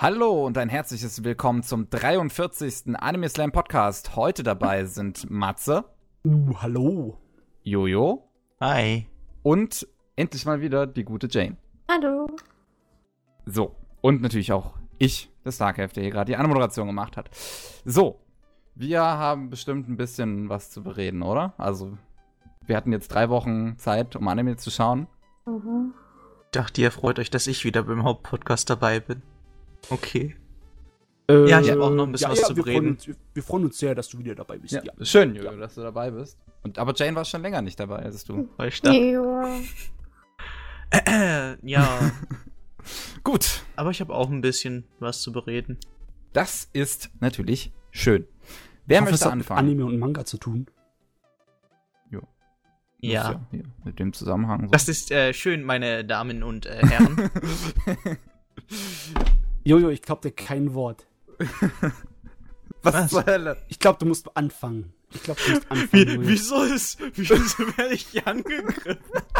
Hallo und ein herzliches Willkommen zum 43. Anime Slam Podcast. Heute dabei sind Matze. Hallo. Jojo. Hi. Und endlich mal wieder die gute Jane. Hallo. So, und natürlich auch ich, der Starcraft, der hier gerade die Anmoderation gemacht hat. So, wir haben bestimmt ein bisschen was zu bereden, oder? Also, wir hatten jetzt 3 Wochen Zeit, um Anime zu schauen. Mhm. Dachte, ihr freut euch, dass ich wieder beim Hauptpodcast dabei bin. Okay. Ja, ich habe auch noch ein bisschen was zu bereden. Wir freuen uns sehr, dass du wieder dabei bist. Ja. Schön, Jojo, dass du dabei bist. Aber Jane war schon länger nicht dabei, als du. War ich da? Ja. Gut. Aber ich habe auch ein bisschen was zu bereden. Das ist natürlich schön. Wer möchte anfangen? Mit Anime und Manga zu tun? Ja. Hier, mit dem Zusammenhang. So. Das ist schön, meine Damen und Herren. Jojo, ich glaub dir kein Wort. Was zur Hölle? Ich glaub, du musst anfangen. Jojo. Wieso werde ich hier angegriffen?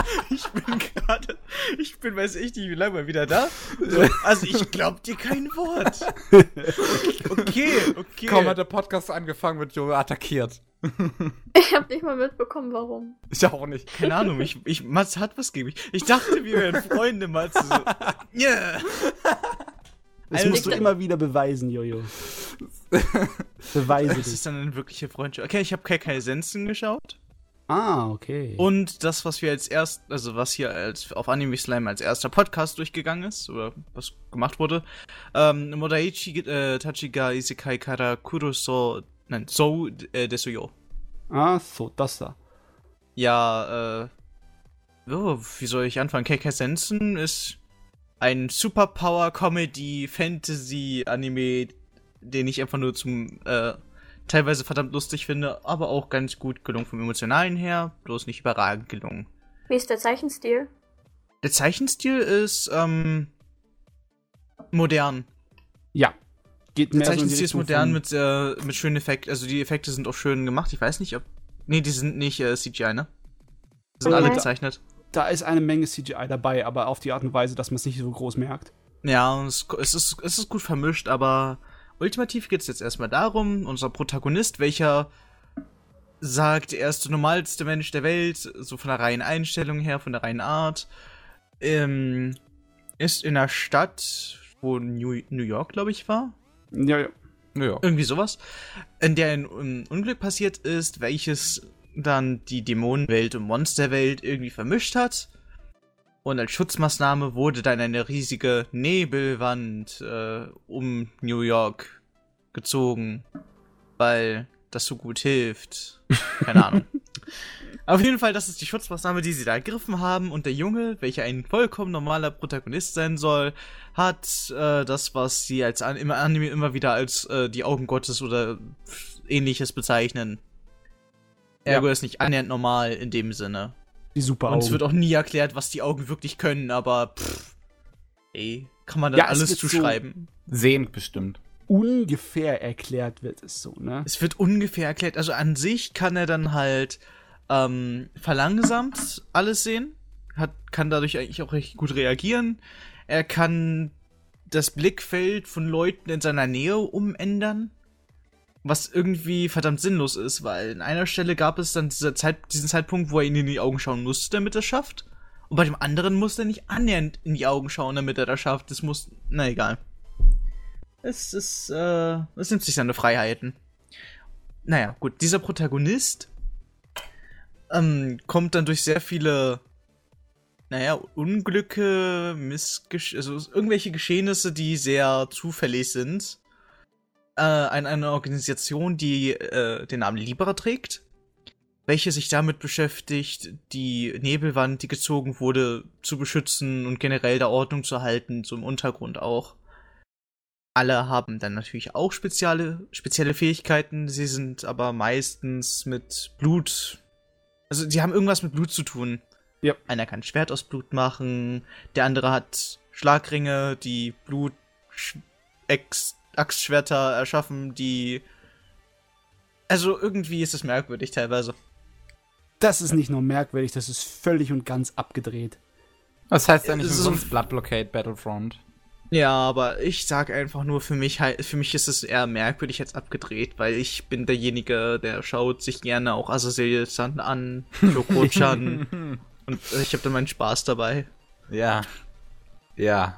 Ich bin, weiß ich nicht, wie lange mal wieder da. So, also ich glaub dir kein Wort. Okay. Kaum hat der Podcast angefangen, wird Jojo attackiert. Ich hab nicht mal mitbekommen, warum. Ich auch nicht. Keine Ahnung, Mats hat was gegen mich. Ich dachte, wir wären Freunde, Mats. So. Yeah. Das musst du immer wieder beweisen, Jojo. Beweise Das dich. ist dann eine wirkliche Freundschaft. Okay, ich habe Kekai Sensen geschaut. Ah, okay. Und das, was wir was hier auf Anime Slime als erster Podcast durchgegangen ist, oder was gemacht wurde, Modaichi Tachiga Isekai Kara Kuroso, So Desuyo. Ah, so, das da. Ja, wie soll ich anfangen? Kekai Sensen ist ein Superpower-Comedy-Fantasy-Anime, den ich einfach nur zum teilweise verdammt lustig finde, aber auch ganz gut gelungen vom Emotionalen her, bloß nicht überragend gelungen. Wie ist der Zeichenstil? Der Zeichenstil ist modern. Ja. Geht Der mehr Zeichenstil ist so in die modern Richtung mit schönen Effekten. Also die Effekte sind auch schön gemacht. Ich weiß nicht, ob... Nee, die sind nicht CGI, ne? Die sind Okay. alle gezeichnet. Da ist eine Menge CGI dabei, aber auf die Art und Weise, dass man es nicht so groß merkt. Ja, und es ist gut vermischt, aber ultimativ geht es jetzt erstmal darum, unser Protagonist, welcher sagt, er ist der normalste Mensch der Welt, so von der reinen Einstellung her, von der reinen Art, ist in einer Stadt, wo New York, glaube ich, war. Ja. Irgendwie sowas, in der ein Unglück passiert ist, welches dann die Dämonenwelt und Monsterwelt irgendwie vermischt hat. Und als Schutzmaßnahme wurde dann eine riesige Nebelwand um New York gezogen, weil das so gut hilft. Keine Ahnung. Auf jeden Fall, das ist die Schutzmaßnahme, die sie da ergriffen haben. Und der Junge, welcher ein vollkommen normaler Protagonist sein soll, hat das, was sie im Anime immer wieder als die Augen Gottes oder ähnliches bezeichnen. Ergo ist nicht annähernd normal in dem Sinne. Die super Und Augen. es wird auch nie erklärt, was die Augen wirklich können, aber kann man dann alles zuschreiben. Sehend bestimmt. Ungefähr erklärt wird es so, ne? Es wird ungefähr erklärt. Also an sich kann er dann halt verlangsamt alles sehen. Kann dadurch eigentlich auch recht gut reagieren. Er kann das Blickfeld von Leuten in seiner Nähe umändern. Was irgendwie verdammt sinnlos ist, weil in einer Stelle gab es dann diesen Zeitpunkt, wo er ihnen in die Augen schauen musste, damit er es schafft. Und bei dem anderen musste er nicht annähernd in die Augen schauen, damit er das schafft. Na egal. Es nimmt sich seine Freiheiten. Naja, gut, dieser Protagonist kommt dann durch sehr viele, Unglücke, also irgendwelche Geschehnisse, die sehr zufällig sind, eine Organisation, die den Namen Libra trägt, welche sich damit beschäftigt, die Nebelwand, die gezogen wurde, zu beschützen und generell der Ordnung zu halten, so im Untergrund auch. Alle haben dann natürlich auch spezielle Fähigkeiten, sie sind aber meistens mit Blut, also die haben irgendwas mit Blut zu tun. Ja. Einer kann Schwert aus Blut machen, der andere hat Schlagringe, die Axtschwerter erschaffen, also irgendwie ist es merkwürdig teilweise. Das ist nicht nur merkwürdig, das ist völlig und ganz abgedreht. Das heißt ja nicht Es ist umsonst Blood Blockade Battlefront. Ja, aber ich sag einfach nur, für mich ist es eher merkwürdig als abgedreht, weil ich bin derjenige, der schaut sich gerne auch Azazel-san an, Kyoko-chan und ich habe dann meinen Spaß dabei. Ja. Ja.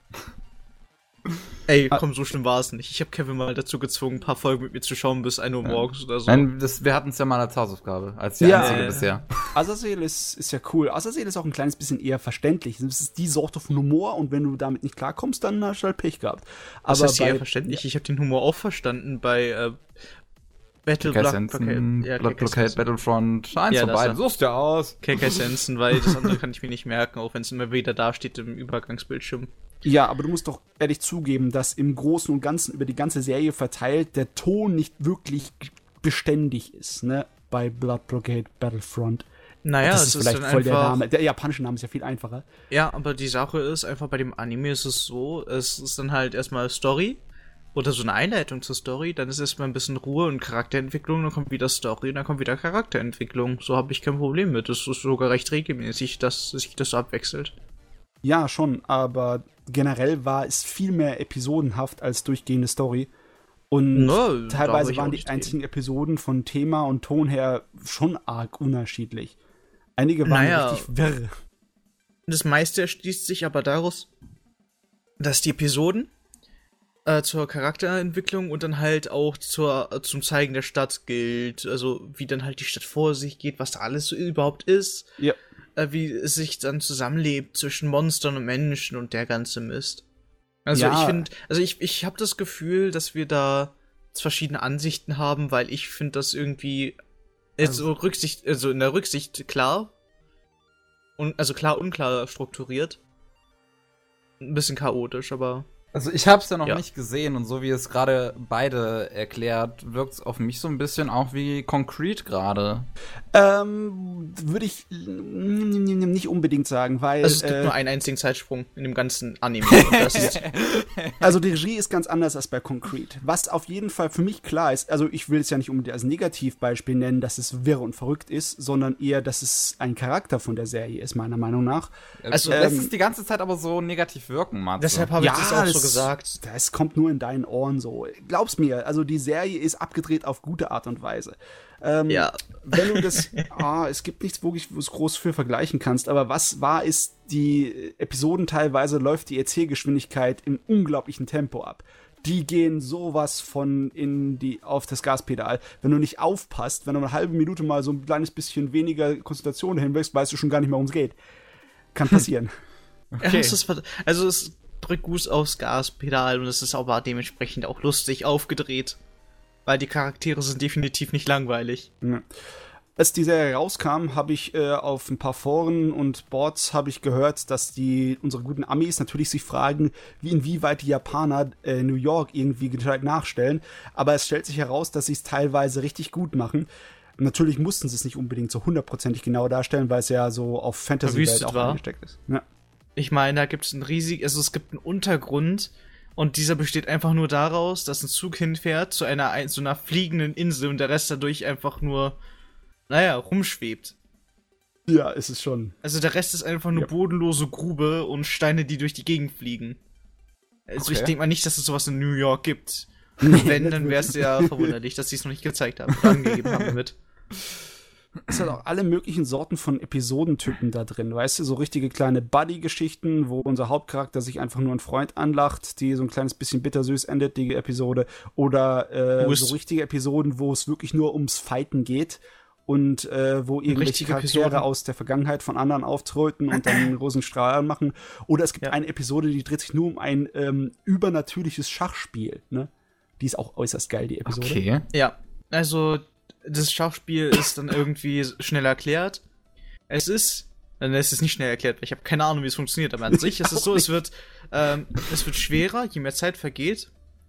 Ey, komm, so schlimm war es nicht. Ich habe Kevin mal dazu gezwungen, ein paar Folgen mit mir zu schauen bis 1 Uhr morgens oder so. Nein, wir hatten es ja mal als Hausaufgabe, als die einzige bisher. Azazel ist ja cool. Azazel ist auch ein kleines bisschen eher verständlich. Es ist die Sorte von Humor und wenn du damit nicht klarkommst, dann hast du halt Pech gehabt. Aber das heißt eher verständlich. Ich habe den Humor auch verstanden bei Blood Blockade, Battlefront 1 ja, vorbei. So ist der aus. KK Sensen, weil das andere kann ich mir nicht merken, auch wenn es immer wieder da steht im Übergangsbildschirm. Ja, aber du musst doch ehrlich zugeben, dass im Großen und Ganzen über die ganze Serie verteilt der Ton nicht wirklich beständig ist, ne? Bei Blood Blockade Battlefront. Naja, das ist vielleicht voll der Name. Der japanische Name ist ja viel einfacher. Ja, aber die Sache ist einfach, bei dem Anime ist es so, es ist dann halt erstmal Story oder so eine Einleitung zur Story, dann ist erstmal ein bisschen Ruhe und Charakterentwicklung, dann kommt wieder Story und dann kommt wieder Charakterentwicklung. So habe ich kein Problem mit. Das ist sogar recht regelmäßig, dass sich das so abwechselt. Ja, schon, aber generell war es viel mehr episodenhaft als durchgehende Story. Und teilweise waren die einzigen Episoden von Thema und Ton her schon arg unterschiedlich. Einige waren richtig wirr. Das meiste erschließt sich aber daraus, dass die Episoden zur Charakterentwicklung und dann halt auch zum Zeigen der Stadt gilt. Also wie dann halt die Stadt vor sich geht, was da alles so überhaupt ist. Ja. Wie es sich dann zusammenlebt zwischen Monstern und Menschen und der ganze Mist. Also ja. ich finde, ich habe das Gefühl, dass wir da verschiedene Ansichten haben, weil ich finde das irgendwie in der Rücksicht klar und also klar unklar strukturiert. Ein bisschen chaotisch, aber also ich hab's ja noch nicht gesehen und so wie es gerade beide erklärt, wirkt's auf mich so ein bisschen auch wie Concrete gerade. Würde ich nicht unbedingt sagen, weil also es gibt nur einen einzigen Zeitsprung in dem ganzen Anime. Also die Regie ist ganz anders als bei Concrete. Was auf jeden Fall für mich klar ist, also ich will es ja nicht unbedingt als Negativbeispiel nennen, dass es wirr und verrückt ist, sondern eher, dass es ein Charakter von der Serie ist, meiner Meinung nach. Also lässt es die ganze Zeit aber so negativ wirken, Matze. Deshalb habe ich das auch so gesagt. Das kommt nur in deinen Ohren so. Glaub's mir, also die Serie ist abgedreht auf gute Art und Weise. Wenn du das, es gibt nichts wirklich, wo du es groß für vergleichen kannst, aber was wahr ist, die Episoden teilweise läuft die Erzählgeschwindigkeit im unglaublichen Tempo ab. Die gehen sowas von auf das Gaspedal. Wenn du nicht aufpasst, wenn du eine halbe Minute mal so ein kleines bisschen weniger Konzentration hinwächst, weißt du schon gar nicht mehr, worum es geht. Kann passieren. Okay. Es drückt gut aufs Gaspedal und es ist aber dementsprechend auch lustig aufgedreht. Weil die Charaktere sind definitiv nicht langweilig. Ja. Als die Serie rauskam, habe ich auf ein paar Foren und Boards habe ich gehört, dass unsere guten Amis natürlich sich fragen, inwieweit die Japaner New York irgendwie gescheit nachstellen. Aber es stellt sich heraus, dass sie es teilweise richtig gut machen. Natürlich mussten sie es nicht unbedingt so hundertprozentig genau darstellen, weil es ja so auf Fantasy-Welt auch eingesteckt ist. Ja. Ich meine, da gibt es es gibt einen Untergrund. Und dieser besteht einfach nur daraus, dass ein Zug hinfährt zu einer fliegenden Insel und der Rest dadurch einfach nur, rumschwebt. Ja, ist es schon. Also der Rest ist einfach nur bodenlose Grube und Steine, die durch die Gegend fliegen. Also ich denke mal nicht, dass es sowas in New York gibt. Wenn, dann wäre es ja verwunderlich, dass sie es noch nicht gezeigt haben oder angegeben haben damit. Es hat auch alle möglichen Sorten von Episodentypen da drin, weißt du, so richtige kleine Buddy-Geschichten, wo unser Hauptcharakter sich einfach nur einen Freund anlacht, die so ein kleines bisschen bittersüß endet, die Episode, oder so richtige Episoden, wo es wirklich nur ums Fighten geht und wo irgendwelche Charaktere aus der Vergangenheit von anderen auftreten und dann einen großen Strahl machen, oder es gibt eine Episode, die dreht sich nur um ein übernatürliches Schachspiel, ne? Die ist auch äußerst geil, die Episode. Okay. Ja, also das Schachspiel ist dann irgendwie schnell erklärt. Es ist nicht schnell erklärt, weil ich habe keine Ahnung, wie es funktioniert, aber an sich ist es so, es wird schwerer, je mehr Zeit vergeht.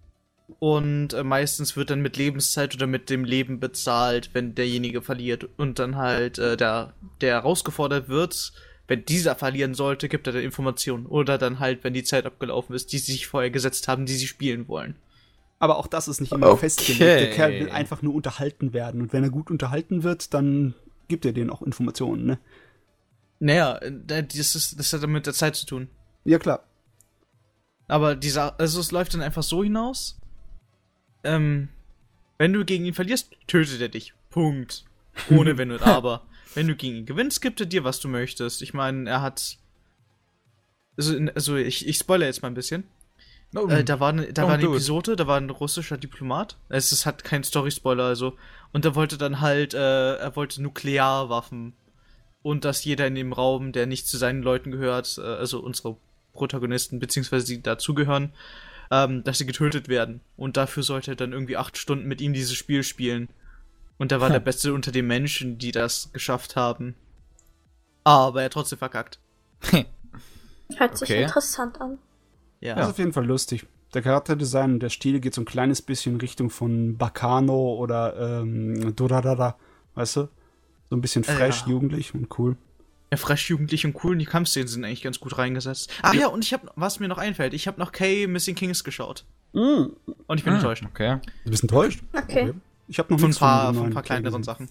Und meistens wird dann mit Lebenszeit oder mit dem Leben bezahlt, wenn derjenige verliert. Und dann halt der herausgefordert wird, wenn dieser verlieren sollte, gibt er dann Informationen. Oder dann halt, wenn die Zeit abgelaufen ist, die sie sich vorher gesetzt haben, die sie spielen wollen. Aber auch das ist nicht immer festgelegt. Der Kerl will einfach nur unterhalten werden. Und wenn er gut unterhalten wird, dann gibt er denen auch Informationen, ne? Naja, das hat dann mit der Zeit zu tun. Ja, klar. Aber also es läuft dann einfach so hinaus. Wenn du gegen ihn verlierst, tötet er dich. Punkt. Ohne Wenn und Aber. Wenn du gegen ihn gewinnst, gibt er dir, was du möchtest. Ich meine, er hat. Also ich spoilere jetzt mal ein bisschen. Da war eine Episode, da war ein russischer Diplomat. Es hat keinen Story-Spoiler, also. Und er wollte dann halt, er wollte Nuklearwaffen. Und dass jeder in dem Raum, der nicht zu seinen Leuten gehört, also unsere Protagonisten, beziehungsweise die dazugehören, dass sie getötet werden. Und dafür sollte er dann irgendwie 8 Stunden mit ihm dieses Spiel spielen. Und er war der Beste unter den Menschen, die das geschafft haben. Aber er hat trotzdem verkackt. Hört sich interessant an. Ja. Das ist auf jeden Fall lustig. Der Charakterdesign und der Stil geht so ein kleines bisschen in Richtung von Bacano oder Durarara, weißt du? So ein bisschen fresh, jugendlich und cool. Ja, fresh, jugendlich und cool. Und die Kampfszenen sind eigentlich ganz gut reingesetzt. Ach ja, und was mir noch einfällt, ich habe noch K Missing Kings geschaut. Und ich bin enttäuscht. Okay. Du bist enttäuscht? Okay. Ich habe noch Von nichts ein paar kleineren Sachen.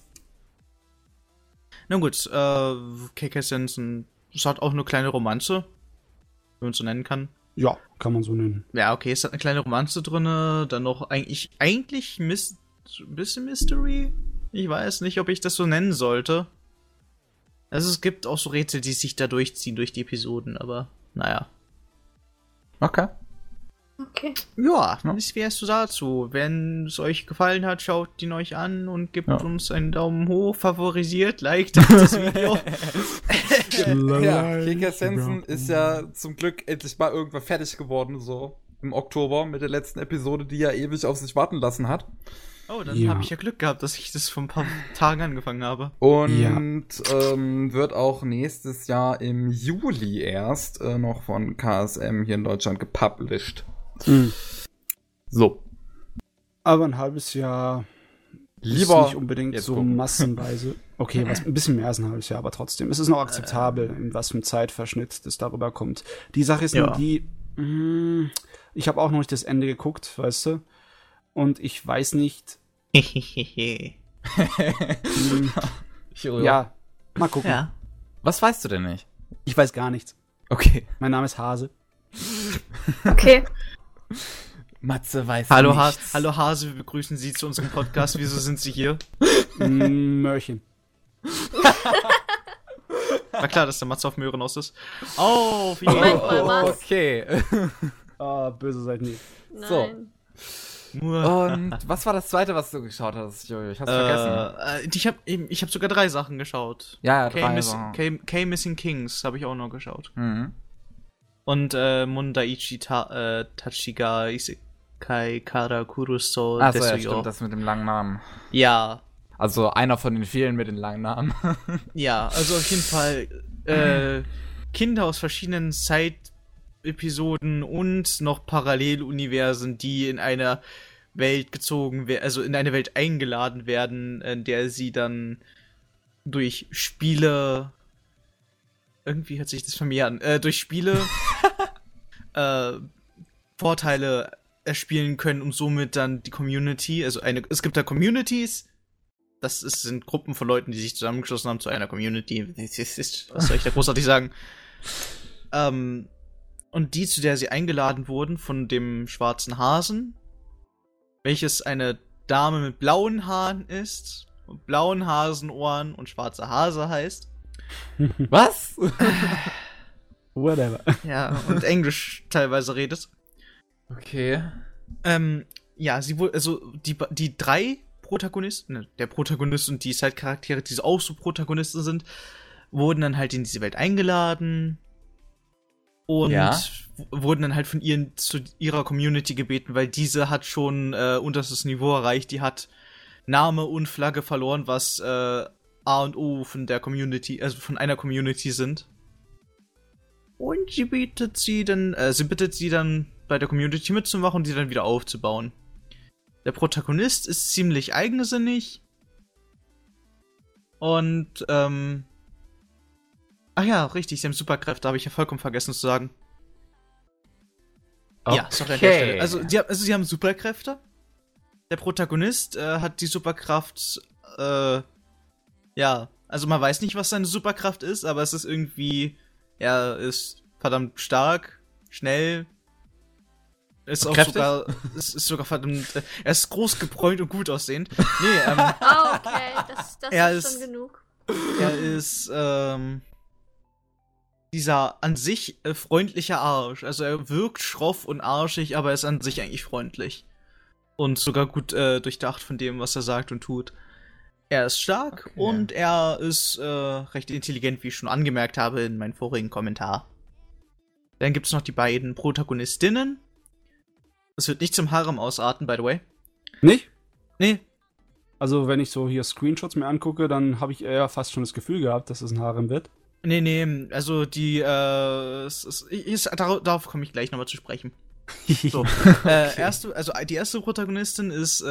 Na gut, K.K. Sensen, es hat auch eine kleine Romanze, wenn man es so nennen kann. Ja, kann man so nennen. Ja, okay, es hat eine kleine Romanze drin, dann noch eigentlich ein bisschen Mystery. Ich weiß nicht, ob ich das so nennen sollte. Also es gibt auch so Rätsel, die sich da durchziehen durch die Episoden, aber naja. Okay. Okay. Ja, was wärst du dazu? Wenn es euch gefallen hat, schaut ihn euch an und gebt uns einen Daumen hoch, favorisiert, liked das Video. Ja, K.K. Sensen ist ja zum Glück endlich mal irgendwann fertig geworden, so im Oktober mit der letzten Episode, die ja ewig auf sich warten lassen hat. Oh, dann habe ich ja Glück gehabt, dass ich das vor ein paar Tagen angefangen habe. Und wird auch nächstes Jahr im Juli erst noch von KSM hier in Deutschland gepublished. So. Aber ein halbes Jahr Lieber ist nicht unbedingt so gucken. massenweise. Okay, ein bisschen mehr als ein halbes Jahr, aber trotzdem. Es ist noch akzeptabel, in was für einem Zeitverschnitt das darüber kommt. Die Sache ist nur die, ich habe auch noch nicht das Ende geguckt, weißt du? Und ich weiß nicht. Ja, mal gucken. Ja. Was weißt du denn nicht? Ich weiß gar nichts. Okay. Mein Name ist Hase. Okay. Matze weiß Hallo nichts. Hallo Hase, wir begrüßen Sie zu unserem Podcast. Wieso sind Sie hier? Mörchen. War klar, dass der Matze auf Möhrenhaus ist. Auf Moment mal, was? Okay. Böse seid nie. Nein. Und was war das zweite, was du geschaut hast, Jojo? Ich hab's vergessen. Ich hab sogar 3 Sachen geschaut. Ja, 3 Sachen. K Missing Kings habe ich auch noch geschaut. Mhm. Und Mundaichi Tachiga Isekai Kara Kuruso Achso, ja, Desuyo. stimmt, das mit dem langen Namen. Ja. Also einer von den vielen mit den langen Namen. Ja, also auf jeden Fall Kinder aus verschiedenen Zeitepisoden und noch Paralleluniversen, die in einer Welt gezogen werden, also in eine Welt eingeladen werden, in der sie dann durch Spiele, irgendwie hört sich das von mir an, durch Spiele Vorteile erspielen können und somit dann die Community, also es gibt da Communities, sind Gruppen von Leuten, die sich zusammengeschlossen haben zu einer Community. Was soll ich da großartig sagen? Und die, zu der sie eingeladen wurden von dem schwarzen Hasen, welches eine Dame mit blauen Haaren ist, und blauen Hasenohren und schwarzer Hase heißt. Was? Whatever. Ja, und Englisch teilweise redet. Okay. Ja, sie wurde, also die 3 Protagonisten, ne, der Protagonist und die Side-Charaktere, die auch so Protagonisten sind, wurden dann halt in diese Welt eingeladen und wurden dann halt von zu ihrer Community gebeten, weil diese hat schon unterstes Niveau erreicht, die hat Name und Flagge verloren, was A und O von der Community, also von einer Community sind. Und sie bittet sie dann bei der Community mitzumachen und sie dann wieder aufzubauen. Der Protagonist ist ziemlich eigensinnig. Und, ach ja, richtig, sie haben Superkräfte, habe ich ja vollkommen vergessen zu sagen. Okay. Ja, sorry an der Stelle. Also, sie haben Superkräfte. Der Protagonist hat die Superkraft, ja, also man weiß nicht, was seine Superkraft ist, aber es ist irgendwie, er ist verdammt stark, schnell, Ist auch Kräftig? ist sogar verdammt. Er ist groß, gebräunt und gut aussehend. Nee, Ah, okay, das Er ist ist- schon genug. er ist dieser an sich freundliche Arsch. Also er wirkt schroff und arschig, aber er ist an sich eigentlich freundlich. Und sogar gut durchdacht von dem, was er sagt und tut. Er ist stark Okay. und er ist recht intelligent, wie ich schon angemerkt habe in meinem vorigen Kommentar. Dann gibt es noch die beiden Protagonistinnen. Es wird nicht zum Harem ausarten, by the way. Nicht? Nee, Also, wenn ich so hier Screenshots mir angucke, dann habe ich eher fast schon das Gefühl gehabt, dass es ein Harem wird. nee, also die, darauf komme ich gleich nochmal zu sprechen. So, die erste Protagonistin ist,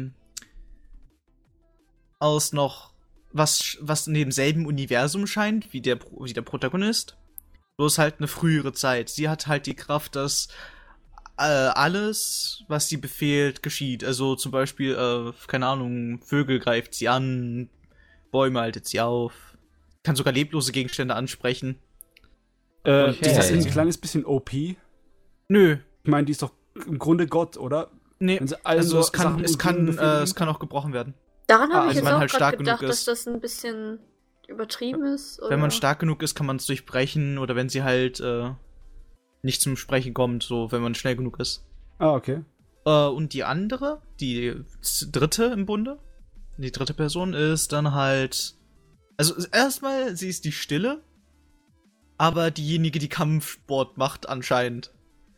aus noch, was in demselben Universum scheint, wie der Protagonist. Bloß halt eine frühere Zeit. Sie hat halt die Kraft, dass alles, was sie befehlt, geschieht. Also zum Beispiel, keine Ahnung, Vögel greift sie an, Bäume haltet sie auf, kann sogar leblose Gegenstände ansprechen. Die Okay. ist ein kleines bisschen OP. Ich Nö, meine, die ist doch im Grunde Gott, oder? nee, Wenn sie allen also so es kann, Sachen es und kann, Dinge befehligen es kann auch gebrochen werden. Daran habe ich also jetzt man auch halt gerade stark gedacht, genug dass ist. das ein bisschen übertrieben ist. Oder? Wenn man stark genug ist, kann man es durchbrechen oder wenn sie halt nicht zum Sprechen kommt, so wenn man schnell genug ist. Ah, okay. Und die andere, die dritte im Bunde, die dritte Person ist dann halt, also erstmal, sie ist die Stille, aber diejenige, die Kampfsport macht anscheinend.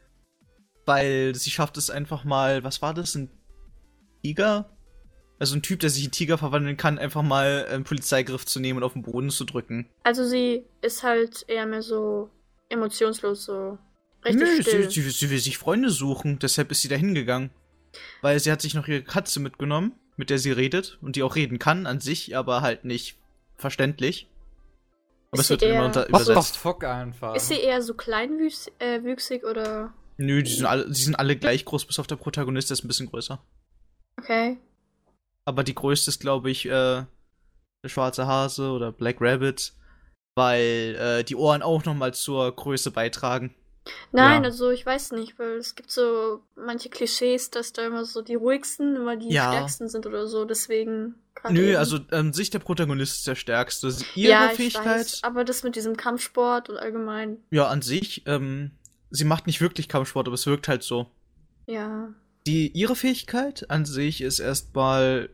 Weil sie schafft es einfach mal, was war das, ein Tiger? Also ein Typ, der sich in Tiger verwandeln kann, einfach mal einen Polizeigriff zu nehmen und auf den Boden zu drücken. Also sie ist halt eher mehr so emotionslos, so richtig Nö, still. sie will sich Freunde suchen, deshalb ist sie da hingegangen. Weil sie hat sich noch ihre Katze mitgenommen, mit der sie redet und die auch reden kann an sich, aber halt nicht verständlich. Aber Ist es wird sie immer eher- What the übersetzt. fuck einfach? Ist sie eher so kleinwüchsig oder? Nö, die sind alle gleich groß, bis auf der Protagonist, der ist ein bisschen größer. Okay. Aber die größte ist, glaube ich, der schwarze Hase oder Black Rabbit, weil die Ohren auch nochmal zur Größe beitragen. Nein, Ja. also ich weiß nicht, weil es gibt so manche Klischees, dass da immer so die ruhigsten immer die Ja. stärksten sind oder so, deswegen. gerade Nö, eben. also an sich der Protagonist ist der stärkste. Ihre ja, ich Fähigkeit, weiß, aber das mit diesem Kampfsport und allgemein, ja, an sich, sie macht nicht wirklich Kampfsport, aber es wirkt halt so. ja. Ihre Fähigkeit an sich ist erstmal.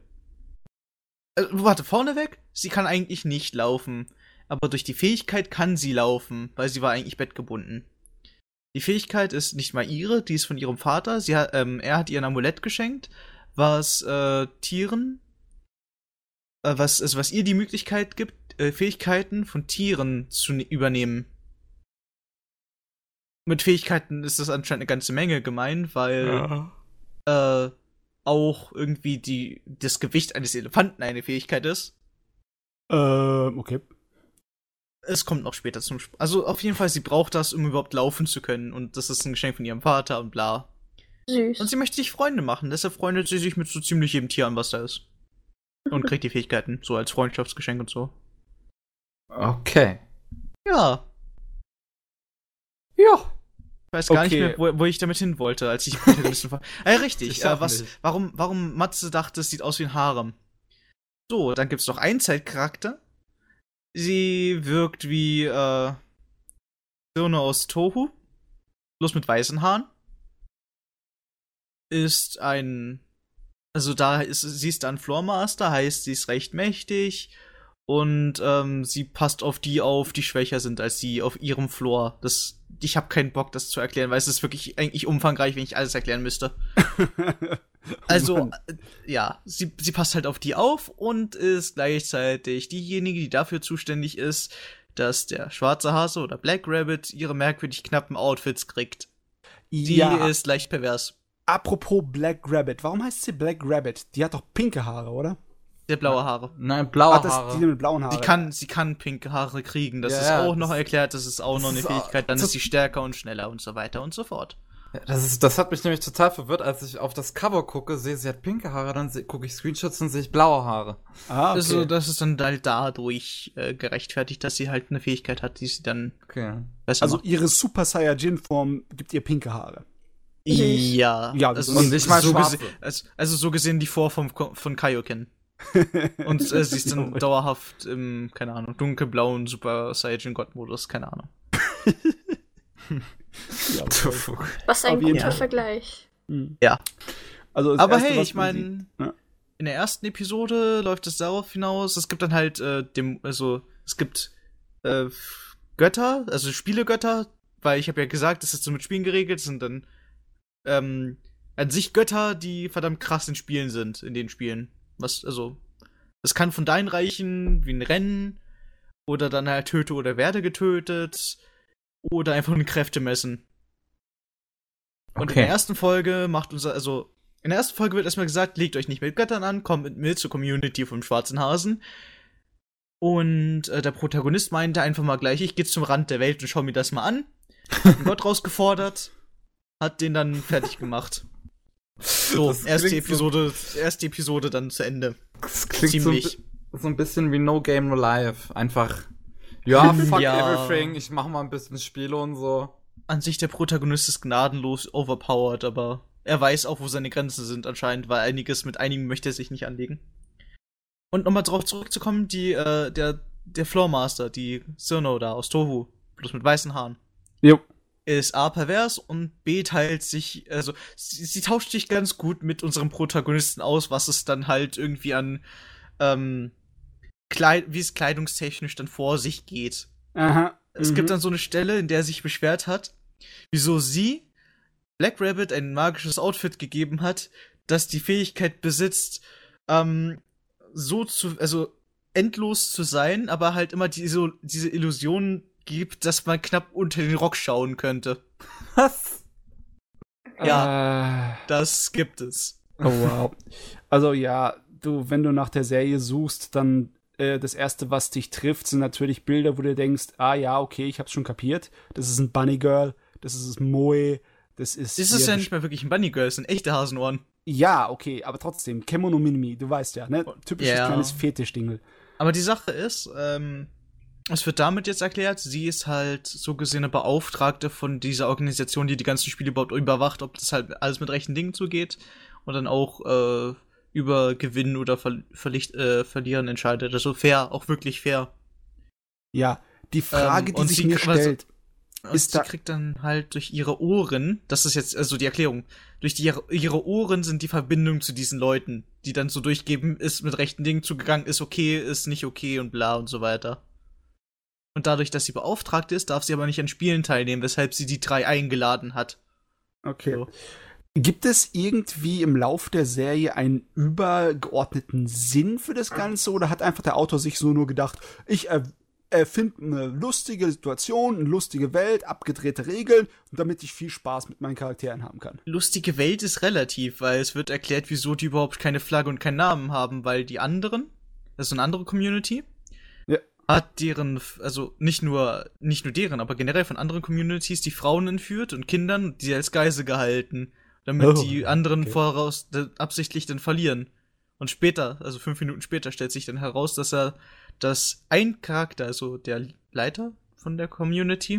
Warte, vorneweg, sie kann eigentlich nicht laufen. Aber durch die Fähigkeit kann sie laufen, weil sie war eigentlich bettgebunden. Die Fähigkeit ist nicht mal ihre, die ist von ihrem Vater. Er hat ihr ein Amulett geschenkt, was Tieren, was ihr die Möglichkeit gibt, Fähigkeiten von Tieren zu übernehmen. Mit Fähigkeiten ist das anscheinend eine ganze Menge gemein, weil auch irgendwie das Gewicht eines Elefanten eine Fähigkeit ist. Okay. Es kommt noch später zum Also auf jeden Fall, sie braucht das, um überhaupt laufen zu können. Und das ist ein Geschenk von ihrem Vater und bla. Süß. Und sie möchte sich Freunde machen. Deshalb freundet sie sich mit so ziemlich jedem Tier an, was da ist. Und kriegt die Fähigkeiten, so als Freundschaftsgeschenk und so. Okay. Ja. Ja. Ich weiß gar Okay. nicht mehr, wo ich damit hin wollte, als ich Protagonistin war. Richtig. Ich sag nicht. Warum Matze dachte, es sieht aus wie ein Harem. So, dann gibt's noch einen Zeitcharakter. Sie wirkt wie Birne aus Tohu. Bloß mit weißen Haaren. Sie ist ein Floormaster, heißt, sie ist recht mächtig. Und sie passt auf, die schwächer sind als sie auf ihrem Floor. Ich habe keinen Bock, das zu erklären, weil es ist wirklich eigentlich umfangreich, wenn ich alles erklären müsste. Also, ja, sie passt halt auf die auf und ist gleichzeitig diejenige, die dafür zuständig ist, dass der schwarze Hase oder Black Rabbit ihre merkwürdig knappen Outfits kriegt. Die ist leicht pervers. Apropos Black Rabbit. Warum heißt sie Black Rabbit? Die hat doch pinke Haare, oder? Der blaue Haare. Nein, blaue Ah, das Haare. ist die mit blauen Haaren. Sie kann pinke Haare kriegen, das Ja, ist ja, auch noch das- erklärt, das ist auch noch eine das ist auch- Fähigkeit, dann das- ist sie stärker und schneller und so weiter und so fort. Ja, das hat mich nämlich total verwirrt, als ich auf das Cover gucke, sehe, sie hat pinke Haare, dann gucke ich Screenshots und sehe ich blaue Haare. Ah, okay. Also, das ist dann halt dadurch gerechtfertigt, dass sie halt eine Fähigkeit hat, die sie dann Okay. besser Also macht. ihre Super Saiyajin-Form gibt ihr pinke Haare. Ja, Ja, also, und nicht mal so schwarze. also so gesehen die Vorform von Kaioken. Und sie ist dann dauerhaft im, keine Ahnung, dunkelblauen Super Saiyan God Modus, keine Ahnung. Ja, Was ein Auf jeden guter Fall. Vergleich. Ja. also das Aber Erste, hey, was ich man meine, sieht, ne? in der ersten Episode läuft es darauf hinaus, es gibt dann halt es gibt Götter, also Spielegötter, weil ich habe ja gesagt, das ist so mit Spielen geregelt, sind dann an sich Götter, die verdammt krass in Spielen sind, in den Spielen. Das kann von deinen reichen, wie ein Rennen, oder dann halt töte oder werde getötet, oder einfach nur Kräfte messen. Und in der ersten Folge in der ersten Folge wird erstmal gesagt, legt euch nicht mit Göttern an, kommt mit zur Community vom Schwarzen Hasen. Und der Protagonist meinte einfach mal gleich, ich gehe zum Rand der Welt und schau mir das mal an. Hat einen Gott rausgefordert, hat den dann fertig gemacht. So, Das erste klingt Episode dann zu Ende. Das klingt Ziemlich. so ein bisschen wie No Game No Life. Einfach, ja, fuck Ja. everything, ich mach mal ein bisschen Spiele und so. An sich der Protagonist ist gnadenlos overpowered, aber er weiß auch, wo seine Grenzen sind anscheinend, weil mit einigen möchte er sich nicht anlegen. Und nochmal drauf zurückzukommen, der Floormaster, die Cirno da aus Tohu, bloß mit weißen Haaren, Jo. ist A, pervers und B, teilt sich, also sie tauscht sich ganz gut mit unserem Protagonisten aus, was es dann halt irgendwie an, wie es kleidungstechnisch dann vor sich geht. Aha. Es gibt dann so eine Stelle, in der er sich beschwert hat, wieso sie Black Rabbit ein magisches Outfit gegeben hat, das die Fähigkeit besitzt, endlos zu sein, aber halt immer diese Illusion gibt, dass man knapp unter den Rock schauen könnte. Was? Ja, das gibt es. Oh, wow. Also ja, wenn du nach der Serie suchst, dann das Erste, was dich trifft, sind natürlich Bilder, wo du denkst, ah ja, okay, ich hab's schon kapiert. Das ist ein Bunny Girl, das ist Moe, das ist... Das ist ja nicht mehr wirklich ein Bunny Girl, das sind echte Hasenohren. Ja, okay, aber trotzdem, Kemono Minimi, du weißt ja, ne? Typisches Ja. kleines Fetischdingel. Aber die Sache ist, es wird damit jetzt erklärt, sie ist halt so gesehen eine Beauftragte von dieser Organisation, die ganzen Spiele überhaupt überwacht, ob das halt alles mit rechten Dingen zugeht und dann auch über Gewinnen oder Verlieren entscheidet. Also fair, auch wirklich fair. Ja, die Frage, die sich mir stellt, ist sie kriegt dann halt durch ihre Ohren, das ist jetzt also die Erklärung, durch ihre Ohren sind die Verbindung zu diesen Leuten, die dann so durchgeben, ist mit rechten Dingen zugegangen, ist okay, ist nicht okay und bla und so weiter. Und dadurch, dass sie beauftragt ist, darf sie aber nicht an Spielen teilnehmen, weshalb sie die 3 eingeladen hat. Okay. So. Gibt es irgendwie im Lauf der Serie einen übergeordneten Sinn für das Ganze oder hat einfach der Autor sich so nur gedacht, ich erfinde eine lustige Situation, eine lustige Welt, abgedrehte Regeln, damit ich viel Spaß mit meinen Charakteren haben kann? Lustige Welt ist relativ, weil es wird erklärt, wieso die überhaupt keine Flagge und keinen Namen haben, weil die anderen, das ist eine andere Community, Ja. hat deren, also nicht nur deren, aber generell von anderen Communities die Frauen entführt und Kindern die als Geisel gehalten, damit die anderen absichtlich dann verlieren. Und später, also 5 Minuten später, stellt sich dann heraus, dass ein Charakter, also der Leiter von der Community,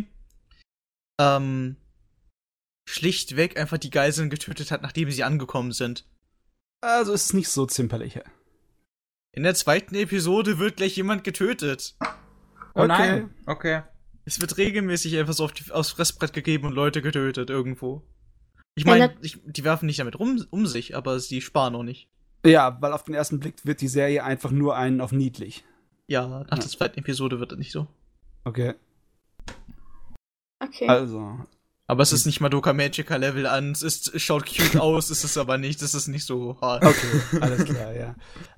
schlichtweg einfach die Geiseln getötet hat, nachdem sie angekommen sind. Also ist es nicht so zimperlich. In der 2. Episode wird gleich jemand getötet. Oh nein. Okay. Es wird regelmäßig einfach so aufs Fressbrett gegeben und Leute getötet irgendwo. Ich meine, die werfen nicht damit um sich, aber sie sparen auch nicht. Ja, weil auf den ersten Blick wird die Serie einfach nur einen auf niedlich. Ja, nach der 2. Episode wird das nicht so. Okay. Okay. Also. Aber es ist nicht Madoka Magica Level an, es schaut cute aus, ist es aber nicht, das ist nicht so hart. Okay, alles klar, ja.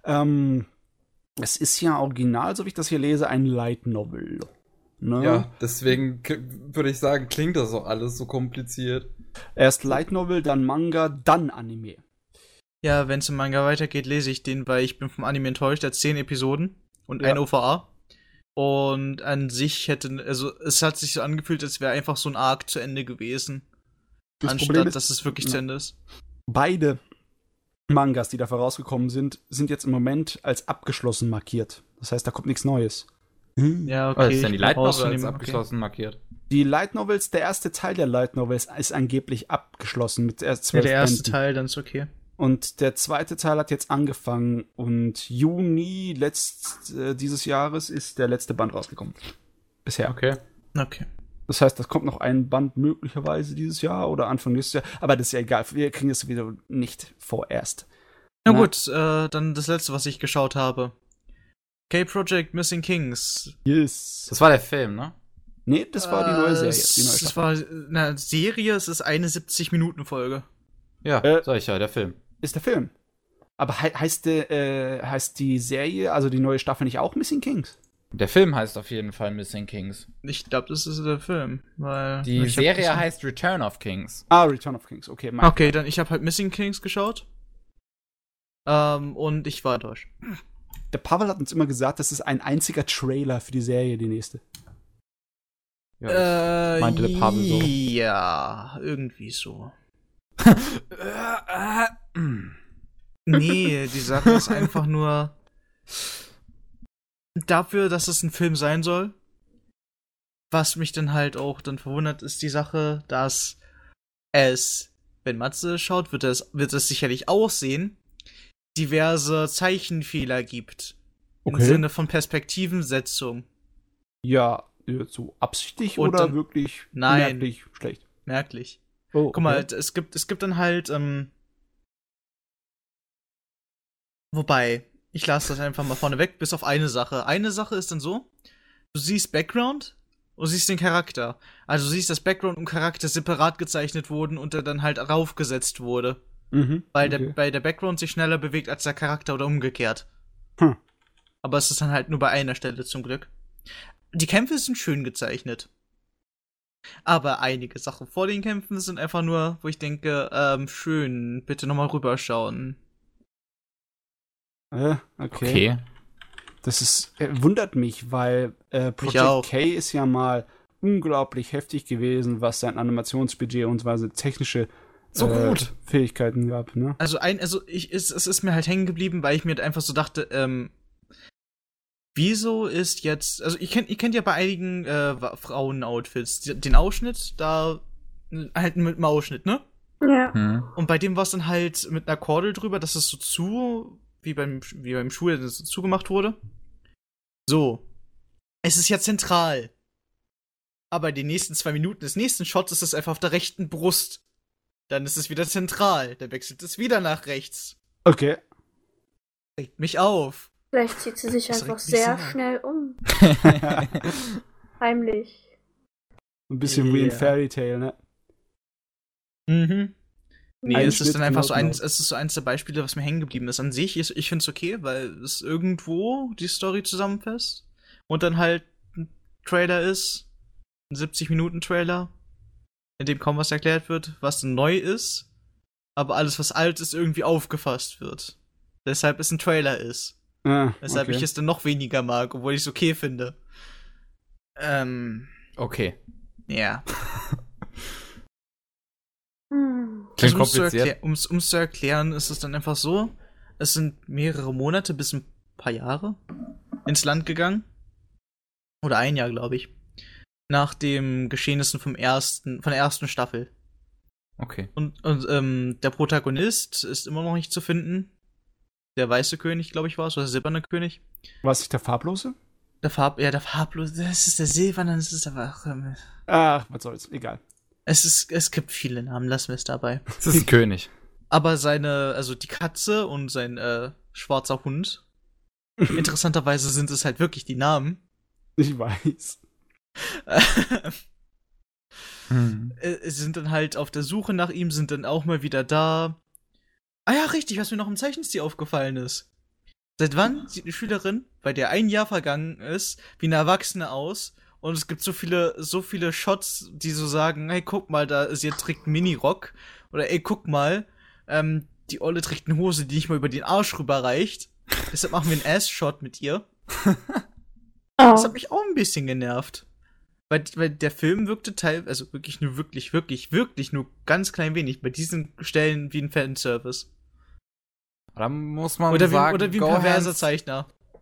Es ist ja original, so wie ich das hier lese, ein Light Novel. Ne? Ja, deswegen würde ich sagen, klingt das auch alles so kompliziert. Erst Light Novel, dann Manga, dann Anime. Ja, wenn es im Manga weitergeht, lese ich den, weil ich bin vom Anime enttäuscht, der hat 10 Episoden und ein OVA. Und an sich es hat sich so angefühlt, als wäre einfach so ein Arc zu Ende gewesen. Das anstatt, Problem ist, dass es wirklich zu Ende ist. Beide Mangas, die da vorausgekommen sind jetzt im Moment als abgeschlossen markiert. Das heißt, da kommt nichts Neues. Ja, Okay, okay. ist denn die ich bin Light Novel als rausnehmen, abgeschlossen markiert? Die Light Novels, der erste Teil der Light Novels ist angeblich abgeschlossen mit erst 12 der erste Bänden. Teil, dann ist okay. Und der zweite Teil hat jetzt angefangen und Juni dieses Jahres ist der letzte Band rausgekommen. Bisher. Okay. Okay. Das heißt, das kommt noch ein Band möglicherweise dieses Jahr oder Anfang nächstes Jahr. Aber das ist ja egal. Wir kriegen das wieder nicht vorerst. Na gut, dann das letzte, was ich geschaut habe. K-Project Missing Kings. Yes. Das war der Film, ne? Nee, das war die neue Serie. Die neue Das war eine Serie, es ist eine 70-Minuten-Folge. Ja, sag ich ja, der Film. Ist der Film. Aber heißt die Serie, also die neue Staffel nicht auch Missing Kings? Der Film heißt auf jeden Fall Missing Kings. Ich glaube, das ist der Film, weil Die Serie heißt Return of Kings. Ah, Return of Kings, okay. Okay, dann ich habe halt Missing Kings geschaut. Und ich war enttäuscht. Der Pavel hat uns immer gesagt, das ist ein einziger Trailer für die Serie, die nächste. Ja, meinte der Pavel so. Ja, irgendwie so. Nee, die Sache ist einfach nur dafür, dass es ein Film sein soll. Was mich dann halt auch dann verwundert, ist die Sache, dass es, wenn Matze schaut, wird es sicherlich auch sehen, diverse Zeichenfehler gibt. Im Sinne von Perspektivensetzung. Ja, so absichtlich Und oder dann, wirklich nein, merklich schlecht? Merklich. Oh, okay. Guck mal, es gibt dann halt, wobei, ich lasse das einfach mal vorne weg, bis auf eine Sache. Eine Sache ist dann so, du siehst Background und siehst den Charakter. Also du siehst, dass Background und Charakter separat gezeichnet wurden und der dann halt raufgesetzt wurde. Weil der Background sich schneller bewegt als der Charakter oder umgekehrt. Aber es ist dann halt nur bei einer Stelle zum Glück. Die Kämpfe sind schön gezeichnet. Aber einige Sachen vor den Kämpfen sind einfach nur, wo ich denke, schön, bitte nochmal rüberschauen. Okay. Das ist, wundert mich, weil Project K ist ja mal unglaublich heftig gewesen, was sein Animationsbudget und seine technische Fähigkeiten gab, ne? Also es ist mir halt hängen geblieben, weil ich mir einfach so dachte, wieso ist jetzt, also ihr kennt ja bei einigen Frauen-Outfits den Ausschnitt, da halt mit dem Ausschnitt, ne? Ja. Und bei dem war es dann halt mit einer Kordel drüber, dass es so wie beim Schuh, das so zugemacht wurde. So. Es ist ja zentral. Aber die nächsten 2 Minuten des nächsten Shots ist es einfach auf der rechten Brust. Dann ist es wieder zentral. Dann wechselt es wieder nach rechts. Okay. Regt mich auf. Vielleicht zieht sie sich Das einfach regt mich sehr so auf. schnell um. Heimlich. Ein bisschen wie in Fairy Tail, ne? Mhm. Nee, Ein es ist dann einfach so Schnitt, es ist so eins der Beispiele, was mir hängen geblieben ist. An sich, ich finde es okay, weil es irgendwo die Story zusammenfasst und dann halt ein Trailer ist, ein 70-Minuten-Trailer, in dem kaum was erklärt wird, was neu ist, aber alles, was alt ist, irgendwie aufgefasst wird. Deshalb es ein Trailer ist. Weshalb ich es dann noch weniger mag, obwohl ich es okay finde. Okay. Ja. Klingt Also, kompliziert. um es zu erklären, ist es dann einfach so, es sind mehrere Monate bis ein paar Jahre ins Land gegangen. Oder ein Jahr, glaube ich. Nach den Geschehnissen von der ersten Staffel. Okay. Und der Protagonist ist immer noch nicht zu finden. Der weiße König, glaube ich, war es, oder der silberne König. War es nicht der Farblose? Der Farblose, das ist der silberne, das ist der Ach, was soll's, egal. Es gibt viele Namen, lassen wir es dabei. Das ist ein König. Aber die Katze und sein schwarzer Hund, interessanterweise sind es halt wirklich die Namen. Ich weiß. Sind dann halt auf der Suche nach ihm, sind dann auch mal wieder da. Ah ja, richtig, was mir noch im Zeichenstil aufgefallen ist. Seit wann sieht eine Schülerin, bei der ein Jahr vergangen ist, wie eine Erwachsene aus? Und es gibt so viele Shots, die so sagen, hey, guck mal, sie trägt einen Minirock. Oder ey, guck mal, die Olle trägt eine Hose, die nicht mal über den Arsch rüberreicht. Deshalb machen wir einen Ass-Shot mit ihr. Das hat mich auch ein bisschen genervt. Weil der Film wirkte teilweise wirklich nur wirklich nur ganz klein wenig. Bei diesen Stellen wie ein Fanservice. Da muss man Oder sagen, wie ein perverser Zeichner.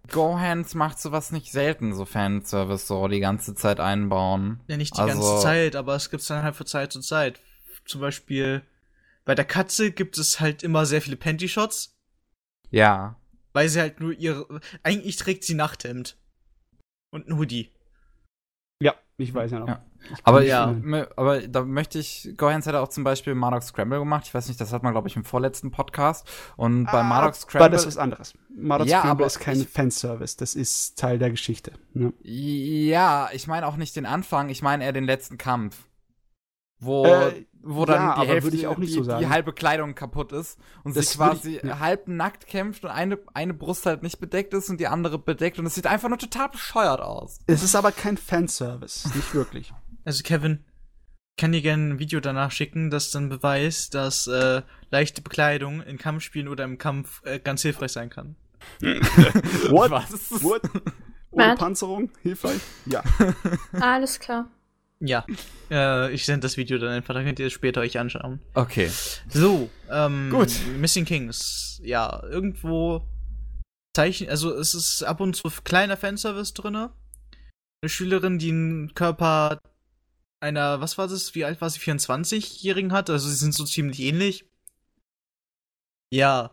Gohans macht sowas nicht selten, so Fanservice so die ganze Zeit einbauen. Ja, nicht die ganze Zeit, aber es gibt's dann halt von Zeit zu Zeit. Zum Beispiel bei der Katze gibt es halt immer sehr viele Panty-Shots. Ja. Weil sie halt nur eigentlich trägt sie Nachthemd. Und ein Hoodie. Ja, ich weiß ja noch. Ja. Aber da möchte ich, Gohans hat auch zum Beispiel Mardock Scramble gemacht. Ich weiß nicht, das hat man, glaube ich, im vorletzten Podcast. Und bei Mardock Scramble. Aber das ist was anderes. Mardock Scramble ist kein Fanservice. Das ist Teil der Geschichte. Ne? Ja, ich meine auch nicht den Anfang, ich meine eher den letzten Kampf. Wo dann die Hälfte, die halbe Kleidung kaputt ist und sie quasi halb nackt kämpft und eine Brust halt nicht bedeckt ist und die andere bedeckt und es sieht einfach nur total bescheuert aus. Es ist aber kein Fanservice, nicht wirklich. Also Kevin, kann dir gerne ein Video danach schicken, das dann beweist, dass leichte Bekleidung in Kampfspielen oder im Kampf ganz hilfreich sein kann. What? Was? What? Ohne Panzerung? Hilfreich? Ja. Alles klar. Ja, ich sende das Video dann einfach, dann könnt ihr es später euch anschauen. Okay. So, gut. Missing Kings, ja, irgendwo Zeichen, also es ist ab und zu kleiner Fanservice drinne. Eine Schülerin, die einen Körper einer, was war das, wie alt war sie, 24-Jährigen hat, also sie sind so ziemlich ähnlich. Ja.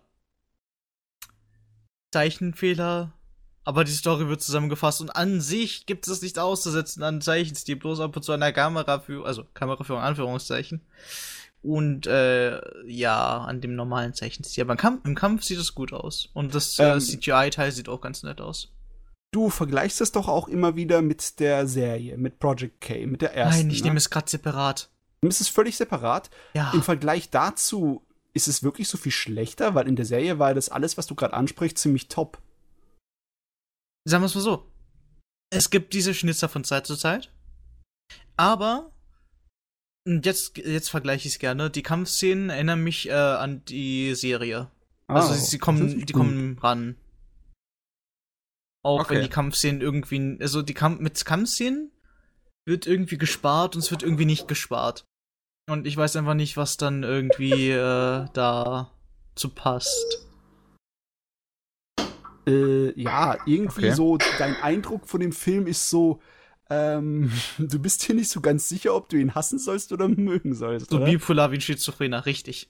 Zeichenfehler. Aber die Story wird zusammengefasst und an sich gibt es nicht auszusetzen an Zeichenstil, bloß ab und zu an der Kameraführung, also Kameraführung, Anführungszeichen. Und, an dem normalen Zeichenstil. Aber im Kampf sieht es gut aus. Und das CGI-Teil sieht auch ganz nett aus. Du vergleichst es doch auch immer wieder mit der Serie, mit Project K, mit der ersten. Nein, ich nehme es gerade separat. Es ist völlig separat. Ja. Im Vergleich dazu ist es wirklich so viel schlechter, weil in der Serie war das alles, was du gerade ansprichst, ziemlich top. Sagen wir es mal so. Es gibt diese Schnitzer von Zeit zu Zeit. Aber, jetzt vergleiche ich es gerne, die Kampfszenen erinnern mich an die Serie. Also die kommen ran. Auch wenn die Kampfszenen irgendwie, also mit Kampfszenen wird irgendwie gespart und es wird irgendwie nicht gespart. Und ich weiß einfach nicht, was dann irgendwie dazu passt. Irgendwie so, dein Eindruck von dem Film ist so, du bist dir nicht so ganz sicher, ob du ihn hassen sollst oder mögen sollst, so oder? Bipolar wie ein Schizophrener, richtig.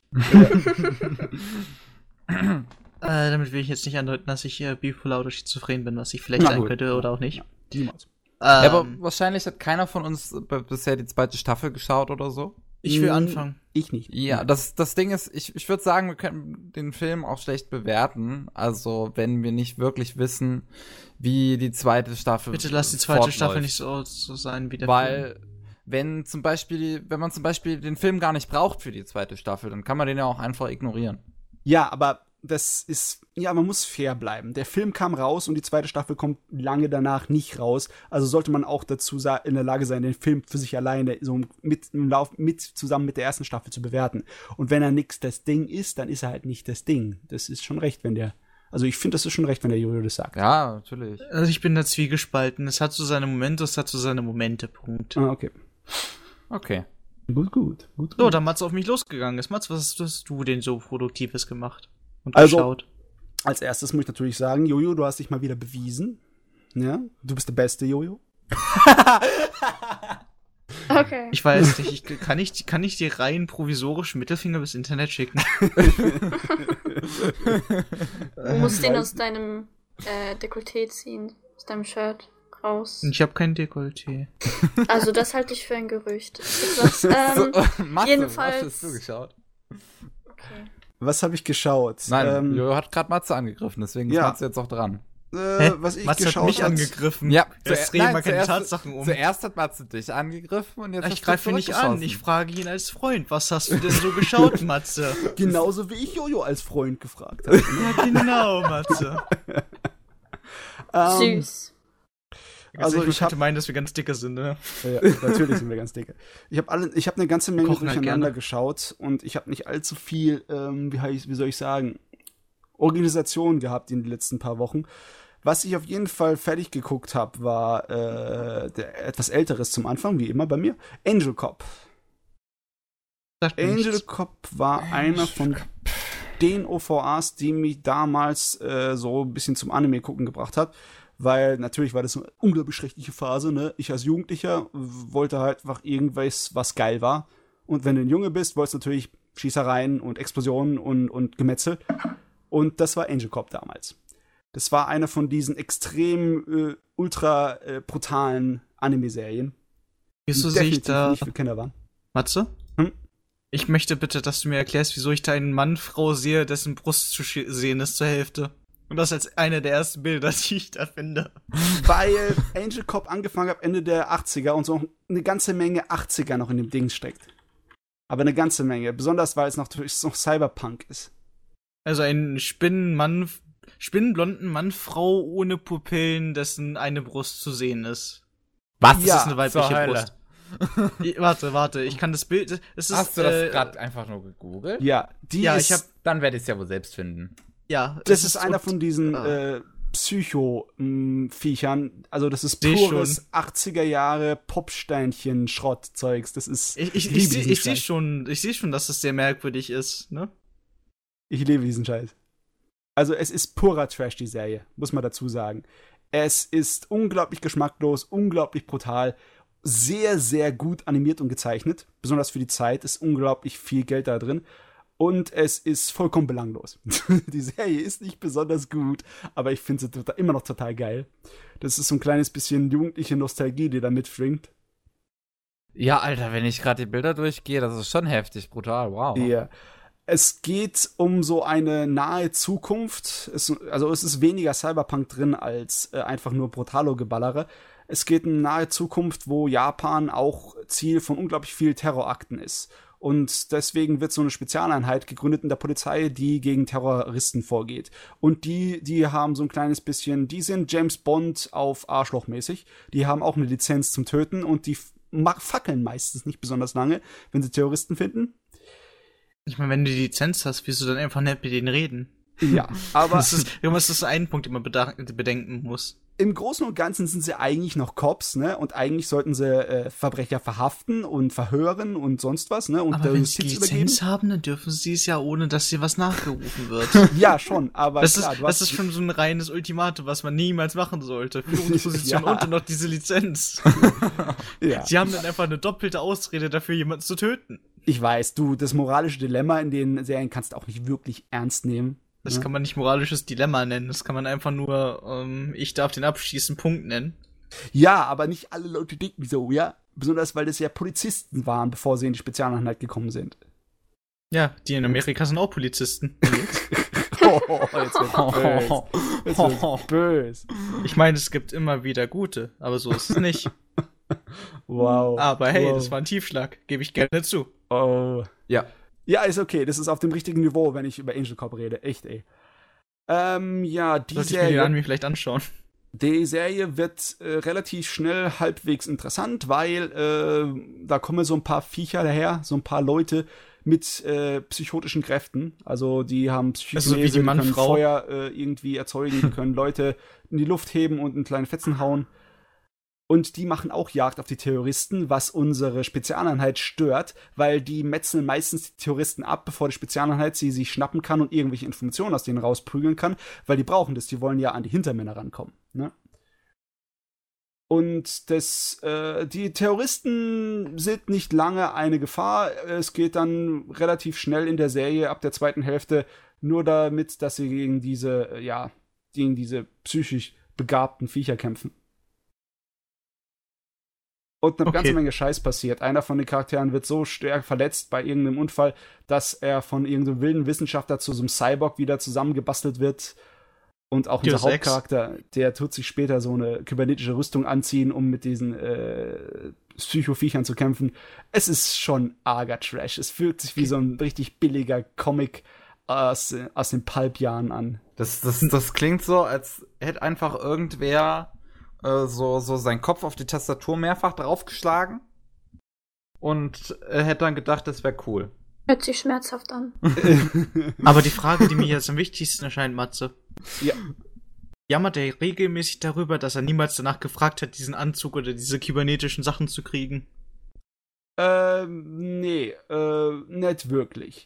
Damit will ich jetzt nicht andeuten, dass ich bipolar oder schizophren bin, was ich vielleicht sein könnte oder auch nicht. Niemals. Aber wahrscheinlich hat keiner von uns bisher die zweite Staffel geschaut oder so. Ich will anfangen. Ich nicht. Ja, das Ding ist, ich würde sagen, wir können den Film auch schlecht bewerten. Also, wenn wir nicht wirklich wissen, wie die zweite Staffel Bitte lass die zweite Staffel nicht so sein wie der Film. Weil, wenn man zum Beispiel den Film gar nicht braucht für die zweite Staffel, dann kann man den ja auch einfach ignorieren. Ja, aber man muss fair bleiben. Der Film kam raus und die zweite Staffel kommt lange danach nicht raus. Also sollte man auch dazu in der Lage sein, den Film für sich alleine so zusammen mit der ersten Staffel zu bewerten. Und wenn er nix das Ding ist, dann ist er halt nicht das Ding. Das ist schon recht, ich finde, das ist schon recht, wenn der Jojo das sagt. Ja, natürlich. Also ich bin da zwiegespalten. Es hat so seine Momente, Punkt. Ah, okay. Okay. Gut. So, dann Mats auf mich losgegangen ist. Mats, was hast du denn so Produktives gemacht? Und also, geschaut? Als erstes muss ich natürlich sagen, Jojo, du hast dich mal wieder bewiesen. Ja, du bist der beste Jojo. Okay. Ich weiß nicht, kann ich dir rein provisorisch Mittelfinger bis Internet schicken? Du musst den aus deinem Dekolleté ziehen, aus deinem Shirt raus. Ich habe kein Dekolleté. Also das halte ich für ein Gerücht. Jedenfalls. Hast du geschaut? Okay. Was habe ich geschaut? Nein, Jojo hat gerade Matze angegriffen, deswegen ist Matze jetzt auch dran. Was ich Matze geschaut hat mich angegriffen. Ja, jetzt drehen wir keine Tatsachen um. Zuerst hat Matze dich angegriffen und jetzt ich greife ihn nicht an. Ich frage ihn als Freund. Was hast du denn so geschaut, Matze? Genauso wie ich Jojo als Freund gefragt habe. Ja, genau, Matze. Süß. Also ich könnte meinen, dass wir ganz dicke sind, ne? Ja, natürlich sind wir ganz dicke. Ich habe eine ganze Menge durcheinander geschaut und ich habe nicht allzu viel, wie soll ich sagen, Organisation gehabt in den letzten paar Wochen. Was ich auf jeden Fall fertig geguckt habe, war etwas Älteres zum Anfang, wie immer bei mir, Angel Cop. Angel Cop war einer von den OVAs, die mich damals so ein bisschen zum Anime gucken gebracht hat. Weil natürlich war das eine unglaublich schreckliche Phase, ne? Ich als Jugendlicher wollte halt einfach irgendwas, was geil war. Und wenn du ein Junge bist, wolltest du natürlich Schießereien und Explosionen und Gemetzel. Und das war Angel Cop damals. Das war einer von diesen extrem ultra brutalen Anime-Serien. Wieso sehe ich da nicht für Kinder waren. Matze? Ich möchte bitte, dass du mir erklärst, wieso ich da einen Mann, Frau sehe, dessen Brust zu sehen ist zur Hälfte. Und das als eine der ersten Bilder, die ich da finde. Weil Angel Cop angefangen hat Ende der 80er und so eine ganze Menge 80er noch in dem Ding steckt. Aber eine ganze Menge. Besonders, weil es noch Cyberpunk ist. Also ein spinnenblonden Mann, Frau ohne Pupillen, dessen eine Brust zu sehen ist. Was? Das ist eine weibliche Brust. Warte, ich kann das Bild. Hast du das gerade einfach nur gegoogelt? Ja, dann werde ich es ja wohl selbst finden. Ja, das ist einer von diesen Psycho-Viechern. Also das ist pures 80er Jahre Popsteinchen-Schrott-Zeugs. Das ist. Ich sehe schon, dass es sehr merkwürdig ist, ne? Ich liebe diesen Scheiß. Also es ist purer Trash, die Serie, muss man dazu sagen. Es ist unglaublich geschmacklos, unglaublich brutal, sehr, sehr gut animiert und gezeichnet. Besonders für die Zeit ist unglaublich viel Geld da drin. Und es ist vollkommen belanglos. Die Serie ist nicht besonders gut, aber ich finde sie immer noch total geil. Das ist so ein kleines bisschen jugendliche Nostalgie, die da mitschwingt. Ja, Alter, wenn ich gerade die Bilder durchgehe, das ist schon heftig, brutal, wow. Ja. Es geht um so eine nahe Zukunft. Es ist weniger Cyberpunk drin als einfach nur Brutalo-Geballere. Es geht um eine nahe Zukunft, wo Japan auch Ziel von unglaublich vielen Terrorakten ist. Und deswegen wird so eine Spezialeinheit gegründet in der Polizei, die gegen Terroristen vorgeht. Und die haben so ein kleines bisschen, die sind James Bond auf Arschlochmäßig. Die haben auch eine Lizenz zum Töten und die fackeln meistens nicht besonders lange, wenn sie Terroristen finden. Ich meine, wenn du die Lizenz hast, wirst du dann einfach nicht mit denen reden. Ja, aber das ist ein Punkt, den man bedenken muss. Im Großen und Ganzen sind sie eigentlich noch Cops, ne? Und eigentlich sollten sie Verbrecher verhaften und verhören und sonst was, ne? Und aber wenn sie die Lizenz haben, dann dürfen sie es ja, ohne dass sie was nachgerufen wird. Ja, schon, aber das ist schon so ein reines Ultimatum, was man niemals machen sollte. Führungsposition ja. Und dann noch diese Lizenz. Ja. Sie haben dann einfach eine doppelte Ausrede dafür, jemanden zu töten. Ich weiß, das moralische Dilemma in den Serien kannst du auch nicht wirklich ernst nehmen. Das kann man nicht moralisches Dilemma nennen. Das kann man einfach nur, ich darf den abschießen, Punkt nennen. Ja, aber nicht alle Leute denken so, ja? Besonders, weil das ja Polizisten waren, bevor sie in die Spezialeinheit gekommen sind. Ja, die in Amerika sind auch Polizisten. Jetzt wird's böse. Ich meine, es gibt immer wieder gute, aber so ist es nicht. Wow. Aber hey, das war ein Tiefschlag. Gebe ich gerne zu. Oh. Ja. Ja, ist okay. Das ist auf dem richtigen Niveau, wenn ich über Angel Cop rede. Echt, ey. Ja, die Sollte Serie. Ich mir die Anime vielleicht anschauen. Die Serie wird relativ schnell halbwegs interessant, weil da kommen so ein paar Viecher daher, so ein paar Leute mit psychotischen Kräften. Also die haben Psychose, also die können Feuer irgendwie erzeugen, die können Leute in die Luft heben und in kleine Fetzen hauen. Und die machen auch Jagd auf die Terroristen, was unsere Spezialeinheit stört, weil die metzeln meistens die Terroristen ab, bevor die Spezialeinheit sie sich schnappen kann und irgendwelche Informationen aus denen rausprügeln kann, weil die brauchen das, die wollen ja an die Hintermänner rankommen. Ne? Und die Terroristen sind nicht lange eine Gefahr. Es geht dann relativ schnell in der Serie ab der zweiten Hälfte nur damit, dass sie gegen diese psychisch begabten Viecher kämpfen. Und eine ganze Menge Scheiß passiert. Einer von den Charakteren wird so stark verletzt bei irgendeinem Unfall, dass er von irgendeinem wilden Wissenschaftler zu so einem Cyborg wieder zusammengebastelt wird. Und auch unser Hauptcharakter, der tut sich später so eine kybernetische Rüstung anziehen, um mit diesen Psychoviechern zu kämpfen. Es ist schon arger Trash. Es fühlt sich wie so ein richtig billiger Comic aus den Pulp-Jahren an. Das klingt so, als hätte einfach irgendwer so seinen Kopf auf die Tastatur mehrfach draufgeschlagen und hätte dann gedacht, das wäre cool. Hört sich schmerzhaft an. Aber die Frage, die mir jetzt am wichtigsten erscheint, Matze. Ja. Jammert er regelmäßig darüber, dass er niemals danach gefragt hat, diesen Anzug oder diese kybernetischen Sachen zu kriegen? Nee, nicht wirklich.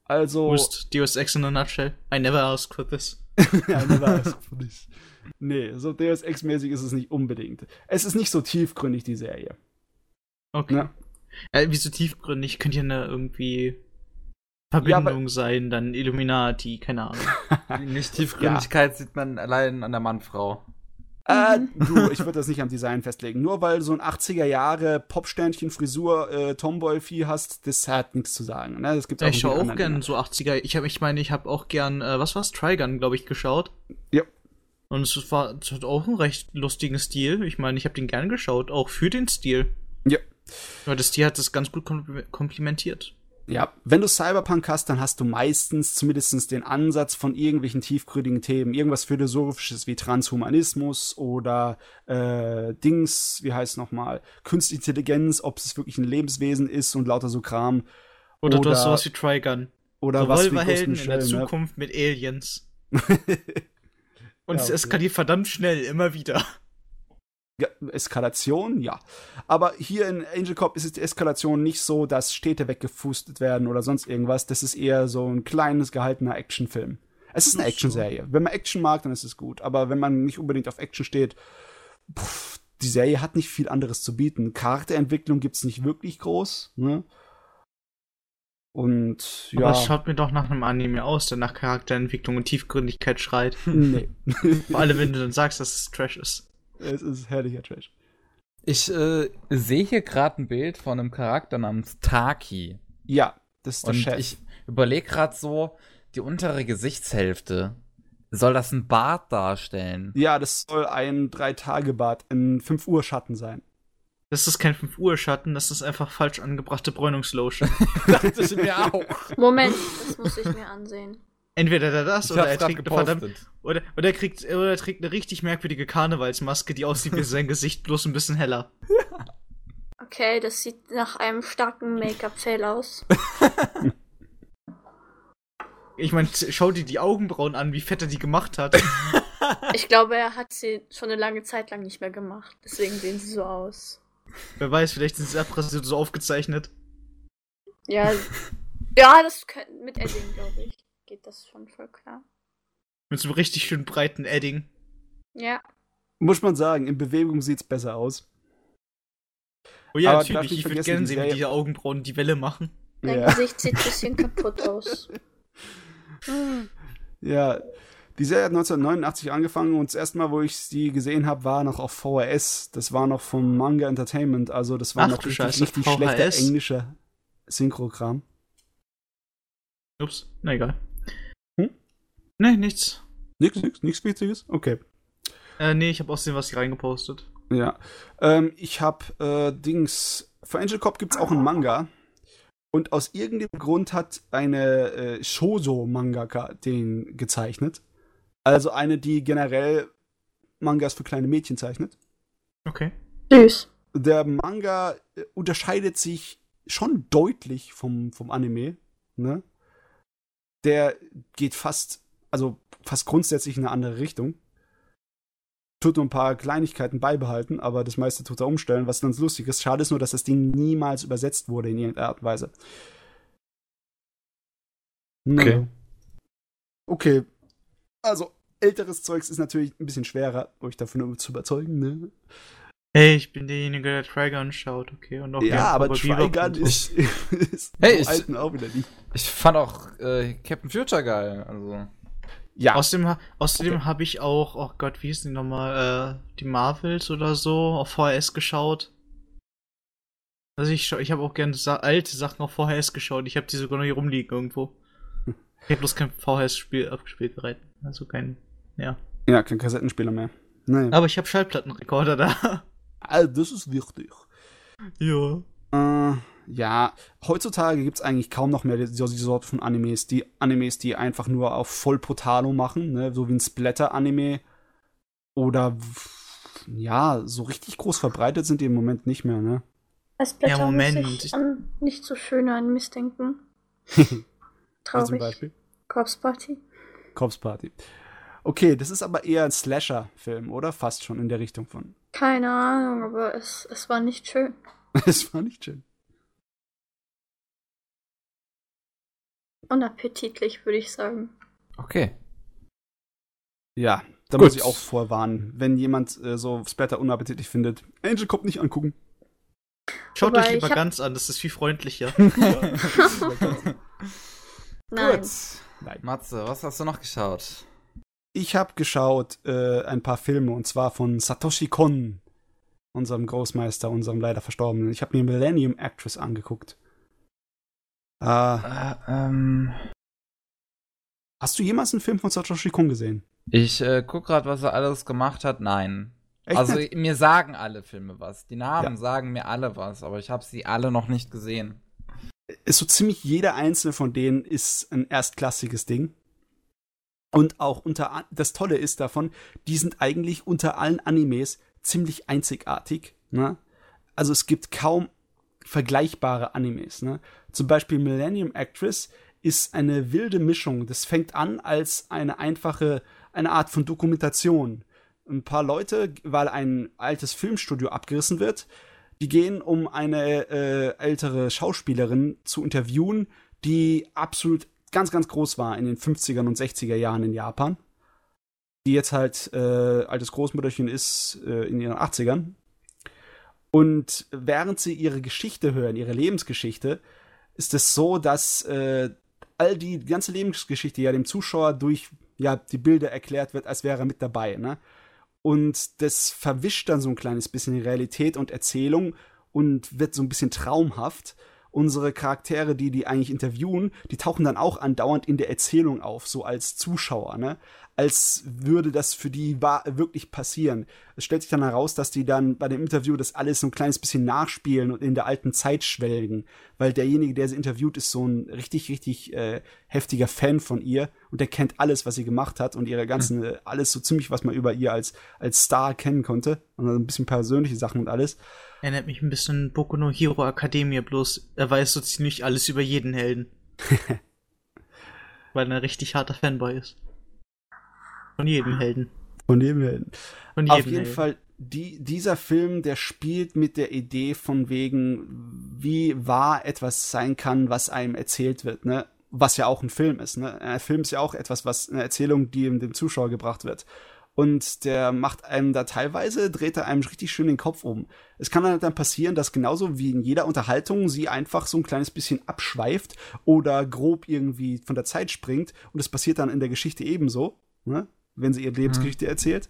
Also. Wo ist Deus Ex in a nutshell? I never asked for this. Ja, ne, war es für dich. Nee, so Deus Ex-mäßig ist es nicht unbedingt. Es ist nicht so tiefgründig, die Serie. Okay. Ne? Wieso tiefgründig? Könnte ja eine irgendwie Verbindung sein, dann Illuminati, keine Ahnung. Nicht Tiefgründigkeit sieht man allein an der Mann-Frau. Du, ich würde das nicht am Design festlegen. Nur weil so ein 80er Jahre Popsternchen, Frisur, Tomboy-Vieh hast, das hat nichts zu sagen. Ne? Das gibt's Ich schaue auch gern gern so 80er. Ich habe auch gern, was war's? Trigun, glaube ich, geschaut. Ja. Und es hat auch einen recht lustigen Stil. Ich meine, ich habe den gern geschaut, auch für den Stil. Ja. Weil das Stil hat das ganz gut komplimentiert. Ja, wenn du Cyberpunk hast, dann hast du meistens zumindest den Ansatz von irgendwelchen tiefgründigen Themen. Irgendwas Philosophisches wie Transhumanismus oder wie heißt nochmal, Künstliche Intelligenz, ob es wirklich ein Lebenswesen ist und lauter so Kram. Oder du hast sowas wie Trigun. Oder so was wie Revolverhelden in der Michelle, Zukunft mit Aliens. Und Ja, es eskaliert verdammt schnell, immer wieder. Ja, Eskalation, ja. Aber hier in Angel Cop ist es die Eskalation nicht so, dass Städte weggefustet werden oder sonst irgendwas. Das ist eher so ein kleines, gehaltener Actionfilm. Es ist eine Actionserie. Wenn man Action mag, dann ist es gut. Aber wenn man nicht unbedingt auf Action steht, die Serie hat nicht viel anderes zu bieten. Charakterentwicklung gibt's nicht wirklich groß, ne? Und ja. Aber es schaut mir doch nach einem Anime aus, der nach Charakterentwicklung und Tiefgründigkeit schreit. Nee. Vor allem, wenn du dann sagst, dass es Trash ist. Es ist herrlicher Trash. Ich sehe hier gerade ein Bild von einem Charakter namens Taki. Ja, das ist der Und Chef. ich überlege gerade so, die untere Gesichtshälfte, soll das ein Bart darstellen? Ja, das soll ein 3-Tage-Bad in 5 Uhr Schatten sein. Das ist kein 5 Uhr Schatten, das ist einfach falsch angebrachte Bräunungslotion. Dachte ich mir auch. Moment, das muss ich mir ansehen. Entweder das Ich oder hab's er grad trägt eine gepostet. oder er trägt eine richtig merkwürdige Karnevalsmaske, die aussieht wie sein Gesicht, bloß ein bisschen heller. Okay, das sieht nach einem starken Make-up-Fail aus. Ich meine, schau dir die Augenbrauen an, wie fett er die gemacht hat. Ich glaube, er hat sie schon eine lange Zeit lang nicht mehr gemacht. Deswegen sehen sie so aus. Wer weiß, vielleicht sind sie abrasiert so aufgezeichnet. Ja, das mit Edding, glaube ich, geht das schon voll klar. Mit so einem richtig schön breiten Edding. Ja. Muss man sagen, in Bewegung sieht's besser aus. Oh ja, Aber natürlich, darf nicht ich würde vergessen, gerne die sehen, wie Serie- diese Augenbrauen die Welle machen. Dein Ja. Gesicht sieht ein bisschen kaputt aus. Ja, die Serie hat 1989 angefangen und das erste Mal, wo ich sie gesehen habe, war noch auf VHS. Das war noch vom Manga Entertainment, also das war Ach noch du richtig, Scheiße, richtig VHS? schlechter englischer Synchrogramm. Ups, na egal. Hm? Nee, nichts. Nichts Witziges? Okay. Nee, ich habe aussehen, was sie reingepostet. Ja. Ich habe für Angel Cop gibt's auch einen Manga. Und aus irgendeinem Grund hat eine Shoujo-Mangaka den gezeichnet. Also eine, die generell Mangas für kleine Mädchen zeichnet. Okay. Süß. Der Manga unterscheidet sich schon deutlich vom Anime. Ne? Der geht fast grundsätzlich in eine andere Richtung. Tut nur ein paar Kleinigkeiten beibehalten, aber das meiste tut er umstellen, was ganz lustig ist. Schade ist nur, dass das Ding niemals übersetzt wurde in irgendeiner Art und Weise. Okay. Okay. Also, älteres Zeugs ist natürlich ein bisschen schwerer, euch davon zu überzeugen, ne? Hey, ich bin derjenige, der Trigun schaut, okay? Und auch Ja, aber Bebop Trigun und so. ist Hey, so alten auch wieder nicht. Ich fand auch Captain Future geil. Also. Ja. Außerdem habe ich auch, oh Gott, wie hieß die nochmal, die Marvels oder so auf VHS geschaut. Also ich habe auch gerne alte Sachen auf VHS geschaut. Ich habe die sogar noch hier rumliegen irgendwo. Ich habe bloß kein VHS-Spiel abgespielt also kein, ja. Ja, kein Kassettenspieler mehr. Naja. Aber ich habe Schallplattenrekorder da. Also, das ist wichtig. Ja. Ja, heutzutage gibt's eigentlich kaum noch mehr diese Sorte von Animes. Die Animes, die einfach nur auf voll Brutalo machen, ne? So wie ein Splatter-Anime. Oder, ja, so richtig groß verbreitet sind die im Moment nicht mehr, ne? Als Blätter Ja, Moment. muss ich an nicht so schöne Animes denken. Wie zum Traurig. Beispiel Corpse Party. Corpse Party. Okay, das ist aber eher ein Slasher-Film, oder? Fast schon in der Richtung von. Keine Ahnung, aber es war nicht schön. Es war nicht schön. unappetitlich, würde ich sagen. Okay. Ja, da Gut. muss ich auch vorwarnen. Wenn jemand so Splatter unappetitlich findet, Angel kommt nicht angucken. Schaut Wobei, euch lieber ich hab- ganz an, das ist viel freundlicher. Nein. Gut. Nein. Matze, was hast du noch geschaut? Ich habe geschaut ein paar Filme, und zwar von Satoshi Kon, unserem Großmeister, unserem leider Verstorbenen. Ich habe mir Millennium Actress angeguckt. Hast du jemals einen Film von Satoshi Kon gesehen? Ich guck gerade, was er alles gemacht hat. Nein. Echt Also nicht? mir sagen alle Filme was. Die Namen Ja. sagen mir alle was, aber ich habe sie alle noch nicht gesehen. Ist so ziemlich jeder einzelne von denen ist ein erstklassiges Ding. Und auch das Tolle ist davon, die sind eigentlich unter allen Animes ziemlich einzigartig. Ne? Also es gibt kaum vergleichbare Animes. Ne? Zum Beispiel Millennium Actress ist eine wilde Mischung. Das fängt an als eine Art von Dokumentation. Ein paar Leute, weil ein altes Filmstudio abgerissen wird, die gehen, um eine ältere Schauspielerin zu interviewen, die absolut ganz, ganz groß war in den 50er und 60er Jahren in Japan. Die jetzt halt altes Großmütterchen ist in ihren 80ern. Und während sie ihre Geschichte hören, ihre Lebensgeschichte, ist es so, dass die ganze Lebensgeschichte ja dem Zuschauer durch die Bilder erklärt wird, als wäre er mit dabei, ne? Und das verwischt dann so ein kleines bisschen die Realität und Erzählung und wird so ein bisschen traumhaft. Unsere Charaktere, die eigentlich interviewen, die tauchen dann auch andauernd in der Erzählung auf, so als Zuschauer, ne? Als würde das für die wirklich passieren. Es stellt sich dann heraus, dass die dann bei dem Interview das alles so ein kleines bisschen nachspielen und in der alten Zeit schwelgen, weil derjenige, der sie interviewt, ist so ein richtig, richtig heftiger Fan von ihr und der kennt alles, was sie gemacht hat und ihre ganzen, alles so ziemlich, was man über ihr als Star kennen konnte und ein bisschen persönliche Sachen und alles. Erinnert mich ein bisschen an Boku no Hero Academia, bloß er weiß so ziemlich alles über jeden Helden. Weil er ein richtig harter Fanboy ist. Von jedem Helden. Von dem Helden. Von jedem Auf jeden Helden. Fall, dieser Film, der spielt mit der Idee von wegen, wie wahr etwas sein kann, was einem erzählt wird, ne? Was ja auch ein Film ist, ne? Ein Film ist ja auch etwas, was eine Erzählung, die dem Zuschauer gebracht wird. Und der macht einem da teilweise, dreht er einem richtig schön den Kopf um. Es kann dann passieren, dass genauso wie in jeder Unterhaltung sie einfach so ein kleines bisschen abschweift oder grob irgendwie von der Zeit springt. Und das passiert dann in der Geschichte ebenso, ne? Wenn sie ihre Lebensgeschichte erzählt.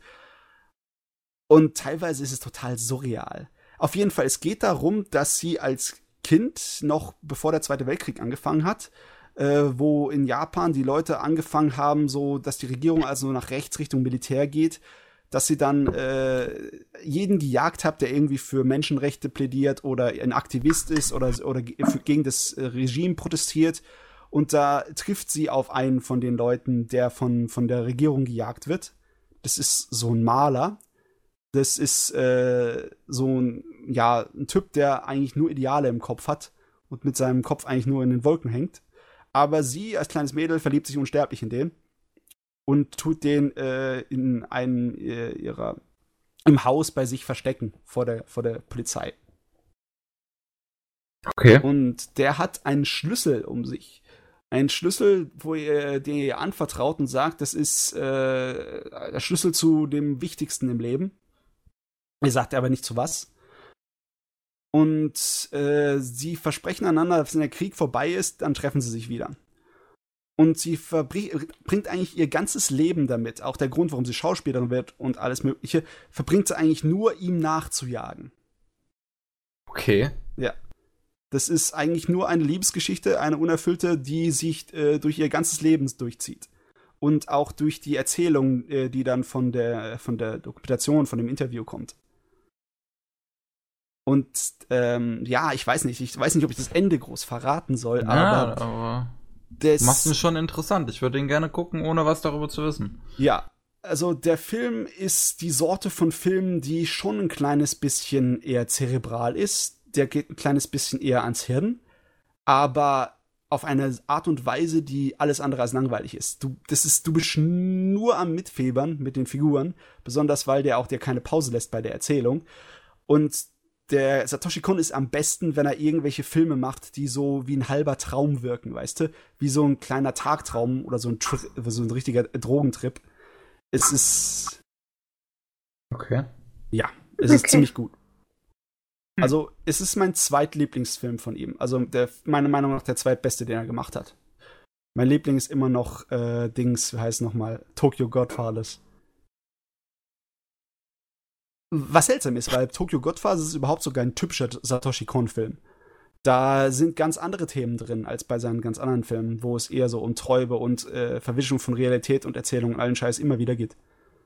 Und teilweise ist es total surreal. Auf jeden Fall, es geht darum, dass sie als Kind, noch bevor der Zweite Weltkrieg angefangen hat, wo in Japan die Leute angefangen haben, so, dass die Regierung also nach rechts Richtung Militär geht, dass sie dann jeden gejagt hat, der irgendwie für Menschenrechte plädiert oder ein Aktivist ist oder gegen das Regime protestiert. Und da trifft sie auf einen von den Leuten, der von der Regierung gejagt wird. Das ist so ein Maler. Das ist so ein Typ, der eigentlich nur Ideale im Kopf hat und mit seinem Kopf eigentlich nur in den Wolken hängt. Aber sie als kleines Mädel verliebt sich unsterblich in den und tut den in einem im Haus bei sich verstecken vor der Polizei. Okay. Und der hat einen Schlüssel um sich. Einen Schlüssel, den ihr anvertraut und sagt, das ist der Schlüssel zu dem Wichtigsten im Leben. Er sagt aber nicht zu was. Und sie versprechen einander, dass wenn der Krieg vorbei ist, dann treffen sie sich wieder. Und sie bringt eigentlich ihr ganzes Leben damit, auch der Grund, warum sie Schauspielerin wird und alles Mögliche, verbringt sie eigentlich nur, ihm nachzujagen. Okay. Ja. Das ist eigentlich nur eine Liebesgeschichte, eine unerfüllte, die sich durch ihr ganzes Leben durchzieht. Und auch durch die Erzählung, die dann von der Dokumentation, von dem Interview kommt. Und ich weiß nicht, ob ich das Ende groß verraten soll, aber das macht mich schon interessant. Ich würde ihn gerne gucken, ohne was darüber zu wissen. Ja, also der Film ist die Sorte von Film, die schon ein kleines bisschen eher zerebral ist. Der geht ein kleines bisschen eher ans Hirn, aber auf eine Art und Weise, die alles andere als langweilig ist. Du bist nur am Mitfiebern mit den Figuren, besonders weil der auch dir keine Pause lässt bei der Erzählung. Und der Satoshi Kon ist am besten, wenn er irgendwelche Filme macht, die so wie ein halber Traum wirken, weißt du? Wie so ein kleiner Tagtraum oder so ein richtiger Drogentrip. Es ist. Okay. Ja, es ist ziemlich gut. Also, es ist mein zweitlieblingsfilm von ihm. Also, meiner Meinung nach der zweitbeste, den er gemacht hat. Mein Liebling ist immer noch wie heißt nochmal? Tokyo Godfathers. Was seltsam ist, weil Tokyo Godfathers ist überhaupt sogar ein typischer Satoshi Kon-Film. Da sind ganz andere Themen drin als bei seinen ganz anderen Filmen, wo es eher so um Träume und Verwischung von Realität und Erzählung und allen Scheiß immer wieder geht.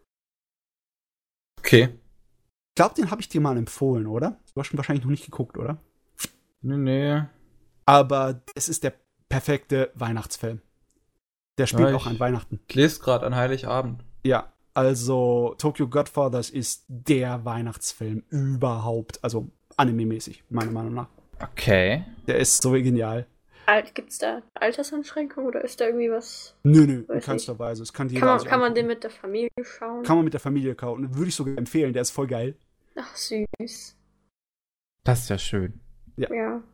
Okay. Ich glaube, den habe ich dir mal empfohlen, oder? Du hast schon wahrscheinlich noch nicht geguckt, oder? Nee. Aber es ist der perfekte Weihnachtsfilm. Der spielt auch an Weihnachten. Ich lese gerade an Heiligabend. Ja. Also, Tokyo Godfathers ist der Weihnachtsfilm überhaupt. Also, anime-mäßig, meiner Meinung nach. Okay. Der ist so genial. Gibt's da Altersanschränkungen oder ist da irgendwie was? Nö, in keinster Weise. Es kann Kann man den mit der Familie schauen? Kann man mit der Familie kaufen. Würde ich sogar empfehlen, der ist voll geil. Ach, süß. Das ist ja schön. Ja.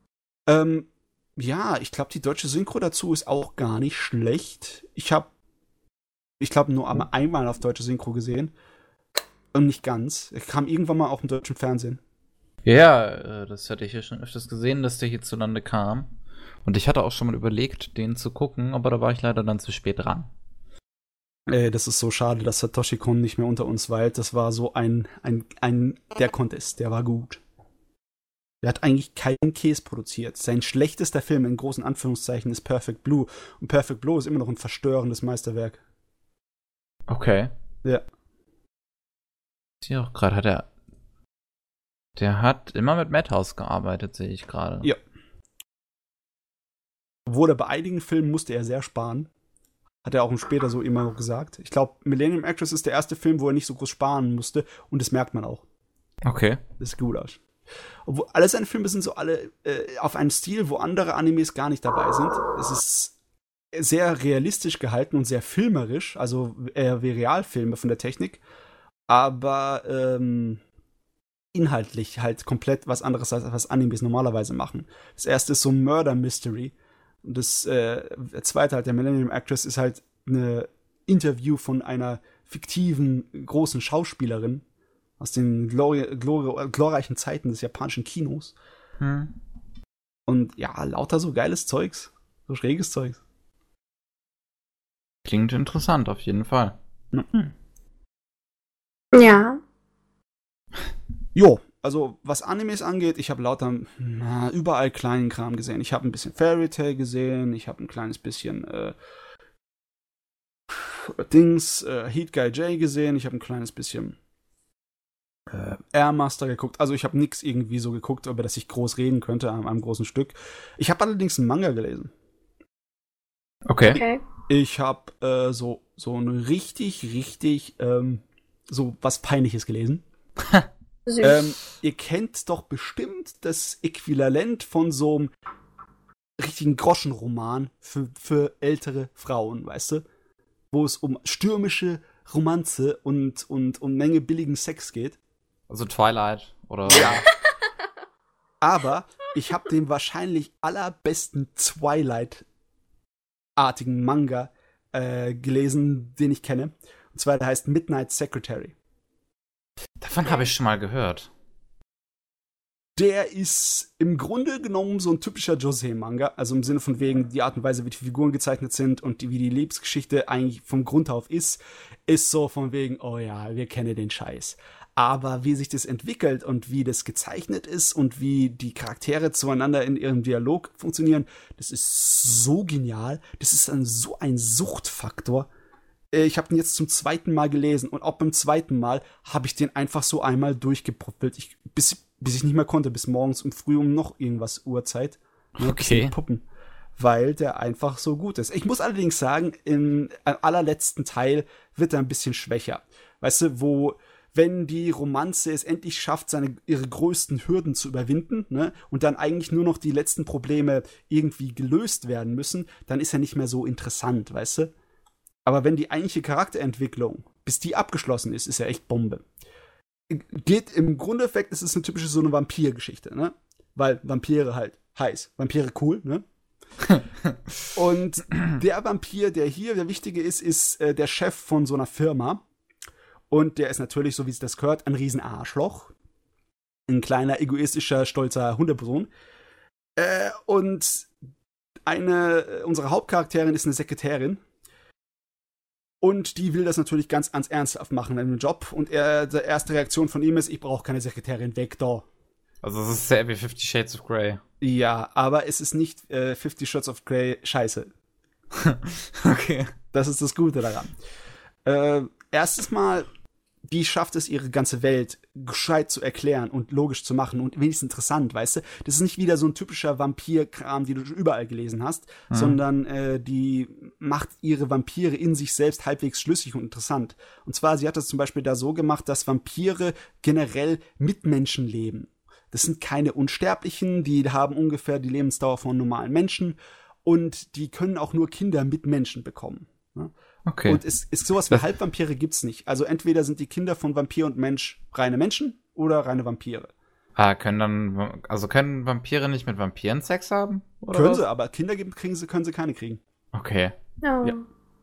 Ja, ich glaube, die deutsche Synchro dazu ist auch gar nicht schlecht. Ich glaube, nur einmal auf deutsche Synchro gesehen. Und nicht ganz. Er kam irgendwann mal auch im deutschen Fernsehen. Ja, das hatte ich ja schon öfters gesehen, dass der hierzulande kam. Und ich hatte auch schon mal überlegt, den zu gucken, aber da war ich leider dann zu spät dran. Das ist so schade, dass Satoshi Kon nicht mehr unter uns weilt. Das war so der Contest, der war gut. Der hat eigentlich keinen Käse produziert. Sein schlechtester Film in großen Anführungszeichen ist Perfect Blue. Und Perfect Blue ist immer noch ein verstörendes Meisterwerk. Okay. Ja. Ich sehe auch gerade, der hat immer mit Madhouse gearbeitet, sehe ich gerade. Ja. Obwohl er bei einigen Filmen musste er sehr sparen. Hat er auch später so immer gesagt. Ich glaube, Millennium Actress ist der erste Film, wo er nicht so groß sparen musste. Und das merkt man auch. Okay. Das sieht gut aus. Obwohl alle seine Filme sind so alle auf einen Stil, wo andere Animes gar nicht dabei sind. Es ist sehr realistisch gehalten und sehr filmerisch. Also eher wie Realfilme von der Technik. Aber inhaltlich halt komplett was anderes, als was Animes normalerweise machen. Das erste ist so ein Murder Mystery. Und der zweite halt, der Millennium Actress, ist halt ein Interview von einer fiktiven, großen Schauspielerin aus den glorreichen Zeiten des japanischen Kinos. Und ja, lauter so geiles Zeugs. So schräges Zeugs. Klingt interessant, auf jeden Fall. Ja. Jo, also was Animes angeht, ich habe lauter überall kleinen Kram gesehen. Ich habe ein bisschen Fairy Tail gesehen, ich habe ein kleines bisschen Heat Guy J gesehen, ich habe ein kleines bisschen Air Master geguckt. Also ich habe nichts irgendwie so geguckt, über das ich groß reden könnte an einem großen Stück. Ich habe allerdings einen Manga gelesen. Okay. Ich habe so ein richtig so was Peinliches gelesen. Ihr kennt doch bestimmt das Äquivalent von so einem richtigen Groschenroman für ältere Frauen, weißt du? Wo es um stürmische Romanze und um Menge billigen Sex geht. Also Twilight oder... Ja. Aber ich habe den wahrscheinlich allerbesten Twilight-artigen Manga gelesen, den ich kenne. Und zwar, der heißt Midnight Secretary. Davon habe ich schon mal gehört. Der ist im Grunde genommen so ein typischer Josei-Manga, also im Sinne von wegen die Art und Weise, wie die Figuren gezeichnet sind und wie die Lebensgeschichte eigentlich vom Grund auf ist so von wegen, oh ja, wir kennen den Scheiß. Aber wie sich das entwickelt und wie das gezeichnet ist und wie die Charaktere zueinander in ihrem Dialog funktionieren, das ist so genial. Das ist so ein Suchtfaktor. Ich habe den jetzt zum zweiten Mal gelesen und auch beim zweiten Mal habe ich den einfach so einmal durchgepuppelt. Bis ich nicht mehr konnte, bis morgens früh um noch irgendwas Uhrzeit. Okay. Puppen. Weil der einfach so gut ist. Ich muss allerdings sagen, im allerletzten Teil wird er ein bisschen schwächer. Weißt du, wenn die Romanze es endlich schafft, ihre größten Hürden zu überwinden, ne, und dann eigentlich nur noch die letzten Probleme irgendwie gelöst werden müssen, dann ist er nicht mehr so interessant, weißt du? Aber wenn die eigentliche Charakterentwicklung, bis die abgeschlossen ist, ist er echt Bombe. geht im Grundeffekt, ist es eine typische so eine Vampir-Geschichte, ne? Weil Vampire halt heiß. Vampire cool, ne? Und der Vampir, der hier der Wichtige ist der Chef von so einer Firma. Und der ist natürlich, so wie es das gehört, ein Riesenarschloch. Ein kleiner, egoistischer, stolzer Hundeperson. Und unsere Hauptcharakterin ist eine Sekretärin. Und die will das natürlich ganz ernsthaft machen in dem Job. Und die erste Reaktion von ihm ist, ich brauche keine Sekretärin, weg da. Also es ist sehr wie 50 Shades of Grey. Ja, aber es ist nicht 50 Shades of Grey scheiße. Okay. Das ist das Gute daran. Erstes Mal, die schafft es, ihre ganze Welt gescheit zu erklären und logisch zu machen und wenigstens interessant, weißt du? Das ist nicht wieder so ein typischer Vampir-Kram, die du überall gelesen hast, sondern die macht ihre Vampire in sich selbst halbwegs schlüssig und interessant. Und zwar, sie hat das zum Beispiel da so gemacht, dass Vampire generell mit Menschen leben. Das sind keine Unsterblichen, die haben ungefähr die Lebensdauer von normalen Menschen und die können auch nur Kinder mit Menschen bekommen. Ne? Okay. Und ist sowas wie Halbvampire gibt's nicht. Also entweder sind die Kinder von Vampir und Mensch reine Menschen oder reine Vampire. Können Vampire nicht mit Vampiren Sex haben? Oder Können was? sie, aber Kinder können sie keine kriegen. Okay. No. Ja.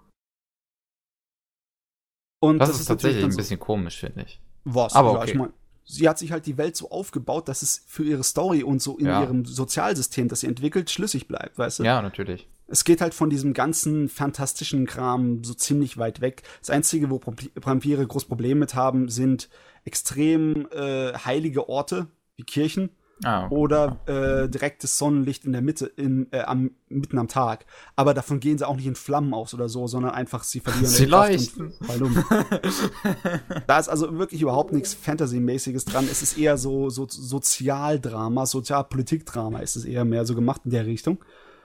Und Das ist tatsächlich dann ein bisschen komisch, finde ich. Was? Aber ja, okay. ich mein, sie hat sich halt die Welt so aufgebaut, dass es für ihre Story und so in ihrem Sozialsystem, das sie entwickelt, schlüssig bleibt, weißt du? Ja, natürlich. Es geht halt von diesem ganzen fantastischen Kram so ziemlich weit weg. Das Einzige, wo Vampire groß Probleme mit haben, sind extrem heilige Orte, wie Kirchen. Okay. Oder direktes Sonnenlicht in der Mitte, mitten am Tag. Aber davon gehen sie auch nicht in Flammen aus oder so, sondern einfach, sie verlieren Sie ihre Kraft leuchten. und fallen um. Da ist also wirklich überhaupt nichts Fantasy-mäßiges dran. Es ist eher so Sozialdrama, Sozialpolitikdrama ist es eher mehr so gemacht in der Richtung.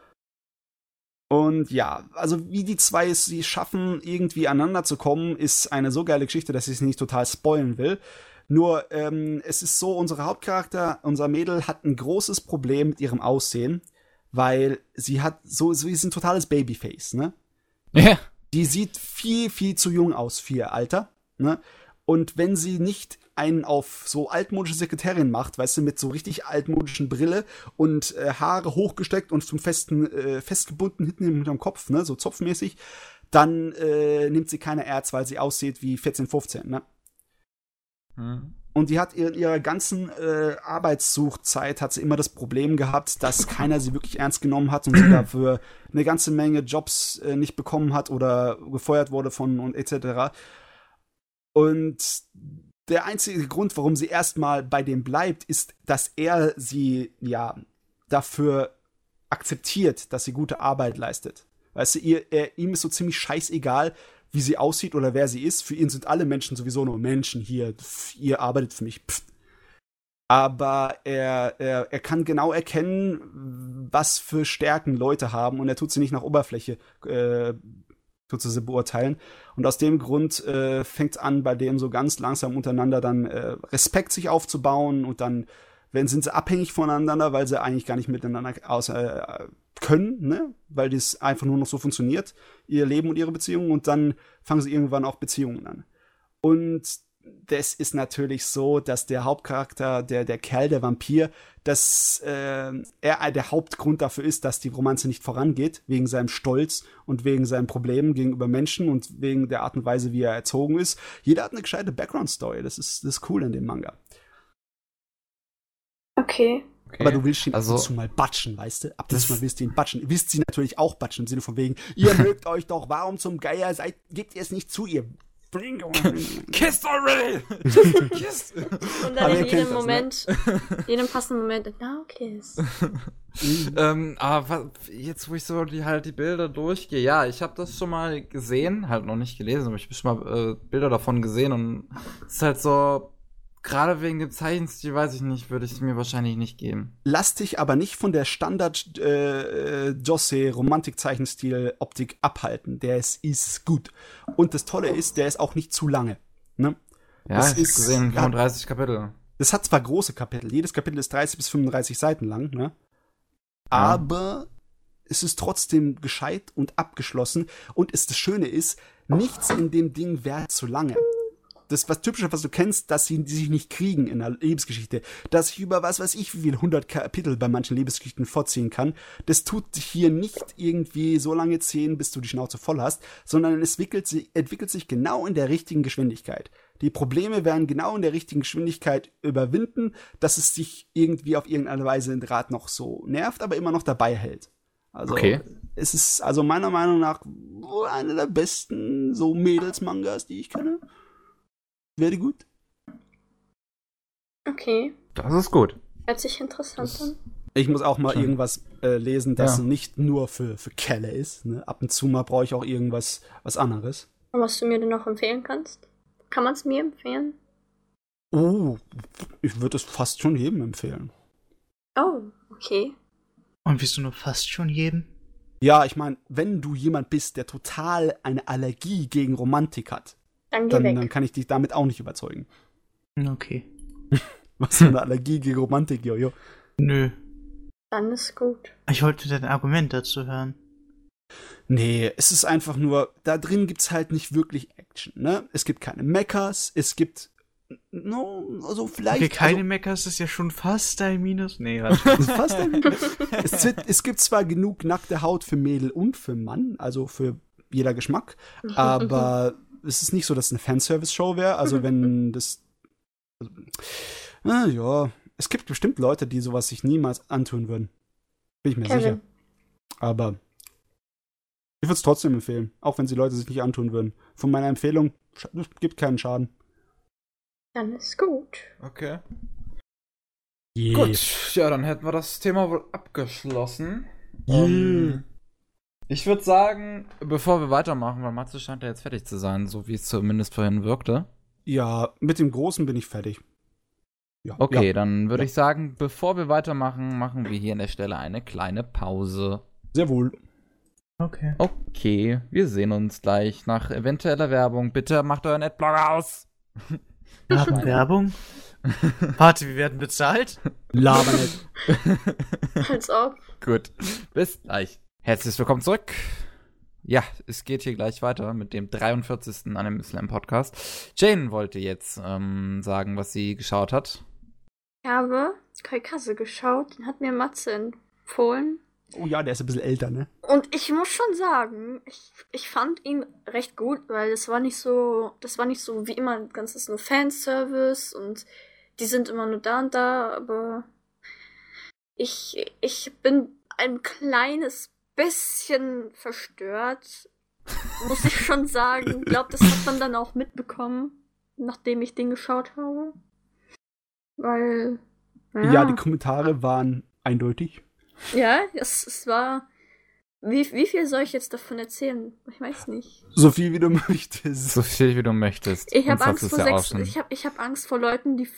Und ja, also wie die zwei es sie schaffen, irgendwie aneinander zu kommen, ist eine so geile Geschichte, dass ich es nicht total spoilen will. Nur, es ist so, unser Mädel hat ein großes Problem mit ihrem Aussehen, weil sie ist ein totales Babyface, ne? Ja. Die sieht viel, viel zu jung aus für ihr Alter, ne? Und wenn sie nicht einen auf so altmodische Sekretärin macht, weißt du, mit so richtig altmodischen Brille und Haare hochgesteckt und zum festgebunden hinten hinterm Kopf, ne, so zopfmäßig, dann nimmt sie keine Erz, weil sie aussieht wie 14, 15, ne? Und die hat in ihrer ganzen Arbeitssuchzeit hat sie immer das Problem gehabt, dass keiner sie wirklich ernst genommen hat und sie dafür eine ganze Menge Jobs nicht bekommen hat oder gefeuert wurde von und etc. Und der einzige Grund, warum sie erstmal bei dem bleibt, ist, dass er sie ja dafür akzeptiert, dass sie gute Arbeit leistet. Weißt du, ihm ist so ziemlich scheißegal, wie sie aussieht oder wer sie ist. Für ihn sind alle Menschen sowieso nur Menschen hier. Ihr arbeitet für mich. Pff. Aber er kann genau erkennen, was für Stärken Leute haben und er tut sie nicht nach Oberfläche tut sie beurteilen. Und aus dem Grund fängt es an, bei dem so ganz langsam untereinander dann Respekt sich aufzubauen und dann sind sie abhängig voneinander, weil sie eigentlich gar nicht miteinander können, ne? Weil das einfach nur noch so funktioniert, ihr Leben und ihre Beziehungen, und dann fangen sie irgendwann auch Beziehungen an. Und das ist natürlich so, dass der Hauptcharakter, der Kerl, der Vampir, dass er der Hauptgrund dafür ist, dass die Romanze nicht vorangeht, wegen seinem Stolz und wegen seinen Problemen gegenüber Menschen und wegen der Art und Weise, wie er erzogen ist. Jeder hat eine gescheite Background-Story, das ist cool in dem Manga. Okay. Aber du willst ihn also, ab und zu mal batschen, weißt du? Ab und zu mal willst du ihn batschen. Willst sie natürlich auch batschen, im Sinne von wegen, ihr mögt euch doch, warum zum Geier gebt ihr es nicht zu, ihr Kissed already! Kissed! Und dann in jedem Moment, jedem passenden Moment, now kiss. Aber jetzt, wo ich so die Bilder durchgehe, ja, ich habe das schon mal gesehen, halt noch nicht gelesen, aber ich habe schon mal Bilder davon gesehen und es ist halt so, gerade wegen dem Zeichenstil, weiß ich nicht, würde ich es mir wahrscheinlich nicht geben. Lass dich aber nicht von der Standard Josei-Romantik-Zeichenstil-Optik abhalten. Der ist gut. Und das Tolle ist, der ist auch nicht zu lange. Ne? Ja, das ich habe gesehen, 35 Kapitel. Das hat zwar große Kapitel. Jedes Kapitel ist 30 bis 35 Seiten lang, ne? Aber es ist trotzdem gescheit und abgeschlossen. Und das Schöne ist, nichts in dem Ding währt zu lange. das was Typische, was du kennst, dass die sich nicht kriegen in einer Lebensgeschichte, dass ich über was weiß ich wie viel 100 Kapitel bei manchen Lebensgeschichten vorziehen kann, das tut sich hier nicht irgendwie so lange ziehen, bis du die Schnauze voll hast, sondern es entwickelt sich genau in der richtigen Geschwindigkeit. Die Probleme werden genau in der richtigen Geschwindigkeit überwinden, dass es sich irgendwie auf irgendeine Weise den Draht noch so nervt, aber immer noch dabei hält. Also, Okay. es ist also meiner Meinung nach wohl einer der besten so Mädels-Mangas, die ich kenne. Very gut. Okay, Das ist gut. hört sich interessant an. Ich muss auch mal Schön. irgendwas lesen, das Ja. nicht nur für Kelle ist. Ne? Ab und zu mal brauche ich auch irgendwas was anderes. Und was du mir denn noch empfehlen kannst? Kann man es mir empfehlen? Oh, ich würde es fast schon jedem empfehlen. Oh, okay. Und wieso nur fast schon jedem? Ja, ich meine, wenn du jemand bist, der total eine Allergie gegen Romantik hat, Dann geh dann weg. kann ich dich damit auch nicht überzeugen. Okay. Was für eine Allergie gegen Romantik, Jojo. Nö. Dann ist gut. Ich wollte dein Argument dazu hören. Nee, es ist einfach nur, da drin gibt's halt nicht wirklich Action, ne? Es gibt keine Mechas, es gibt, also vielleicht. Okay, keine also, Mechas ist ja schon fast ein Minus. Nee, warte. fast es gibt zwar genug nackte Haut für Mädel und für Mann, also für jeder Geschmack, aber es ist nicht so, dass es eine Fanservice-Show wäre, also wenn das, ja, es gibt bestimmt Leute, die sowas sich niemals antun würden. Bin ich mir sicher. Kevin. Aber ich würde es trotzdem empfehlen, auch wenn sie Leute sich nicht antun würden. Von meiner Empfehlung gibt keinen Schaden. Dann ist gut. Okay. Yeah. Gut, ja, dann hätten wir das Thema wohl abgeschlossen. Yeah. Ich würde sagen, bevor wir weitermachen, weil Matze scheint ja jetzt fertig zu sein, so wie es zumindest vorhin wirkte. Ja, mit dem Großen bin ich fertig. Ja, Okay, ja, dann würde Ja. ich sagen, bevor wir weitermachen, machen wir hier an der Stelle eine kleine Pause. sehr wohl. Okay. Okay, wir sehen uns gleich nach eventueller Werbung. Bitte macht euren Adblocker aus. Wir haben Werbung? Warte, wir werden bezahlt? Laber nicht. Als ob. Gut, bis gleich. Herzlich willkommen zurück. Ja, es geht hier gleich weiter mit dem 43. Anime Slam Podcast. Jane wollte jetzt sagen, was sie geschaut hat. Ich habe Koikase geschaut, den hat mir Matze empfohlen. Oh ja, der ist ein bisschen älter, ne? Und ich muss schon sagen, ich fand ihn recht gut, weil das war nicht so wie immer ein ganzes nur Fanservice und die sind immer nur da und da, aber ich bin ein kleines bisschen verstört, muss ich schon sagen. Ich glaube, das hat man dann auch mitbekommen, nachdem ich den geschaut habe. Weil, Ja, die Kommentare waren eindeutig. ja, es war. Wie viel soll ich jetzt davon erzählen? Ich weiß nicht. So viel wie du möchtest. So viel wie du möchtest. Ich habe Uns Angst hat es vor ja auch sechs. schon- Ich hab Angst vor Leuten, die.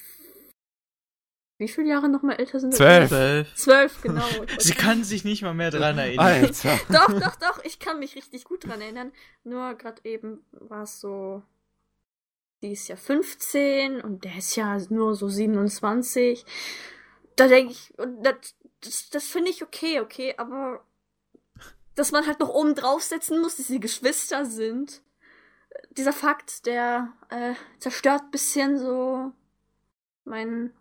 Wie viele Jahre noch mal älter sind? 12. 12, genau. Sie kann sich nicht mal mehr dran erinnern. Alter. Doch, ich kann mich richtig gut dran erinnern. Nur gerade eben war es so. Die ist ja 15 und der ist ja nur so 27. Da denke ich, und das finde ich okay, aber dass man halt noch oben draufsetzen muss, dass sie Geschwister sind. Dieser Fakt, der zerstört ein bisschen so meine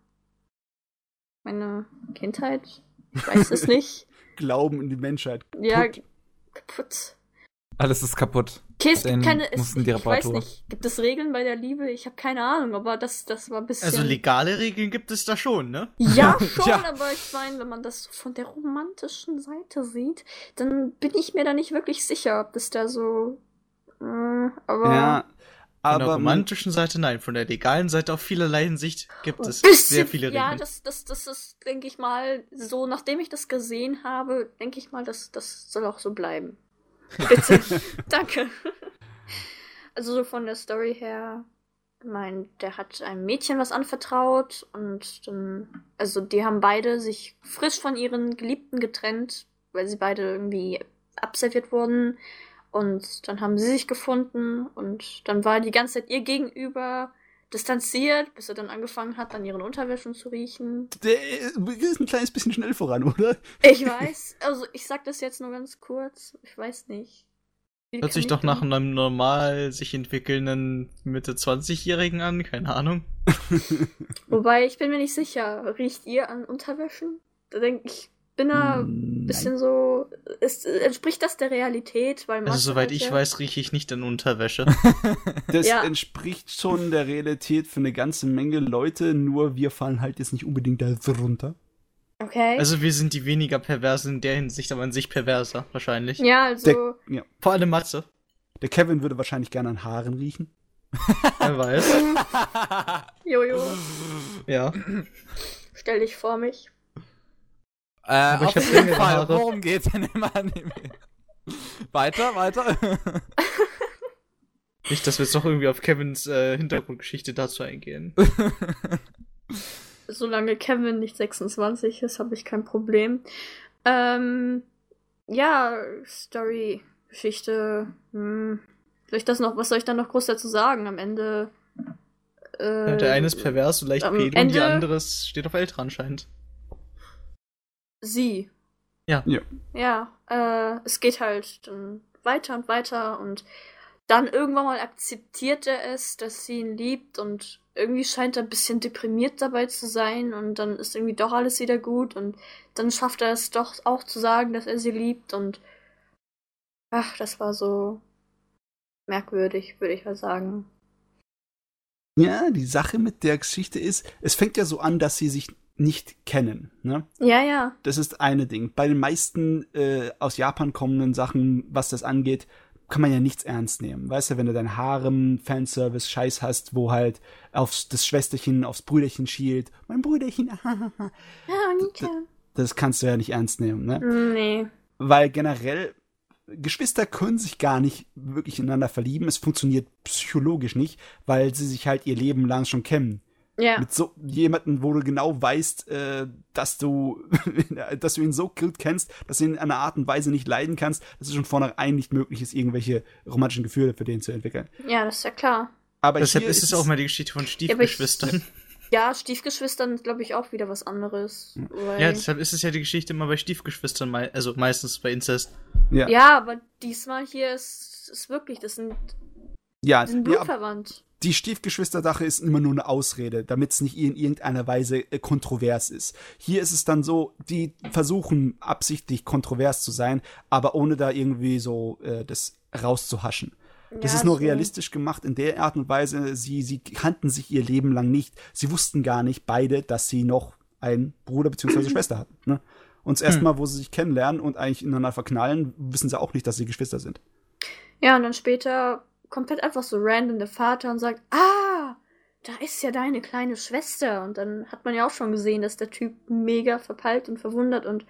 Kindheit. Ich weiß es nicht. Glauben in die Menschheit. Ja, Kaputt. kaputt. Alles ist kaputt. Okay, es Dann gibt keine. mussten die Ich weiß Reparatur. nicht. Gibt es Regeln bei der Liebe? Ich habe keine Ahnung, aber das war ein bisschen. Also legale Regeln gibt es da schon, ne? Ja, schon, Ja. aber ich meine, wenn man das von der romantischen Seite sieht, dann bin ich mir da nicht wirklich sicher, ob das da so. Aber. Ja, Von der aber romantischen Seite nein, von der legalen Seite auf vielerlei Hinsicht gibt es Bisschen, sehr viele Regeln. Ja, das ist, denke ich mal, so, nachdem ich das gesehen habe, denke ich mal, das soll auch so bleiben. Bitte. Danke. Also so von der Story her, ich meine, der hat einem Mädchen was anvertraut und dann, also die haben beide sich frisch von ihren Geliebten getrennt, weil sie beide irgendwie abserviert wurden. Und dann haben sie sich gefunden und dann war die ganze Zeit ihr Gegenüber distanziert, bis er dann angefangen hat, an ihren Unterwäschen zu riechen. der ist ein kleines bisschen schnell voran, oder? Ich weiß, also ich sag das jetzt nur ganz kurz, ich weiß nicht. Hört sich doch nach einem normal sich entwickelnden Mitte-20-Jährigen an, keine Ahnung. Wobei, ich bin mir nicht sicher. Riecht ihr an Unterwäschen? Da denke ich, bin da ein bisschen so. Entspricht das der Realität? Weil Also, soweit ich weiß, rieche ich nicht an Unterwäsche. Das Ja. entspricht schon der Realität für eine ganze Menge Leute, nur wir fallen halt jetzt nicht unbedingt da drunter. Okay. Also, wir sind die weniger Perversen in der Hinsicht, aber an sich perverser, wahrscheinlich. ja, also. Vor allem Matze. Der Kevin würde wahrscheinlich gerne an Haaren riechen. Wer weiß. Jojo, Ja. stell dich vor mich. Aber auf ich hab jeden längere Fall, Haare. worum geht's denn im Anime? Weiter. Nicht, dass wir jetzt doch irgendwie auf Kevins Hintergrundgeschichte dazu eingehen. Solange Kevin nicht 26 ist, habe ich kein Problem. Ja, Story, Geschichte. Was soll ich da noch groß dazu sagen? Am Ende. Der eine ist pervers und leicht am pedo und die Ende- andere steht auf Ältere anscheinend. Sie. Ja. Ja, es geht halt dann weiter und weiter und dann irgendwann mal akzeptiert er es, dass sie ihn liebt und irgendwie scheint er ein bisschen deprimiert dabei zu sein und dann ist irgendwie doch alles wieder gut und dann schafft er es doch auch zu sagen, dass er sie liebt und ach, das war so merkwürdig, würde ich mal sagen. Ja, die Sache mit der Geschichte ist, es fängt ja so an, dass sie sich nicht kennen, ne? Ja. Das ist eine Ding. Bei den meisten aus Japan kommenden Sachen, was das angeht, kann man ja nichts ernst nehmen. Weißt du, wenn du deinen Harem-Fanservice-Scheiß hast, wo halt auf das Schwesterchen, aufs Brüderchen schielt, mein Brüderchen, Ja, Nika. das kannst du ja nicht ernst nehmen, ne? Nee. Weil generell Geschwister können sich gar nicht wirklich ineinander verlieben. Es funktioniert psychologisch nicht, weil sie sich halt ihr Leben lang schon kennen. Ja. Mit so jemandem, wo du genau weißt, dass du ihn so gut kennst, dass du ihn in einer Art und Weise nicht leiden kannst, dass es schon vornherein nicht möglich ist, irgendwelche romantischen Gefühle für den zu entwickeln. Ja, das ist ja klar. Aber Deshalb hier ist es auch mal die Geschichte von Stiefgeschwistern. Ja, Stiefgeschwistern ist, glaube ich, auch wieder was anderes. Weil Ja, deshalb ist es ja die Geschichte immer bei Stiefgeschwistern, also meistens bei Inzest. ja, aber diesmal hier ist wirklich, die sind aber blutverwandt. die Stiefgeschwistersache ist immer nur eine Ausrede, damit es nicht in irgendeiner Weise kontrovers ist. Hier ist es dann so, die versuchen absichtlich kontrovers zu sein, aber ohne da irgendwie so das rauszuhaschen. Das Ja, ist nur so. realistisch gemacht in der Art und Weise, sie kannten sich ihr Leben lang nicht. Sie wussten gar nicht beide, dass sie noch einen Bruder bzw. Schwester hatten. Ne? Und das erste Mal, wo sie sich kennenlernen und eigentlich ineinander verknallen, wissen sie auch nicht, dass sie Geschwister sind. Ja, und dann später kommt halt einfach so random der Vater und sagt, da ist ja deine kleine Schwester. Und dann hat man ja auch schon gesehen, dass der Typ mega verpeilt und verwundert und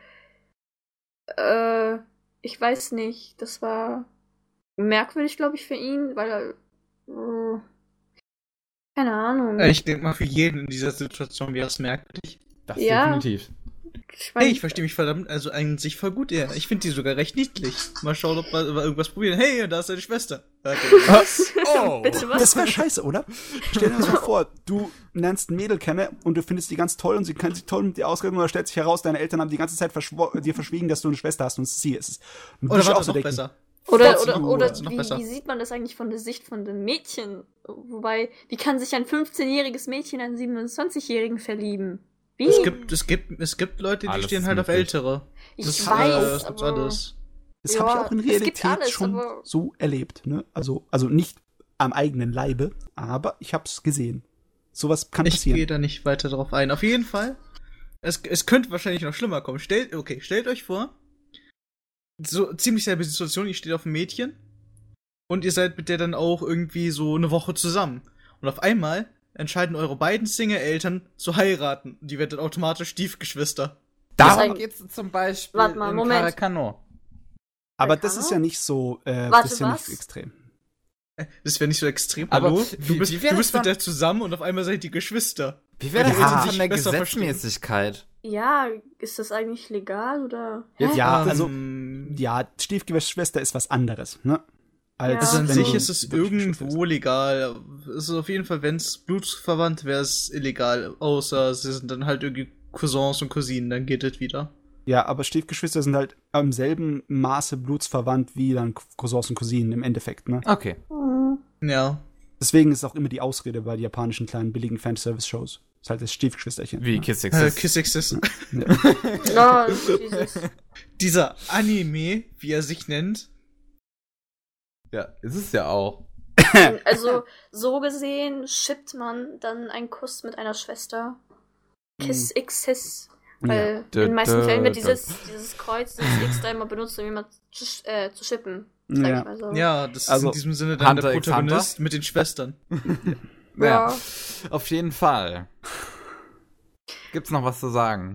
ich weiß nicht, das war merkwürdig, glaube ich, für ihn, weil er keine Ahnung. Ich denke mal, für jeden in dieser Situation wäre es merkwürdig. Das Ja. definitiv. Hey, ich verstehe mich verdammt, also an sich voll gut, ja. Ich finde die sogar recht niedlich. Mal schauen, ob wir irgendwas probieren. Hey, da ist deine Schwester. Was? Oh. Bitte was? Das wäre scheiße, oder? Stell dir das mal vor, du lernst ein Mädel kennen und du findest die ganz toll und sie kann sich toll mit dir ausreden und da stellt sich heraus, deine Eltern haben die ganze Zeit dir verschwiegen, dass du eine Schwester hast und sie ist es. Und du Oder würdest warte, auch so noch denken, besser. Oder Noch besser. wie sieht man das eigentlich von der Sicht von dem Mädchen? Wobei, wie kann sich ein 15-jähriges Mädchen in einen 27-jährigen verlieben? Wie? Es gibt Leute, die Alles stehen halt auf möglich. Ältere. Ich Das weiß, gibt's aber alles. das Ja, habe ich auch in es gibt Realität alles, schon aber- so erlebt. Ne? Also nicht am eigenen Leibe, aber ich habe es gesehen. Sowas kann Ich passieren. gehe da nicht weiter drauf ein. Auf jeden Fall. Es könnte wahrscheinlich noch schlimmer kommen. Stellt euch vor, so ziemlich selbe Situation, ihr steht auf einem Mädchen und ihr seid mit der dann auch irgendwie so eine Woche zusammen. Und auf einmal entscheiden eure beiden Single-Eltern zu heiraten. Und die werden dann automatisch Stiefgeschwister. Darum geht's zum Beispiel Warte mal, in Moment. Karakano. Aber Bei das Kano? ist ja nicht so, Warte, das ist ja was? nicht extrem. Das wäre nicht so extrem. Aber Hallo? wie Du wäre bist das mit der zusammen und auf einmal seid ihr Geschwister. Wie wäre das Ja. denn von der Besser Gesetzmäßigkeit? Ja, ist das eigentlich legal oder? Jetzt- Hä? Ja, also Ähm, ja, Stiefgeschwister ist was anderes, ne? Als Ja. Also an wenn sich du ist es wirklich Geschwister irgendwo legal. Es ist auf jeden Fall, wenn es blutsverwandt wäre, es illegal. Außer sie sind dann halt irgendwie Cousins und Cousinen, dann geht es wieder. Ja, aber Stiefgeschwister sind halt am selben Maße blutsverwandt wie dann Cousins und Cousinen im Endeffekt, ne? Okay. Ja. Deswegen ist auch immer die Ausrede bei japanischen kleinen billigen Fanservice-Shows. Ist halt das Stiefgeschwisterchen. Wie ne? Kiss Exist. Kiss Exist. Oh, dieses. Dieser Anime, wie er sich nennt. Ja, ist es ja auch. Also, so gesehen shippt man dann einen Kuss mit einer Schwester. Kiss X-His. Weil in den meisten Fällen wird dieses Kreuz, dieses X da immer benutzt, um jemanden zu shippen. Sag ich mal so. Ja, das Also, ist in diesem Sinne dann Hunter der x Protagonist mit den Schwestern. Ja, auf jeden Fall. Gibt's noch was zu sagen?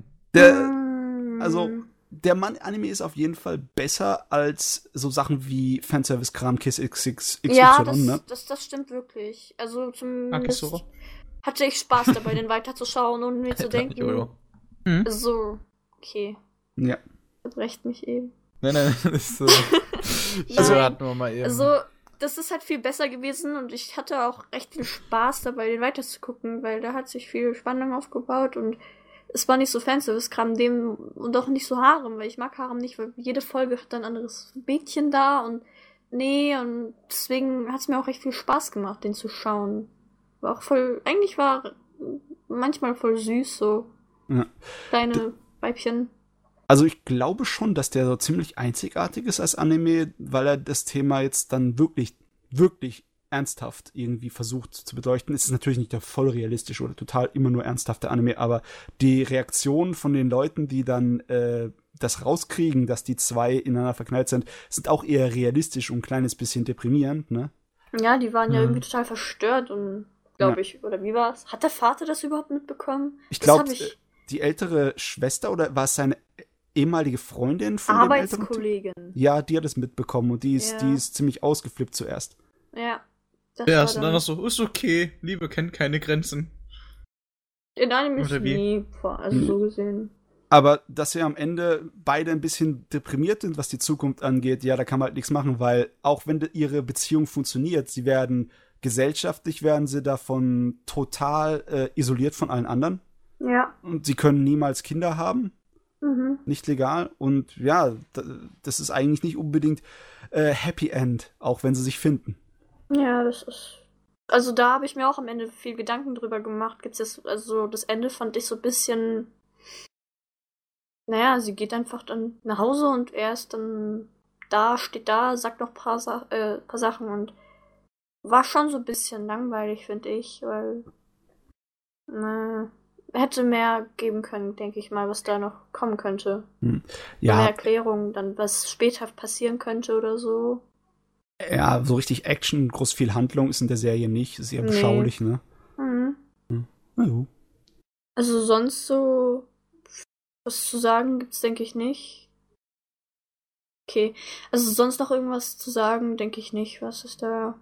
Also, der Mann-Anime ist auf jeden Fall besser als so Sachen wie Fanservice-Kram, Kiss XXY, Ja, ne? das stimmt wirklich. Also zumindest Akisora. hatte ich Spaß dabei, den weiterzuschauen und mir zu denken, Jojo. so, okay, Ja. brecht mich eben. Nein, das ist so. Ich Nein. hatten wir mal eben. Also, das ist halt viel besser gewesen und ich hatte auch recht viel Spaß dabei, den weiterzugucken, weil da hat sich viel Spannung aufgebaut und es war nicht so Fanservice-Kram dem und auch nicht so Harem, weil ich mag Harem nicht, weil jede Folge hat dann ein anderes Mädchen da und und deswegen hat es mir auch recht viel Spaß gemacht, den zu schauen. War auch eigentlich war manchmal voll süß, so Ja. kleine Weibchen. Also ich glaube schon, dass der so ziemlich einzigartig ist als Anime, weil er das Thema jetzt dann wirklich, wirklich ernsthaft irgendwie versucht zu beleuchten. Es ist natürlich nicht der voll realistische oder total immer nur ernsthafte Anime, aber die Reaktion von den Leuten, die dann das rauskriegen, dass die zwei ineinander verknallt sind auch eher realistisch und ein kleines bisschen deprimierend, ne? Ja, die waren ja irgendwie total verstört und glaube ich, oder wie war's? Hat der Vater das überhaupt mitbekommen? Ich Das glaube, hab ich- die ältere Schwester oder war es seine ehemalige Freundin von dem älteren Typ? Arbeitskollegin. Ja, die hat es mitbekommen und die Ja. ist ziemlich ausgeflippt zuerst. Ja. Das Ja, war ist dann noch so, ist okay, Liebe kennt keine Grenzen. in einem ist Oder wie? nie vor, also so gesehen. Aber dass sie am Ende beide ein bisschen deprimiert sind, was die Zukunft angeht, ja, da kann man halt nichts machen, weil auch wenn ihre Beziehung funktioniert, gesellschaftlich werden sie davon total isoliert von allen anderen Ja. und sie können niemals Kinder haben, Mhm. nicht legal und ja, das ist eigentlich nicht unbedingt Happy End, auch wenn sie sich finden. Ja, das ist. Also da habe ich mir auch am Ende viel Gedanken drüber gemacht. Gibt's jetzt, also das Ende fand ich so ein bisschen. Naja, sie geht einfach dann nach Hause und er ist dann steht da, sagt noch ein paar Sachen und war schon so ein bisschen langweilig, finde ich, weil hätte mehr geben können, denke ich mal, was da noch kommen könnte. Mehr Ja, Erklärung, dann was später passieren könnte oder so. ja, so richtig Action, groß viel Handlung ist in der Serie nicht, ist eher Nee. beschaulich, ne? Mhm. Na jo. Also sonst so was zu sagen gibt's, denke ich, nicht. Okay. Also sonst noch irgendwas zu sagen, denke ich nicht. Was ist da?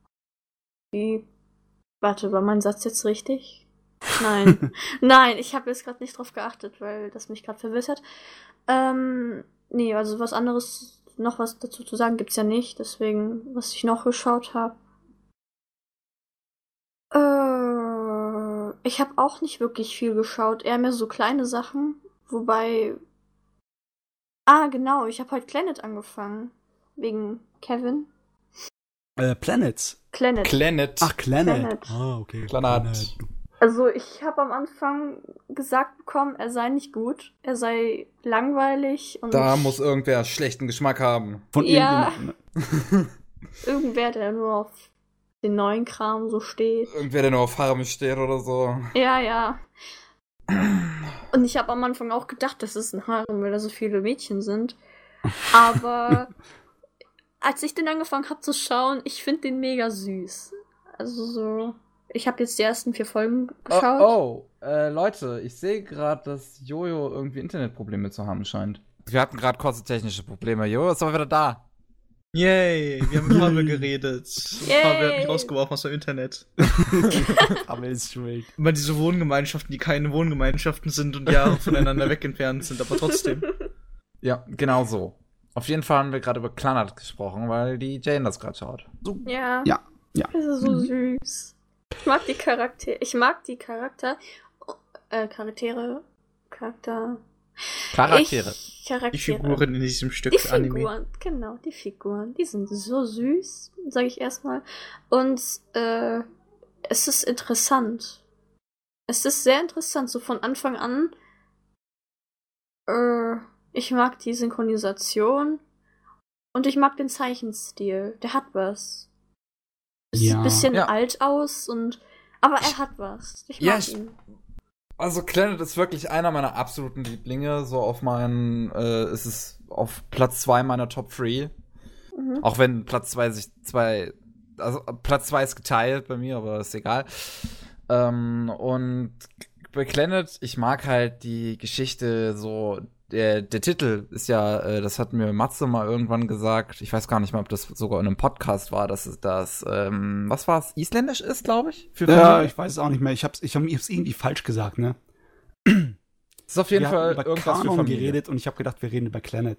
Warte, war mein Satz jetzt richtig? Nein. Nein, ich habe jetzt gerade nicht drauf geachtet, weil das mich gerade verwirrt hat. Nee, also was anderes, noch was dazu zu sagen gibt's ja nicht. Deswegen, was ich noch geschaut habe. Ich habe auch nicht wirklich viel geschaut, eher mehr so kleine Sachen. Wobei. Genau, ich habe halt Planet angefangen. Wegen Kevin. Planets. Planet. Planet. Ach, Planet. Planet. Ah, okay. Planet. Also ich habe am Anfang gesagt bekommen, er sei nicht gut. Er sei langweilig und Da muss irgendwer schlechten Geschmack haben. Von Ja. irgendjemandem. Ne? irgendwer, der nur auf den neuen Kram so steht. Irgendwer, der nur auf Farbe steht oder so. Ja, ja. Und ich habe am Anfang auch gedacht, das ist ein Harem, weil da so viele Mädchen sind. Aber als ich den angefangen habe zu schauen, ich finde den mega süß. Also so, ich habe jetzt die ersten 4 Folgen geschaut. Leute, ich sehe gerade, dass Jojo irgendwie Internetprobleme zu haben scheint. Wir hatten gerade kurze technische Probleme. Jojo ist aber wieder da. Yay, wir haben mit Pavel geredet. Yay. Pavel hat mich rausgeworfen aus dem Internet. Aber ist schuld. Immer diese Wohngemeinschaften, die keine Wohngemeinschaften sind und Jahre voneinander weg entfernt sind, aber trotzdem. Ja, genau so. Auf jeden Fall haben wir gerade über Clanat gesprochen, weil die Jane das gerade schaut. Ja. Ja, ja. Das ist so süß. Ich mag die Charaktere. Charaktere. Die Figuren in diesem Stück Anime. Figuren, genau, die Figuren. Die sind so süß, sage ich erstmal. Und es ist interessant. Es ist sehr interessant, so von Anfang an. Ich mag die Synchronisation und ich mag den Zeichenstil. Der hat was. Es sieht ein bisschen alt aus, aber er hat was. Ich mag ihn. Also Clannad ist wirklich einer meiner absoluten Lieblinge. So auf meinen, ist es auf Platz 2 meiner Top 3. Mhm. Auch wenn Platz 2 also Platz 2 ist geteilt bei mir, aber ist egal. Und bei Clannad, ich mag halt die Geschichte so. Der Titel ist ja, das hat mir Matze mal irgendwann gesagt. Ich weiß gar nicht mal, ob das sogar in einem Podcast war, dass es das, was war es, isländisch ist, glaube ich? Ja, ich weiß es auch nicht mehr. Ich hab's irgendwie falsch gesagt, ne? Das ist auf jeden Fall über irgendwas Kanon für Familie. geredet und ich habe gedacht, wir reden über Clannad.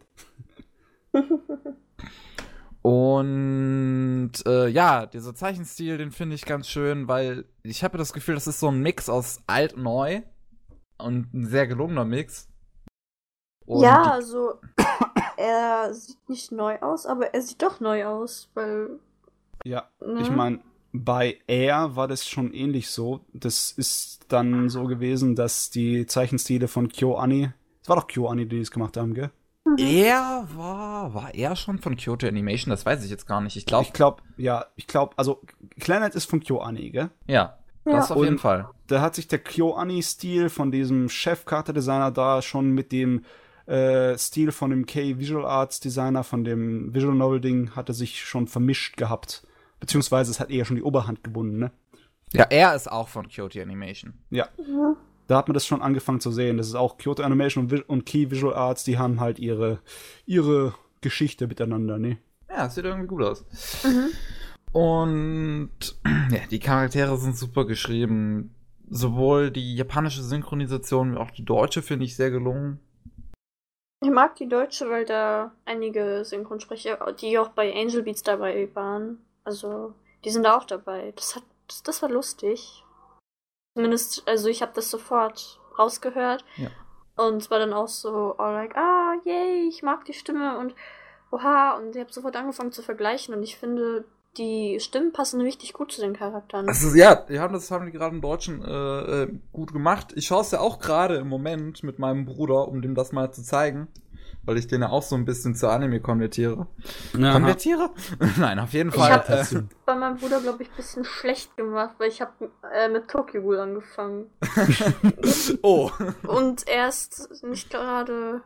Und dieser Zeichenstil, den finde ich ganz schön, weil ich habe das Gefühl, das ist so ein Mix aus alt und neu und ein sehr gelungener Mix. Und ja, also er sieht nicht neu aus, aber er sieht doch neu aus, weil... Ja, ich meine, bei Air war das schon ähnlich so. Das ist dann so gewesen, dass die Zeichenstile von KyoAni, es war doch KyoAni, die es gemacht haben, gell? Er war er schon von Kyoto Animation? Das weiß ich jetzt gar nicht. Ich glaube, also Clannad ist von KyoAni, gell? Ja, das auf jeden Fall. Da hat sich der KyoAni-Stil von diesem Chef-Charakterdesigner da schon mit dem Stil von dem K-Visual Arts Designer von dem Visual Novel Ding hatte sich schon vermischt gehabt. Beziehungsweise es hat eher schon die Oberhand gebunden, ne? Ja, er ist auch von Kyoto Animation. Ja. Da hat man das schon angefangen zu sehen. Das ist auch Kyoto Animation und Key Visual Arts, die haben halt ihre Geschichte miteinander, ne? Ja, das sieht irgendwie gut aus. Mhm. Und ja, die Charaktere sind super geschrieben. Sowohl die japanische Synchronisation wie auch die deutsche finde ich sehr gelungen. Ich mag die deutsche, weil da einige Synchronsprecher, die auch bei Angel Beats dabei waren, also die sind da auch dabei. Das war lustig. Zumindest, also ich habe das sofort rausgehört. Ja. Und es war dann auch so, yay, ich mag die Stimme und oha, und ich habe sofort angefangen zu vergleichen und ich finde, die Stimmen passen richtig gut zu den Charakteren. Also ja, das haben die gerade im Deutschen gut gemacht. Ich schaue es ja auch gerade im Moment mit meinem Bruder, um dem das mal zu zeigen. Weil ich den ja auch so ein bisschen zu Anime konvertiere. Aha. Konvertiere? Nein, auf jeden Fall. Ich habe bei meinem Bruder, glaube ich, ein bisschen schlecht gemacht, weil ich habe mit Tokyo Ghoul angefangen. Oh. Und er ist nicht gerade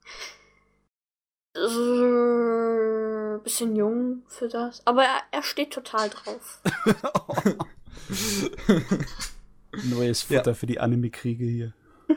bisschen jung für das. Aber er steht total drauf. Neues Futter für die Anime-Kriege hier.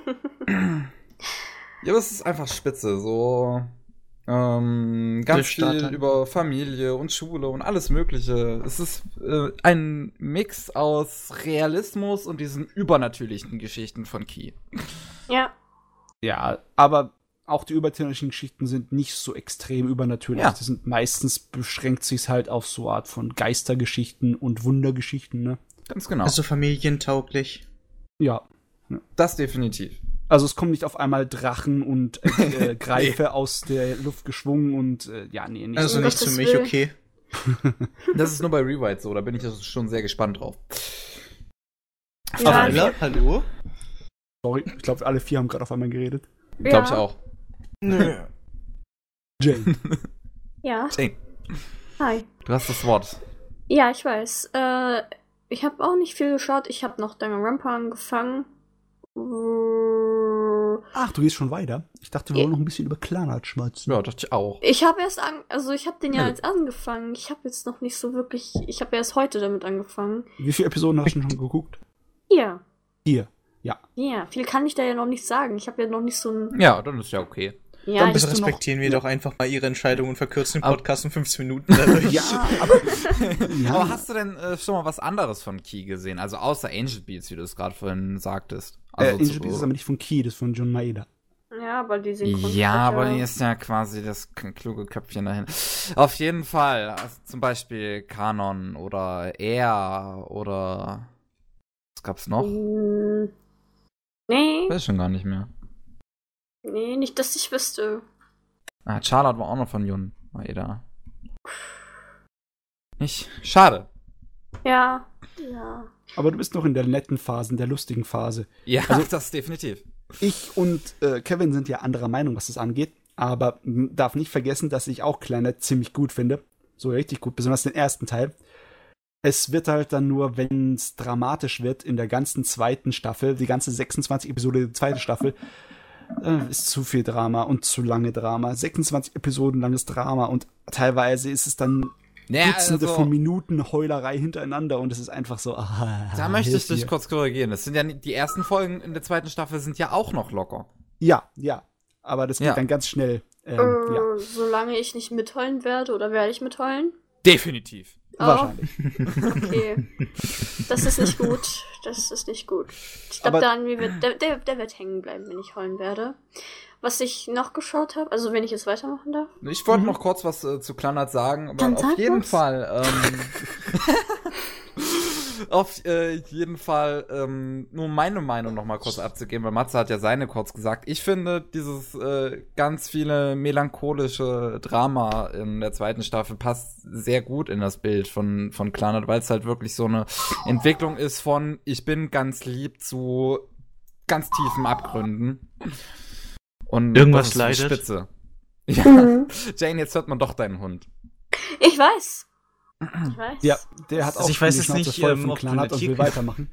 Ja, aber es ist einfach spitze, so ganz viel über Familie und Schule und alles Mögliche. Es ist ein Mix aus Realismus und diesen übernatürlichen Geschichten von Key. Ja. Ja, aber auch die übernatürlichen Geschichten sind nicht so extrem übernatürlich. Ja. Das sind meistens beschränkt sich halt auf so eine Art von Geistergeschichten und Wundergeschichten, ne? Ganz genau. Also familientauglich. Ja. Das definitiv. Also es kommen nicht auf einmal Drachen und Greife aus der Luft geschwungen und nicht. Also nicht für mich, okay. Das ist nur bei Rewrite so, da bin ich also schon sehr gespannt drauf. Ja, hallo? Sorry, ich glaube, alle 4 haben gerade auf einmal geredet. Ja. Glaube ich auch. Nö. Jane. Ja. Jane. Hi. Du hast das Wort. Ja, ich weiß. Ich habe auch nicht viel geschaut. Ich habe noch Danganronpa angefangen. Ach, du gehst schon weiter? Ich dachte, wir wollen noch ein bisschen über Clannad schmatzen. Ja, dachte ich auch. Ich habe ich habe den ja jetzt angefangen. Ich habe jetzt noch nicht so wirklich, ich habe erst heute damit angefangen. Wie viele Episoden hast du schon geguckt? 4. 4, ja. Ja, viel kann ich da ja noch nicht sagen. Ich habe ja noch nicht so ein... Ja, dann ist ja okay. Ja, dann respektieren wir doch einfach mal ihre Entscheidung und verkürzen den Podcast um 15 Minuten dadurch. Ja, aber... Aber hast du denn schon mal was anderes von Key gesehen? Also außer Angel Beats, wie du es gerade vorhin sagtest. Also Angel Beats ist aber nicht von Key, das ist von John Maeda. Ja, aber die Synchronsprecher... Ja, aber die ist ja quasi das kluge Köpfchen dahin. Auf jeden Fall. Also zum Beispiel Kanon oder Air oder... Was gab's noch? Nee. Weiß schon gar nicht mehr. Nee, nicht, dass ich wüsste. Ah, Charlotte war auch noch von Jun Maeda. Nicht? Schade. Ja. Aber du bist noch in der netten Phase, in der lustigen Phase. Ja, Also- das definitiv. Ich und Kevin sind ja anderer Meinung, was das angeht. Aber darf nicht vergessen, dass ich auch Clannad ziemlich gut finde. So richtig gut, besonders den ersten Teil. Es wird halt dann nur, wenn es dramatisch wird, in der ganzen zweiten Staffel, die ganze 26 Episode der zweiten Staffel, ist zu viel Drama und zu lange Drama. 26 Episoden langes Drama und teilweise ist es dann Dutzende von Minuten Heulerei hintereinander und es ist einfach so, Da möchte ich dich hier. kurz korrigieren. Das sind ja die ersten Folgen in der zweiten Staffel sind ja auch noch locker. Ja, aber das geht Ja. dann ganz schnell. Ja, Solange ich nicht mitheulen werde, oder werde ich mitheulen? Definitiv. wahrscheinlich. Okay. Das ist nicht gut. Das ist nicht gut. Ich glaube, der wird hängen bleiben, wenn ich heulen werde. Was ich noch geschaut habe, also wenn ich jetzt weitermachen darf. Ich wollte noch kurz was zu Clannad sagen, aber Dann auf sag jeden was. Fall, auf jeden Fall, nur meine Meinung noch mal kurz abzugeben, weil Matze hat ja seine kurz gesagt. Ich finde dieses ganz viele melancholische Drama in der zweiten Staffel passt sehr gut in das Bild von Clannad, weil es halt wirklich so eine Entwicklung ist von ich bin ganz lieb zu ganz tiefen Abgründen. Und Irgendwas das ist die leidet. Spitze. Ja, Mhm. Jane, jetzt hört man doch deinen Hund. Ich weiß. Ich weiß. Ja, der hat Also auch ich weiß die jetzt Schnauze nicht, voll von ob du Clannad eine und will Tier- weitermachen.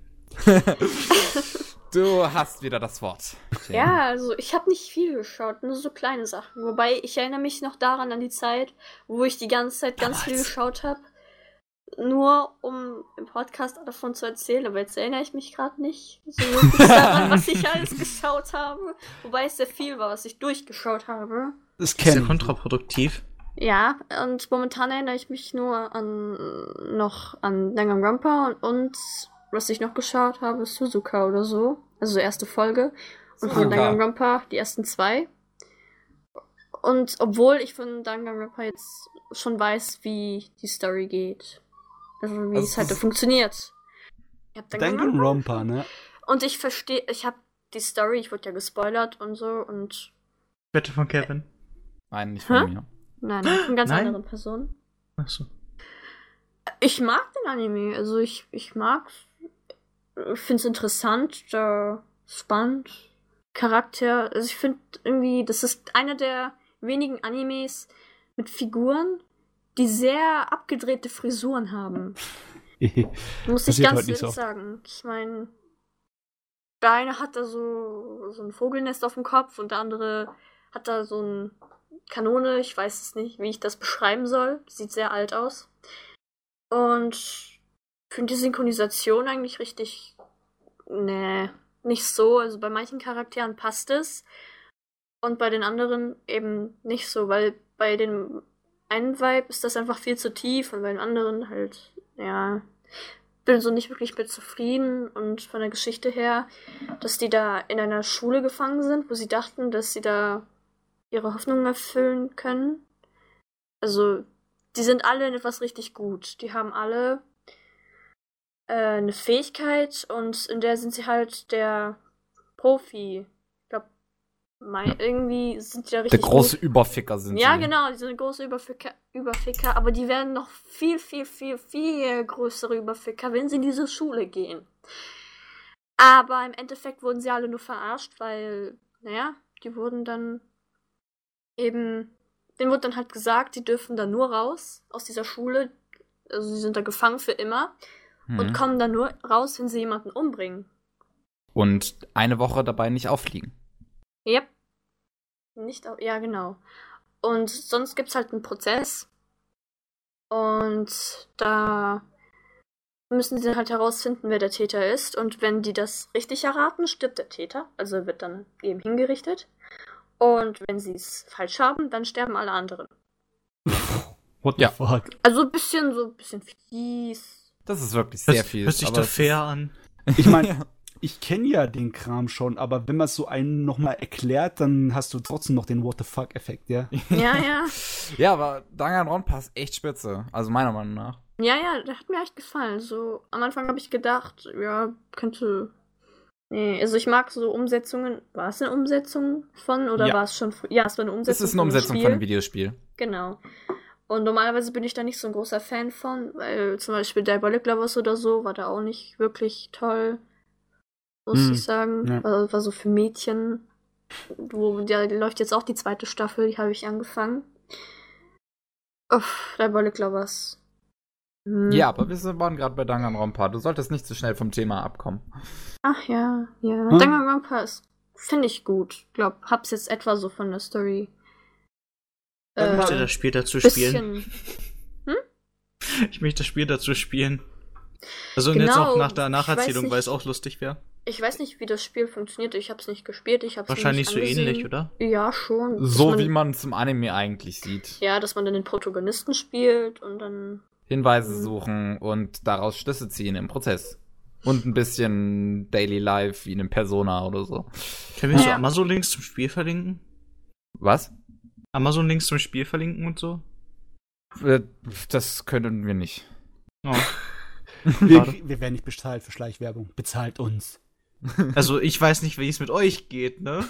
Du hast wieder das Wort. Jane. Ja, also ich habe nicht viel geschaut, nur so kleine Sachen. Wobei ich erinnere mich noch daran an die Zeit, wo ich die ganze Zeit ganz viel geschaut habe. Nur um im Podcast davon zu erzählen, aber jetzt erinnere ich mich gerade nicht so wirklich daran, was ich alles geschaut habe. Wobei es sehr viel war, was ich durchgeschaut habe. Das Ist ja kenne ich. kontraproduktiv. Ja, und momentan erinnere ich mich nur an Danganronpa und was ich noch geschaut habe, ist Suzuka oder so. Also erste Folge. Und von Suzuka. Danganronpa die ersten 2. Und obwohl ich von Danganronpa jetzt schon weiß, wie die Story geht. Also wie Also es halt das- funktioniert. Ich hab Danganronpa, ne? Und ich verstehe, ich habe die Story, ich wurde ja gespoilert und so und Bitte von Kevin. Nein, nicht von Hä? mir. nein, von ganz Nein? anderen Personen. Achso. Ich mag den Anime, also ich mag's. Ich find's interessant, spannend, Charakter. Also ich finde irgendwie, das ist einer der wenigen Animes mit Figuren, die sehr abgedrehte Frisuren haben. Muss ich Passiert ganz heute nicht ehrlich so oft. sagen. Ich meine, der eine hat da so ein Vogelnest auf dem Kopf und der andere hat da so eine Kanone. Ich weiß es nicht, wie ich das beschreiben soll. Sieht sehr alt aus. Und ich finde die Synchronisation eigentlich richtig. Nee, nicht so. Also bei manchen Charakteren passt es. Und bei den anderen eben nicht so, weil bei dem einen Vibe ist das einfach viel zu tief und bei dem anderen halt, ja, bin so nicht wirklich mit zufrieden und von der Geschichte her, dass die da in einer Schule gefangen sind, wo sie dachten, dass sie da ihre Hoffnungen erfüllen können. Also, die sind alle in etwas richtig gut. Die haben alle eine Fähigkeit und in der sind sie halt der Profi. Ich glaube, irgendwie sind die da richtig Der große gut. Überficker sind Ja, sie. genau, die sind große Überficker, aber die werden noch viel, viel, viel, viel größere Überficker, wenn sie in diese Schule gehen. Aber im Endeffekt wurden sie alle nur verarscht, weil, naja, die wurden dann eben, denen wurde dann halt gesagt, die dürfen da nur raus aus dieser Schule, also sie sind da gefangen für immer und Mhm. kommen dann nur raus, wenn sie jemanden umbringen. Und eine Woche dabei nicht auffliegen. Yep. Nicht au- ja, genau. Und sonst gibt's halt einen Prozess. Und da müssen sie halt herausfinden, wer der Täter ist. Und wenn die das richtig erraten, stirbt der Täter. Also er wird dann eben hingerichtet. Und wenn sie es falsch haben, dann sterben alle anderen. What the Ja. fuck? Also so ein bisschen fies. Das ist wirklich sehr Hört- viel. Hört sich aber doch es ist- fair an. Ich meine, ich kenne ja den Kram schon, aber wenn man es so einen nochmal erklärt, dann hast du trotzdem noch den What the fuck-Effekt, ja? Ja, ja. Ja, aber Danganronpa ist echt spitze. Also meiner Meinung nach. Ja, ja, der hat mir echt gefallen. So, am Anfang habe ich gedacht, ja, könnte Nee, also ich mag so Umsetzungen. War es eine Umsetzung von oder Ja. war es schon. Ja, es war eine Es Umsetzung ist eine Umsetzung von einem Videospiel. Genau. Und normalerweise bin ich da nicht so ein großer Fan von, weil zum Beispiel Diabolic Lovers oder so war da auch nicht wirklich toll, muss ich sagen. Ja. War so für Mädchen. Da läuft jetzt auch die 2. Staffel, die habe ich angefangen. Uff, Diabolic Lovers. Ja, aber wir waren gerade bei Danganronpa. Du solltest nicht zu schnell vom Thema abkommen. Ach ja. Hm? Danganronpa ist, finde ich gut. Hab's jetzt etwa so von der Story. Ich möchte das Spiel dazu spielen. Bisschen. Ich möchte das Spiel dazu spielen. Also und Genau, jetzt auch nach der ich Nacherzählung, weiß weil es nicht. auch lustig wäre. Ich weiß nicht, wie das Spiel funktioniert. Ich hab's nicht gespielt. Ich hab's mir Wahrscheinlich nicht so angesehen. ähnlich, oder? Ja, schon. So wie man es im Anime eigentlich sieht. Ja, dass man dann den Protagonisten spielt und dann. Hinweise suchen und daraus Schlüsse ziehen im Prozess. Und ein bisschen Daily Life wie in einem Persona oder so. Können wir so Ja. Amazon-Links zum Spiel verlinken? Was? Amazon-Links zum Spiel verlinken und so? Das können wir nicht. Oh. Wir werden nicht bezahlt für Schleichwerbung. Bezahlt uns. Also ich weiß nicht, wie es mit euch geht, ne?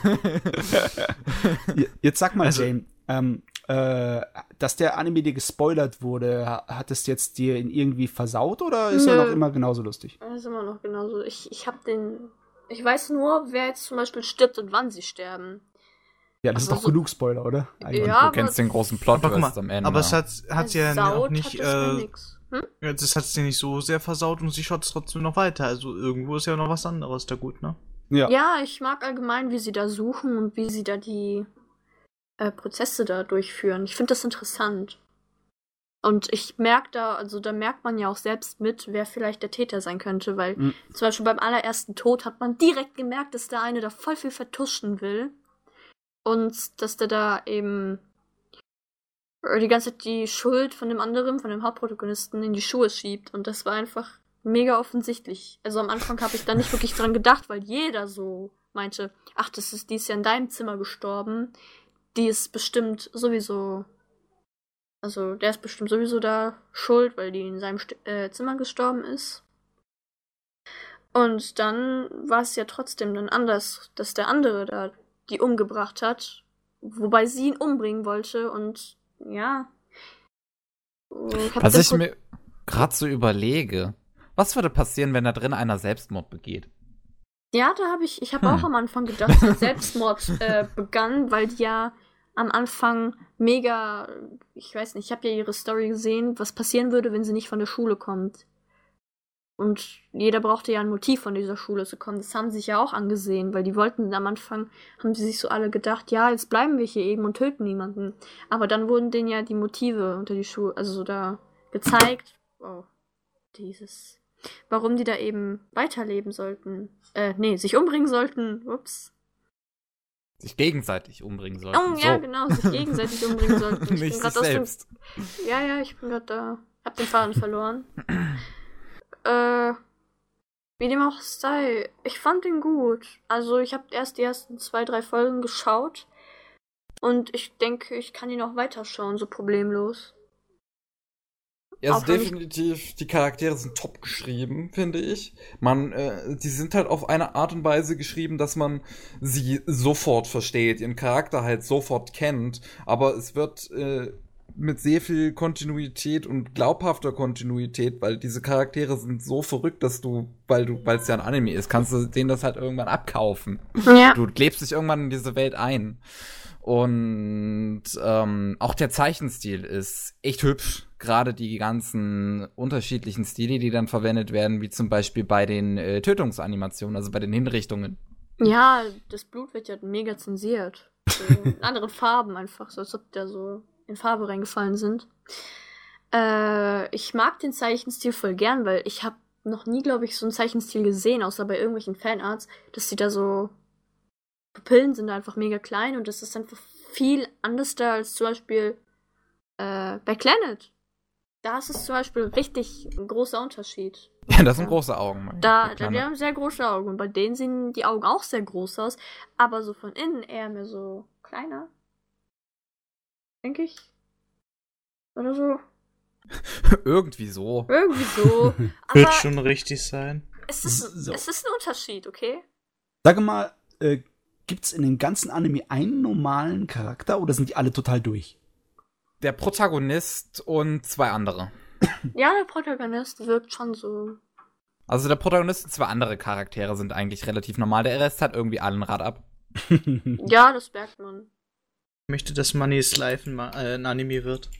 Jetzt sag mal, Also- Jane, dass der Anime dir gespoilert wurde, hat es jetzt dir ihn irgendwie versaut oder ist er Nö. noch immer genauso lustig? Das ist immer noch genauso. Ich hab den. Ich weiß nur, wer jetzt zum Beispiel stirbt und wann sie sterben. Ja, das ist Also doch so- genug Spoiler, oder? Eigentlich. Ja, Du kennst aber- den großen Aber guck Plot-Twist am mal, Ende. aber es hat ja auch Versaut nicht, hat es mir nix. das hat es ja nicht so sehr versaut und sie schaut es trotzdem noch weiter. Also irgendwo ist ja noch was anderes da gut, ne? Ja. Ja, ich mag allgemein, wie sie da suchen und wie sie da die Prozesse da durchführen. Ich finde das interessant. Und ich merke da merkt man ja auch selbst mit, wer vielleicht der Täter sein könnte, weil Mhm. zum Beispiel beim allerersten Tod hat man direkt gemerkt, dass der eine da voll viel vertuschen will. Und dass der da eben die ganze Zeit die Schuld von dem anderen, von dem Hauptprotagonisten, in die Schuhe schiebt. Und das war einfach mega offensichtlich. Also am Anfang habe ich da nicht wirklich dran gedacht, weil jeder so meinte, ach, die ist ja in deinem Zimmer gestorben. Die ist bestimmt sowieso, also der ist bestimmt sowieso da schuld, weil die in seinem Zimmer gestorben ist. Und dann war es ja trotzdem dann anders, dass der andere da die umgebracht hat, wobei sie ihn umbringen wollte und ja. Was ich mir gerade so überlege, was würde passieren, wenn da drin einer Selbstmord begeht? Ja, ich habe auch am Anfang gedacht, dass der Selbstmord begann, weil die ja am Anfang mega, ich weiß nicht, ich habe ja ihre Story gesehen, was passieren würde, wenn sie nicht von der Schule kommt. Und jeder brauchte ja ein Motiv, von dieser Schule zu kommen. Das haben sie sich ja auch angesehen, weil die wollten am Anfang, haben sie sich so alle gedacht, ja, jetzt bleiben wir hier eben und töten niemanden. Aber dann wurden denen ja die Motive unter die Schule, also so da gezeigt. Oh, warum die da eben weiterleben sollten. Sich umbringen sollten. Ups. Sich gegenseitig umbringen sollten. Oh, ja, genau, sich gegenseitig umbringen sollten. Ich Nicht bin sich grad aus dem selbst. Ja, ich bin gerade da. Hab den Faden verloren. Wie dem auch sei. Ich fand den gut. Also, ich habe erst die ersten 2, 3 Folgen geschaut. Und ich denke, ich kann ihn auch weiterschauen, so problemlos. Ja, also Auch wenn ich- definitiv, die Charaktere sind top geschrieben, finde ich. Die sind halt auf eine Art und Weise geschrieben, dass man sie sofort versteht, ihren Charakter halt sofort kennt, aber es wird mit sehr viel Kontinuität und glaubhafter Kontinuität, weil diese Charaktere sind so verrückt, dass weil es ja ein Anime ist, kannst du denen das halt irgendwann abkaufen. Ja. Du lebst dich irgendwann in diese Welt ein. Und auch der Zeichenstil ist echt hübsch. Gerade die ganzen unterschiedlichen Stile, die dann verwendet werden, wie zum Beispiel bei den Tötungsanimationen, also bei den Hinrichtungen. Ja, das Blut wird ja mega zensiert. So in anderen Farben einfach, so als ob da so in Farbe reingefallen sind. Ich mag den Zeichenstil voll gern, weil ich habe noch nie, glaube ich, so einen Zeichenstil gesehen, außer bei irgendwelchen Fanarts, dass die da so Pupillen sind da einfach mega klein und das ist einfach viel anders da als zum Beispiel bei Clannad. Da ist es zum Beispiel richtig ein großer Unterschied. Ja, das sind große Augen. Die haben sehr große Augen und bei denen sehen die Augen auch sehr groß aus, aber so von innen eher mehr so kleiner. Denke ich. Oder so. Irgendwie so. Irgendwie so. Wird Aber schon richtig sein. es ist So. ein Unterschied, okay? Sag mal, gibt's in dem ganzen Anime einen normalen Charakter oder sind die alle total durch? Der Protagonist und 2 andere. Ja, der Protagonist wirkt schon so. Also der Protagonist und 2 andere Charaktere sind eigentlich relativ normal. Der Rest hat irgendwie allen Rad ab. Ja, das merkt man. Ich möchte, dass Money is Life ein Anime wird.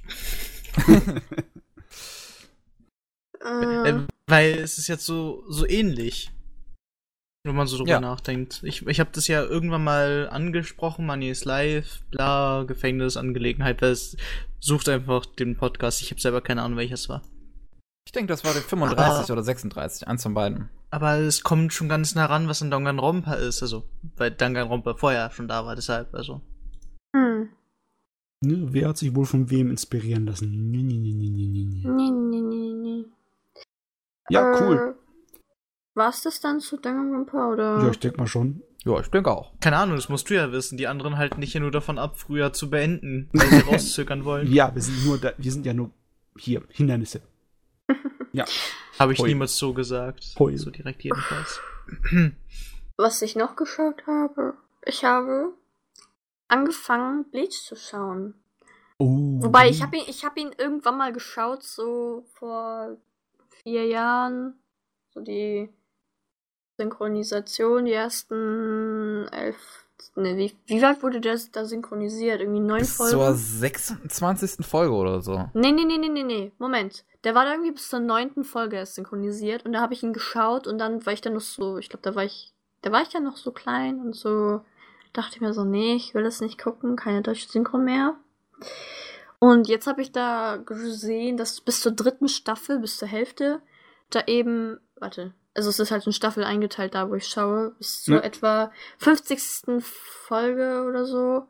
Weil es ist jetzt so ähnlich. Wenn man so drüber nachdenkt. Ich habe das ja irgendwann mal angesprochen, Money is Life, bla, Gefängnisangelegenheit. Das sucht einfach den Podcast. Ich habe selber keine Ahnung, welches war. Ich denke, das war der 35 oder 36, eins von beiden. Aber es kommt schon ganz nah ran, was ein Danganronpa ist. Also, weil Danganronpa vorher schon da war, deshalb, also. Ne, wer hat sich wohl von wem inspirieren lassen? Nee. Ja, cool. War's das dann zu Danganronpa, oder? Ja, ich denke mal schon. Ja, ich denke auch. Keine Ahnung, das musst du ja wissen. Die anderen halten dich ja nur davon ab, früher zu beenden, weil sie rauszögern wollen. Ja, wir sind ja nur hier, Hindernisse. Ja. Habe ich Heul. niemals so gesagt. Heul. So direkt jedenfalls. Was ich noch geschaut habe, ich habe angefangen, Bleach zu schauen. Oh. Wobei, ich hab ihn irgendwann mal geschaut, so vor 4 Jahren. So die Synchronisation, die ersten 11. Ne, wie weit wurde das da synchronisiert? Irgendwie 9 Bis Folgen? zur 26. Folge oder so. Nee. Moment. Der war da irgendwie bis zur 9. Folge erst synchronisiert und da habe ich ihn geschaut und dann war ich dann noch so, ich glaube, da war ich ja noch so klein und so dachte ich mir so, nee, ich will das nicht gucken, keine deutsche Synchro mehr. Und jetzt habe ich da gesehen, dass bis zur 3. Staffel, bis zur Hälfte, da eben, also es ist halt in Staffel eingeteilt, da wo ich schaue, bis zur etwa 50. Folge oder so.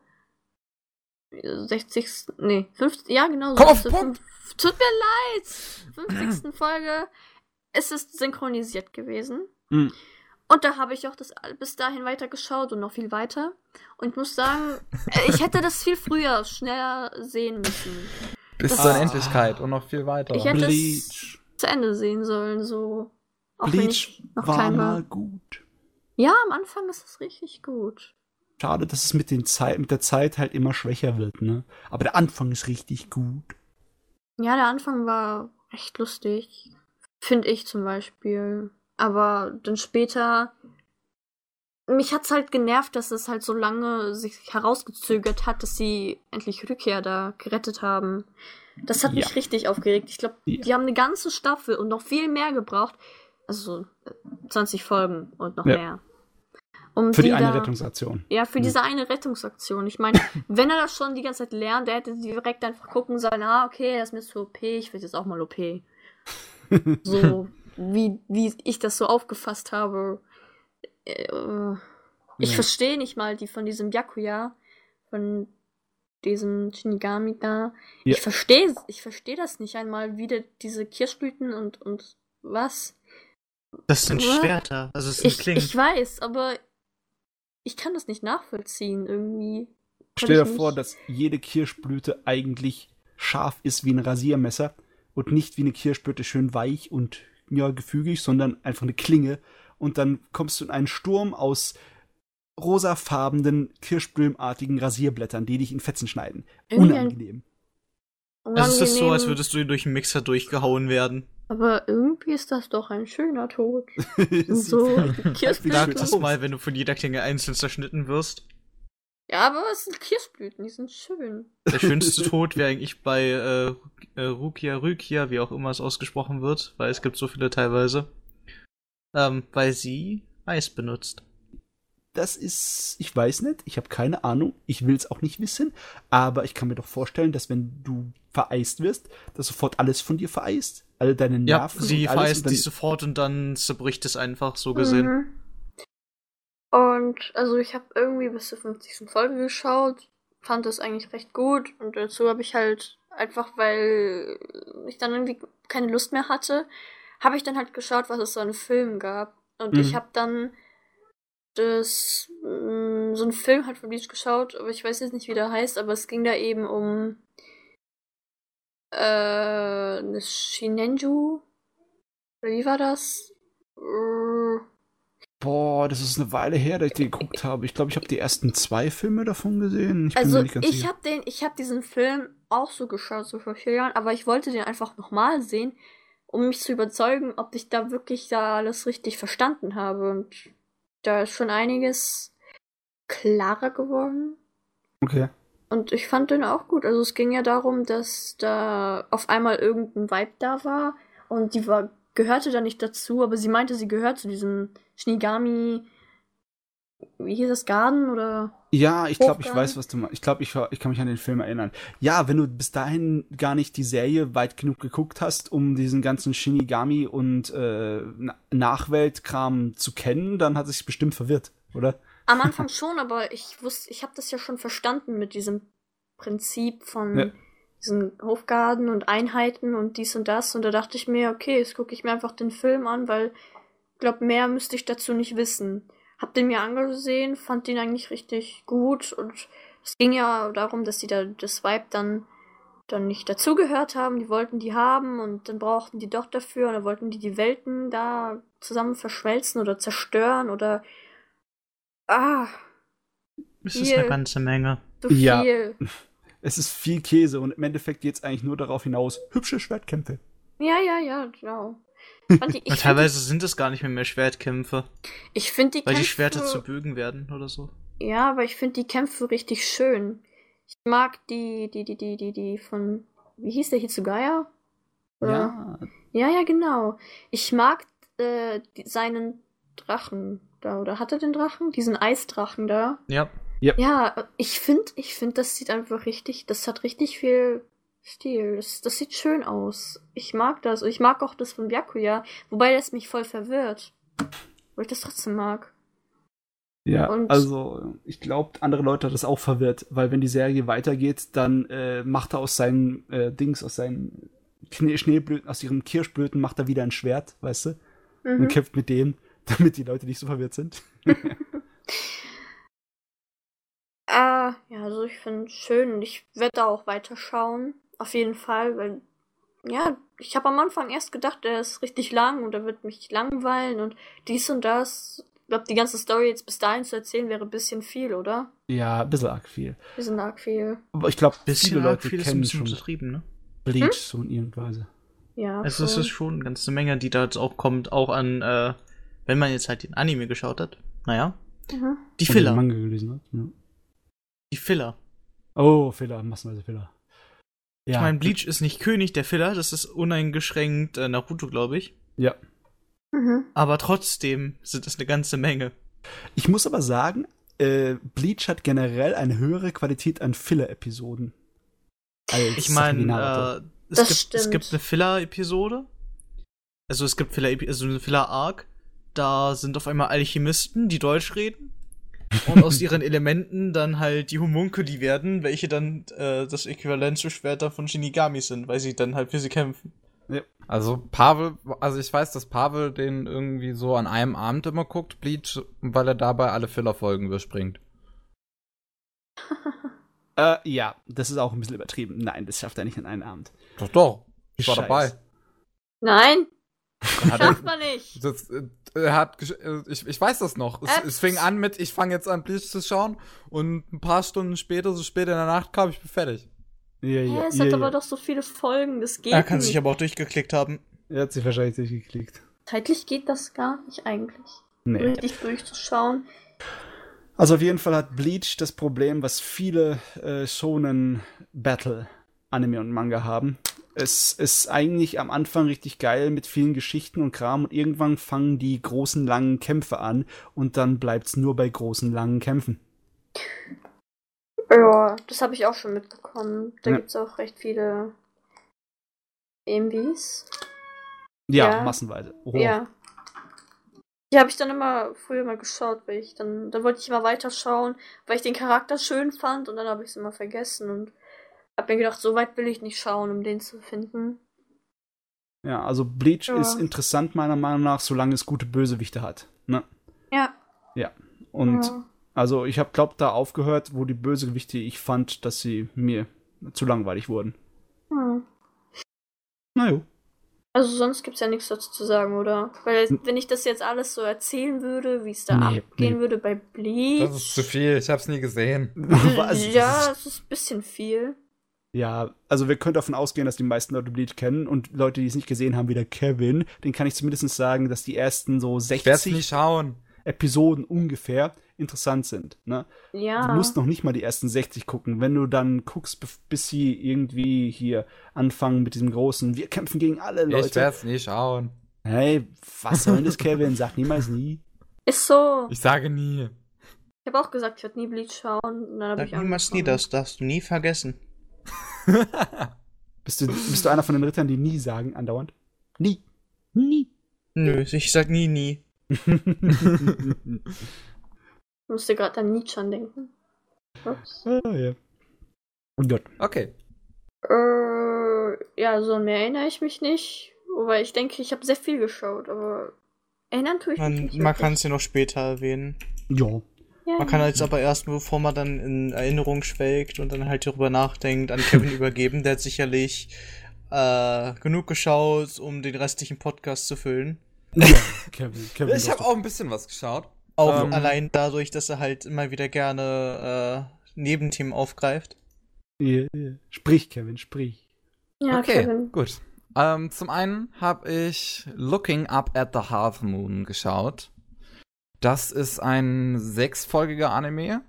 60. Nee, 50. Ja, genau so. Komm auf den Punkt! Tut mir leid! 50. Folge ist es synchronisiert gewesen. Mhm. Und da habe ich auch das bis dahin weiter geschaut und noch viel weiter. Und ich muss sagen, ich hätte das viel früher, schneller sehen müssen. Bis zur Endlichkeit und noch viel weiter. Ich hätte Bleach. es zu Ende sehen sollen, so. Auch wenn Bleach ich noch war klein war. mal gut. Ja, am Anfang ist es richtig gut. Schade, dass es mit der Zeit halt immer schwächer wird, ne? Aber der Anfang ist richtig gut. Ja, der Anfang war echt lustig. Finde ich zum Beispiel. Aber dann später. Mich hat's halt genervt, dass es halt so lange sich herausgezögert hat, dass sie endlich Rückkehr da gerettet haben. Das hat mich richtig aufgeregt. Ich glaube, die haben eine ganze Staffel und noch viel mehr gebraucht. Also 20 Folgen und noch mehr. Um für die eine Rettungsaktion. Ja, für diese eine Rettungsaktion. Ich meine, wenn er das schon die ganze Zeit lernt, der hätte direkt einfach gucken sollen, okay, das ist mir zu OP, ich will jetzt auch mal OP. So, wie ich das so aufgefasst habe. Ich verstehe nicht mal die von diesem Byakuya, von diesem Shinigami da. Ja. Ich verstehe das nicht einmal, wie der diese Kirschblüten und was. Das sind Schwerter, also es sind Klingen. Ich weiß, aber ich kann das nicht nachvollziehen irgendwie. Stell dir vor, dass jede Kirschblüte eigentlich scharf ist wie ein Rasiermesser und nicht wie eine Kirschblüte schön weich und ja, gefügig, sondern einfach eine Klinge. Und dann kommst du in einen Sturm aus rosafarbenen, kirschblütenartigen Rasierblättern, die dich in Fetzen schneiden. Unangenehm. Also es ist so, als würdest du durch einen Mixer durchgehauen werden. Aber irgendwie ist das doch ein schöner Tod. So, Kirschblüten. Sag das mal, wenn du von jeder Klinge einzeln zerschnitten wirst. Ja, aber es sind Kirschblüten, die sind schön. Der schönste Tod wäre eigentlich bei Rukia, wie auch immer es ausgesprochen wird, weil es gibt so viele teilweise. Weil sie Eis benutzt. Das ist, ich weiß nicht, ich habe keine Ahnung, ich will es auch nicht wissen, aber ich kann mir doch vorstellen, dass wenn du vereist wirst, dass sofort alles von dir vereist, alle deine Nerven. Ja, sie und alles vereist dich sofort und dann zerbricht es einfach, so gesehen. Und also ich habe irgendwie bis zur 50. Folge geschaut, fand das eigentlich recht gut und dazu habe ich halt einfach, weil ich dann irgendwie keine Lust mehr hatte, habe ich dann halt geschaut, was es so an Filmen gab. Und ich habe dann so einen Film halt von Bleach geschaut, aber ich weiß jetzt nicht, wie der heißt, aber es ging da eben um eine Shinenju. Oder wie war das? Boah, das ist eine Weile her, dass ich die geguckt habe. Ich glaube, ich habe die ersten 2 Filme davon gesehen. Ich bin Also mir nicht ganz sicher. ich hab diesen Film auch so geschaut, so vor 4 Jahren, aber ich wollte den einfach nochmal sehen, um mich zu überzeugen, ob ich da wirklich da alles richtig verstanden habe. Und da ist schon einiges klarer geworden. Okay. Und ich fand den auch gut. Also es ging ja darum, dass da auf einmal irgendein Vibe da war und gehörte da nicht dazu, aber sie meinte, sie gehört zu diesem Shinigami, wie hieß das, Garden oder? Ja, ich glaube, ich Hofgarten? weiß, was du meinst. Ich glaube, ich kann mich an den Film erinnern. Ja, wenn du bis dahin gar nicht die Serie weit genug geguckt hast, um diesen ganzen Shinigami und Nachweltkram zu kennen, dann hat es sich bestimmt verwirrt, oder? Am Anfang schon, aber ich habe das ja schon verstanden mit diesem Prinzip von diesen Hofgarden und Einheiten und dies und das. Und da dachte ich mir, okay, jetzt gucke ich mir einfach den Film an, weil ich glaube, mehr müsste ich dazu nicht wissen. Hab den mir angesehen, fand den eigentlich richtig gut und es ging ja darum, dass die da das Vibe dann nicht dazugehört haben. Die wollten die haben und dann brauchten die doch dafür und dann wollten die Welten da zusammen verschmelzen oder zerstören oder Das ist eine ganze Menge. so Ja. viel. Es ist viel Käse und im Endeffekt geht es eigentlich nur darauf hinaus, hübsche Schwertkämpfe. Ja, genau. Und teilweise sind es gar nicht mehr Schwertkämpfe, Ich finde die weil Kämpfe, die Schwerter zu Bögen werden oder so. ja, aber ich finde die Kämpfe richtig schön. Ich mag die von, wie hieß der, Hitsugaya? Oder? Ja, genau. Ich mag seinen Drachen da, oder hat er den Drachen? Diesen Eisdrachen da. Ja. Ja, ich finde, das sieht einfach das hat richtig viel Stil. Das sieht schön aus. Ich mag das. Und ich mag auch das von Byakuya, wobei das mich voll verwirrt. Weil ich das trotzdem mag. Ja, Und- also ich glaube, andere Leute hat das auch verwirrt, weil wenn die Serie weitergeht, dann macht er aus seinen aus seinen Schneeblüten, aus ihren Kirschblüten macht er wieder ein Schwert, weißt du? Und kämpft mit denen, damit die Leute nicht so verwirrt sind. Ja, also ich finde es schön und ich werde da auch weiterschauen. Auf jeden Fall, weil, ja, ich habe am Anfang erst gedacht, der ist richtig lang und er wird mich langweilen und dies und das. Ich glaube, die ganze Story jetzt bis dahin zu erzählen wäre ein bisschen viel, oder? Ja, ein bisschen arg viel. Bisschen arg viel. Aber ich glaube, Bisschen viele Leute viel ist ein kennen bisschen schon untertrieben, ne? Bleach so in irgendeiner Weise. Ja. Also es schon. ist schon eine ganze Menge, die da jetzt auch kommt, auch an, wenn man jetzt halt den Anime geschaut hat. Naja. Die Und den Filler. Manga gelesen hat. Ja. Die Filler. Oh, Filler, massenweise Filler. Ja. Ich meine, Bleach ist nicht König der Filler, das ist uneingeschränkt Naruto, glaube ich. Ja. Aber trotzdem sind es eine ganze Menge. Ich muss aber sagen, Bleach hat generell eine höhere Qualität an Filler-Episoden. Als Ich Naruto. meine, Das es stimmt. gibt eine Filler-Episode. Also es gibt eine Filler-Arc. Da sind auf einmal Alchemisten, die Deutsch reden. Und aus ihren Elementen dann halt die Homunkuli werden, welche dann das Äquivalent zu Schwerter von Shinigami sind, weil sie dann halt für sie kämpfen. Also ich weiß, dass Pavel den irgendwie so an einem Abend immer guckt, Bleach, weil er dabei alle Filler-Folgen überspringt. Ja, das ist auch ein bisschen übertrieben. Nein, das schafft er nicht an einem Abend. Doch. Ich war Scheiße. dabei. Nein, Hat schafft man nicht. Ich weiß das noch. Es fing an mit, ich fange jetzt an, Bleach zu schauen und ein paar Stunden später, so spät in der Nacht, kam ich bin fertig. Ja, Ja, es hat aber doch so viele Folgen, das geht Er kann nicht. sich aber auch durchgeklickt haben. Er hat sich wahrscheinlich durchgeklickt. Zeitlich geht das gar nicht eigentlich. Nee. Richtig durchzuschauen. Also auf jeden Fall hat Bleach das Problem, was viele Shonen Battle Anime und Manga haben. Es ist eigentlich am Anfang richtig geil mit vielen Geschichten und Kram und irgendwann fangen die großen langen Kämpfe an und dann bleibt's nur bei großen langen Kämpfen. Ja, das habe ich auch schon mitbekommen. Da Ja. gibt's auch recht viele MVs. Ja, Ja. massenweise. Oh. Ja. Die habe ich dann immer früher mal geschaut, weil ich dann wollte ich immer weiterschauen, weil ich den Charakter schön fand und dann habe ich es immer vergessen und habe mir gedacht, so weit will ich nicht schauen, um den zu finden. Ja, also Bleach Ja. ist interessant meiner Meinung nach, solange es gute Bösewichte hat. Ne? Ja. Ja. Und Ja. also ich habe glaubt da aufgehört, wo die Bösewichte ich fand, dass sie mir zu langweilig wurden. Hm. Na jo. Also sonst gibt's ja nichts dazu zu sagen, oder? Weil wenn ich das jetzt alles so erzählen würde, wie es da abgehen würde bei Bleach. Das ist zu viel, ich hab's nie gesehen. Ja, es ist ein bisschen viel. Ja, also wir können davon ausgehen, dass die meisten Leute Bleach kennen und Leute, die es nicht gesehen haben, wie der Kevin, den kann ich zumindest sagen, dass die ersten so Ich werd's 60 nie schauen. Episoden ungefähr interessant sind. Ne? Ja. Du musst noch nicht mal die ersten 60 gucken. Wenn du dann guckst, bis sie irgendwie hier anfangen mit diesem großen, wir kämpfen gegen alle Leute. Ich werd's nie schauen. Hey, was soll denn das, Kevin? Sag niemals nie. Ist so. Ich sage nie. Ich habe auch gesagt, ich werde nie Bleach schauen. Und dann hab ich Sag niemals nie, angefangen. das darfst du nie vergessen. Bist du einer von den Rittern, die nie sagen, andauernd? Nie. Nie. Nö, ich sag nie, nie. Ich musste gerade an Nietzsche denken. Ups. Ja. Gut. Okay. Ja, so mehr erinnere ich mich nicht. Wobei ich denke, ich habe sehr viel geschaut, aber erinnern tue ich mich nicht. Man kann es ja noch später erwähnen. Ja. Ja. Man kann jetzt aber erst, bevor man dann in Erinnerung schwelgt und dann halt darüber nachdenkt, an Kevin übergeben. Der hat sicherlich genug geschaut, um den restlichen Podcast zu füllen. Ja, Kevin. Ich habe auch ein bisschen was geschaut. Auch allein dadurch, dass er halt immer wieder gerne Nebenthemen aufgreift. Ja. Sprich, Kevin, sprich. Ja, Okay, Kevin. gut. Zum einen habe ich Looking Up at the Half Moon geschaut. Das ist ein 6-folgiger Anime.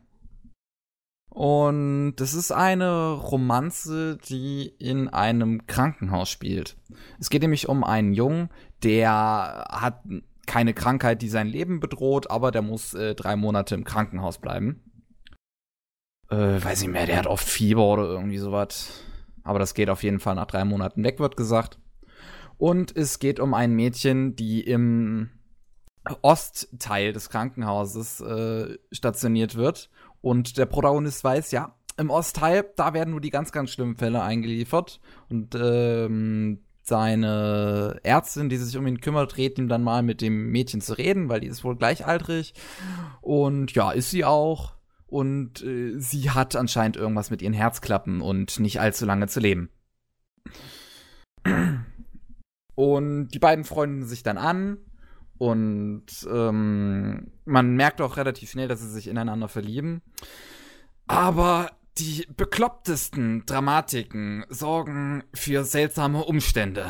Und das ist eine Romanze, die in einem Krankenhaus spielt. Es geht nämlich um einen Jungen, der hat keine Krankheit, die sein Leben bedroht, aber der muss 3 Monate im Krankenhaus bleiben. Weiß nicht mehr, der hat oft Fieber oder irgendwie sowas. Aber das geht auf jeden Fall nach 3 Monaten weg, wird gesagt. Und es geht um ein Mädchen, die im Ostteil des Krankenhauses stationiert wird. Und der Protagonist weiß, ja, im Ostteil, da werden nur die ganz, ganz schlimmen Fälle eingeliefert. Und seine Ärztin, die sich um ihn kümmert, rät ihm dann mal mit dem Mädchen zu reden, weil die ist wohl gleichaltrig. Und ja, ist sie auch. Und sie hat anscheinend irgendwas mit ihren Herzklappen und nicht allzu lange zu leben. Und die beiden freunden sich dann an. Und man merkt auch relativ schnell, dass sie sich ineinander verlieben. Aber die beklopptesten Dramatiken sorgen für seltsame Umstände.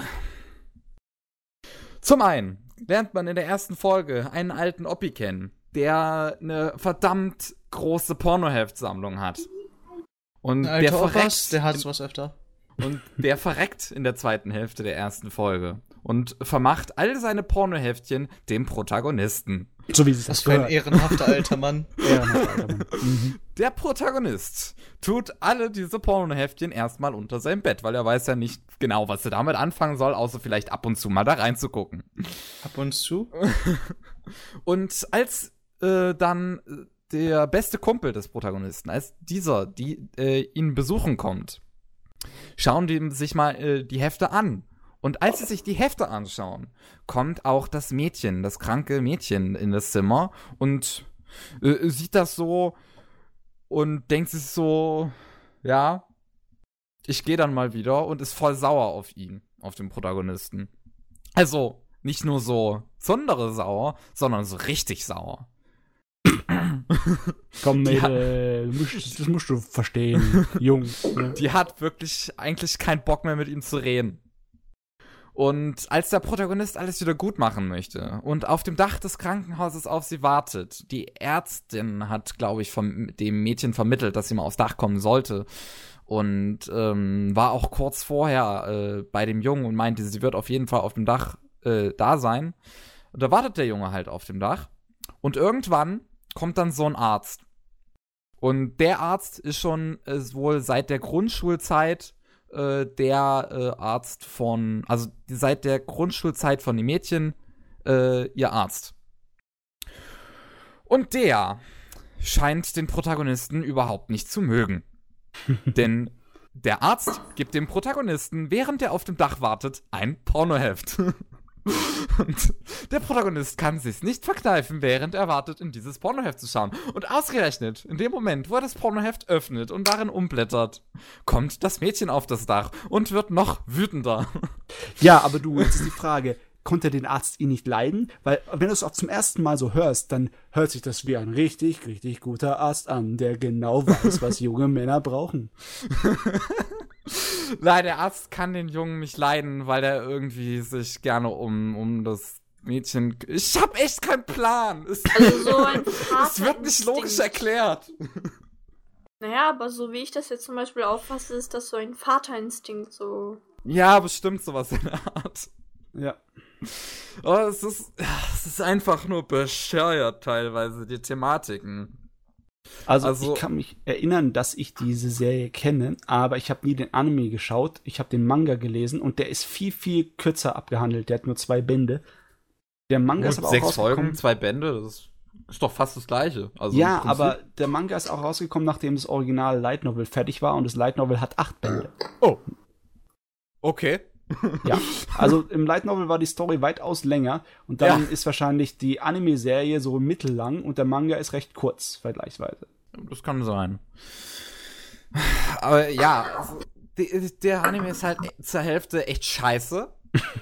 Zum einen lernt man in der ersten Folge einen alten Oppi kennen, der eine verdammt große Pornoheftsammlung hat. Und der verreckt. Der hat sowas öfter. Und der verreckt in der zweiten Hälfte der ersten Folge und vermacht all seine Pornoheftchen dem Protagonisten. So wie sie Was für ein ehrenhafter alter Mann. Der Protagonist tut alle diese Pornoheftchen erstmal unter seinem Bett, weil er weiß ja nicht genau, was er damit anfangen soll, außer vielleicht ab und zu mal da reinzugucken. Ab und zu? Und als dann der beste Kumpel des Protagonisten, als dieser, ihn besuchen kommt, schauen die sich mal die Hefte an. Und als sie sich die Hefte anschauen, kommt auch das Mädchen, das kranke Mädchen in das Zimmer und sieht das so und denkt sich so, ja, ich gehe dann mal wieder und ist voll sauer auf ihn, auf den Protagonisten. Also, nicht nur so sondere sauer, sondern so richtig sauer. Komm, Mädel, das musst du verstehen, Jung. Ne? Die hat wirklich eigentlich keinen Bock mehr mit ihm zu reden. Und als der Protagonist alles wieder gut machen möchte und auf dem Dach des Krankenhauses auf sie wartet, die Ärztin hat, glaube ich, dem Mädchen vermittelt, dass sie mal aufs Dach kommen sollte und war auch kurz vorher bei dem Jungen und meinte, sie wird auf jeden Fall auf dem Dach da sein. Und da wartet der Junge halt auf dem Dach und irgendwann kommt dann so ein Arzt. Und der Arzt ist wohl seit der Grundschulzeit der Arzt also seit der Grundschulzeit von dem Mädchen ihr Arzt. Und der scheint den Protagonisten überhaupt nicht zu mögen. Denn der Arzt gibt dem Protagonisten, während er auf dem Dach wartet, ein Pornoheft. Und Der Protagonist kann sich's nicht verkneifen, während er wartet, in dieses Pornoheft zu schauen. Und ausgerechnet, in dem Moment, wo er das Pornoheft öffnet und darin umblättert, kommt das Mädchen auf das Dach und wird noch wütender. Ja, aber du, jetzt ist die Frage, konnte den Arzt ihn nicht leiden? Weil, wenn du es auch zum ersten Mal so hörst, dann hört sich das wie ein richtig, richtig guter Arzt an, der genau weiß, was junge Männer brauchen. Nein, der Arzt kann den Jungen nicht leiden, weil er irgendwie sich gerne um das Mädchen... Ich hab echt keinen Plan. Also so ein Es wird nicht logisch erklärt. Naja, aber so wie ich das jetzt zum Beispiel auffasse, ist das so ein Vaterinstinkt, so. Ja, bestimmt sowas in der Art. Ja. Aber es ist einfach nur bescheuert teilweise, die Thematiken. Also ich kann mich erinnern, dass ich diese Serie kenne, aber ich habe nie den Anime geschaut. Ich habe den Manga gelesen und der ist viel, viel kürzer abgehandelt. Der hat nur 2 Bände. Der Manga ist aber auch 6 Folgen, 2 Bände, das ist doch fast das Gleiche. Also ja, aber der Manga ist auch rausgekommen, nachdem das Original Light Novel fertig war und das Light Novel hat 8 Bände. Oh. Okay. Ja, also im Light Novel war die Story weitaus länger und dann ist wahrscheinlich die Anime-Serie so mittellang und der Manga ist recht kurz, vergleichsweise. Das kann sein. Aber ja, also, der Anime ist halt zur Hälfte echt scheiße.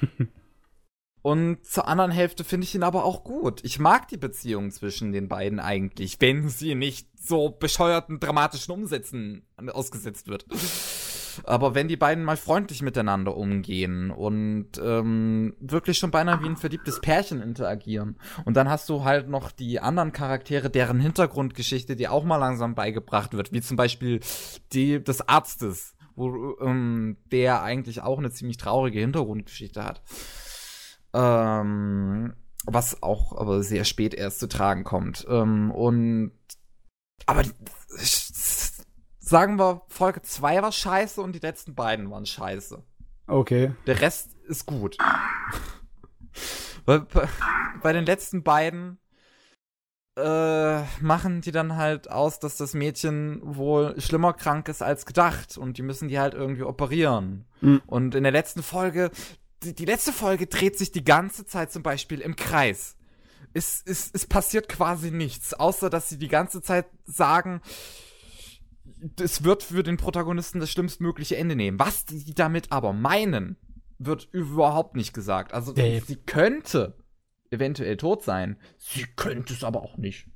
Und zur anderen Hälfte finde ich ihn aber auch gut. Ich mag die Beziehung zwischen den beiden eigentlich, wenn sie nicht so bescheuerten, dramatischen Umsätzen ausgesetzt wird. Aber wenn die beiden mal freundlich miteinander umgehen und wirklich schon beinahe wie ein verliebtes Pärchen interagieren. Und dann hast du halt noch die anderen Charaktere, deren Hintergrundgeschichte dir auch mal langsam beigebracht wird. Wie zum Beispiel die des Arztes, wo der eigentlich auch eine ziemlich traurige Hintergrundgeschichte hat. Was auch aber sehr spät erst zu tragen kommt. Aber sagen wir, Folge 2 war scheiße und die letzten beiden waren scheiße. Okay. Der Rest ist gut. Bei den letzten beiden machen die dann halt aus, dass das Mädchen wohl schlimmer krank ist als gedacht und die müssen die halt irgendwie operieren. Mhm. Und in der letzten Folge, die letzte Folge dreht sich die ganze Zeit zum Beispiel im Kreis. Es passiert quasi nichts, außer dass sie die ganze Zeit sagen, es wird für den Protagonisten das schlimmstmögliche Ende nehmen. Was die damit aber meinen, wird überhaupt nicht gesagt. Also sie könnte eventuell tot sein. Sie könnte es aber auch nicht.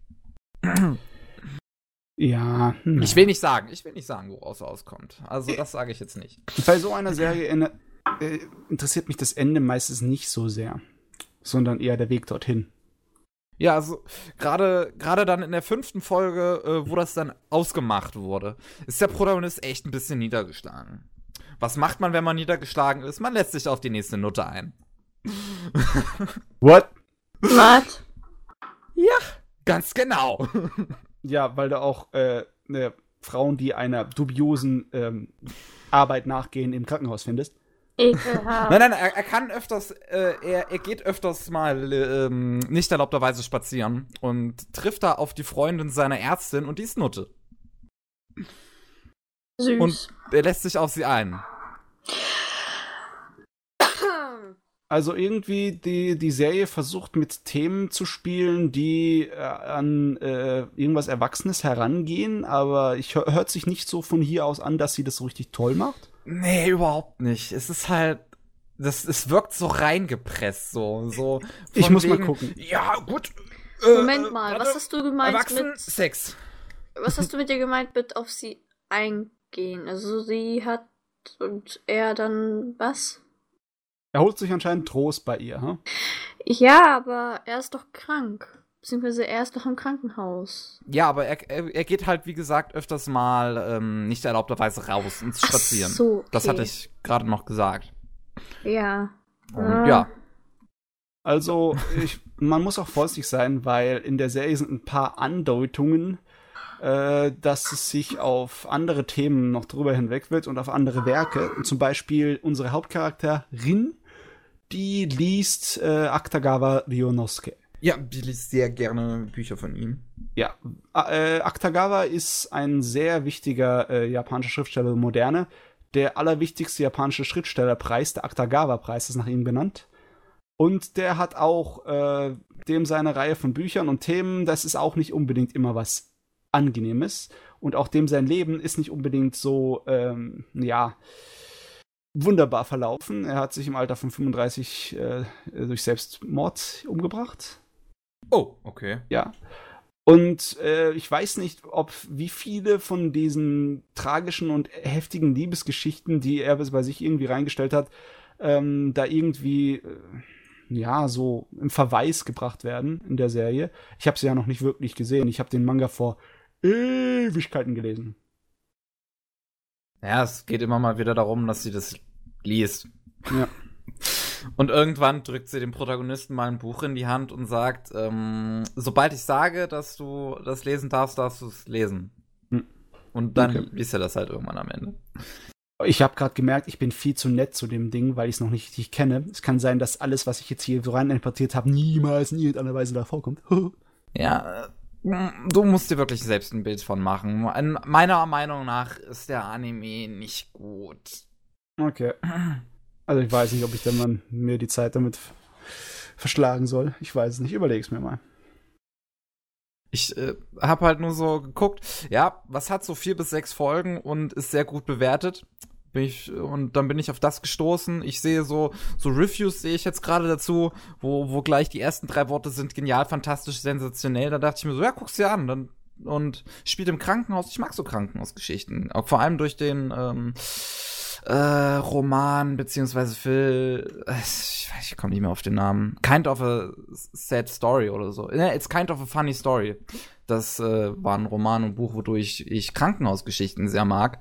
Ja. Ich will nicht sagen, woraus es auskommt. Also das sage ich jetzt nicht. Bei so einer Serie interessiert mich das Ende meistens nicht so sehr, sondern eher der Weg dorthin. Ja, also gerade dann in der 5. Folge, wo das dann ausgemacht wurde, ist der Protagonist echt ein bisschen niedergeschlagen. Was macht man, wenn man niedergeschlagen ist? Man lässt sich auf die nächste Nutte ein. What? Was? Ja, ganz genau. Ja, weil da auch Frauen, die einer dubiosen Arbeit nachgehen, im Krankenhaus findest. Ekelhaft. Nein, er kann öfters, er geht öfters mal nicht erlaubterweise spazieren und trifft da auf die Freundin seiner Ärztin und die ist Nutte. Süß. Und er lässt sich auf sie ein. Also irgendwie die Serie versucht mit Themen zu spielen, die an irgendwas Erwachsenes herangehen, aber hört sich nicht so von hier aus an, dass sie das so richtig toll macht. Nee, überhaupt nicht. Es ist halt, es wirkt so reingepresst, so. Ich muss mal gucken. Ja, gut. Moment mal, was hast du gemeint mit Sex? Was hast du mit dir gemeint mit auf sie eingehen? Also sie hat und er dann was? Er holt sich anscheinend Trost bei ihr, hm? Ja, aber er ist doch krank. Beziehungsweise er ist doch im Krankenhaus. Ja, aber er geht halt, wie gesagt, öfters mal nicht erlaubterweise raus ins Spazieren. Ach so, okay. Das hatte ich gerade noch gesagt. Ja. Und ja. Also, man muss auch vorsichtig sein, weil in der Serie sind ein paar Andeutungen, dass es sich auf andere Themen noch drüber hinweg wird und auf andere Werke. Und zum Beispiel unsere Hauptcharakterin, die liest Akutagawa Ryunosuke. Ja, die liest sehr gerne Bücher von ihm. Ja, Akutagawa ist ein sehr wichtiger japanischer Schriftsteller der Moderne. Der allerwichtigste japanische Schriftstellerpreis, der Akutagawa-Preis, ist nach ihm benannt. Und der hat auch dem seine Reihe von Büchern und Themen, das ist auch nicht unbedingt immer was Angenehmes. Und auch dem sein Leben ist nicht unbedingt so, wunderbar verlaufen. Er hat sich im Alter von 35 durch Selbstmord umgebracht. Oh, okay. Ja. Und ich weiß nicht, wie viele von diesen tragischen und heftigen Liebesgeschichten, die er bei sich irgendwie reingestellt hat, da irgendwie so im Verweis gebracht werden in der Serie. Ich habe sie ja noch nicht wirklich gesehen. Ich habe den Manga vor Ewigkeiten gelesen. Ja, es geht immer mal wieder darum, dass sie das liest. Ja. Und irgendwann drückt sie dem Protagonisten mal ein Buch in die Hand und sagt, sobald ich sage, dass du das lesen darfst, darfst du es lesen. Und dann liest er das halt irgendwann am Ende. Ich habe gerade gemerkt, ich bin viel zu nett zu dem Ding, weil ich es noch nicht richtig kenne. Es kann sein, dass alles, was ich jetzt hier so rein importiert habe, niemals in irgendeiner Weise da vorkommt. Ja, du musst dir wirklich selbst ein Bild von machen. Meiner Meinung nach ist der Anime nicht gut. Okay. Also ich weiß nicht, ob ich dann mal mir die Zeit damit verschlagen soll. Ich weiß es nicht. Überleg's mir mal. Ich habe halt nur so geguckt, ja, was hat so 4 bis 6 Folgen und ist sehr gut bewertet. Und dann bin ich auf das gestoßen. Ich sehe so Reviews sehe ich jetzt gerade dazu, wo gleich die ersten 3 Worte sind genial, fantastisch, sensationell. Da dachte ich mir so, ja, guck's dir an. Und spielt im Krankenhaus. Ich mag so Krankenhausgeschichten. Auch vor allem durch den Roman, beziehungsweise Phil, ich komme nicht mehr auf den Namen. Kind of a Sad Story oder so. It's kind of a funny story. Das war ein Roman und Buch, wodurch ich Krankenhausgeschichten sehr mag.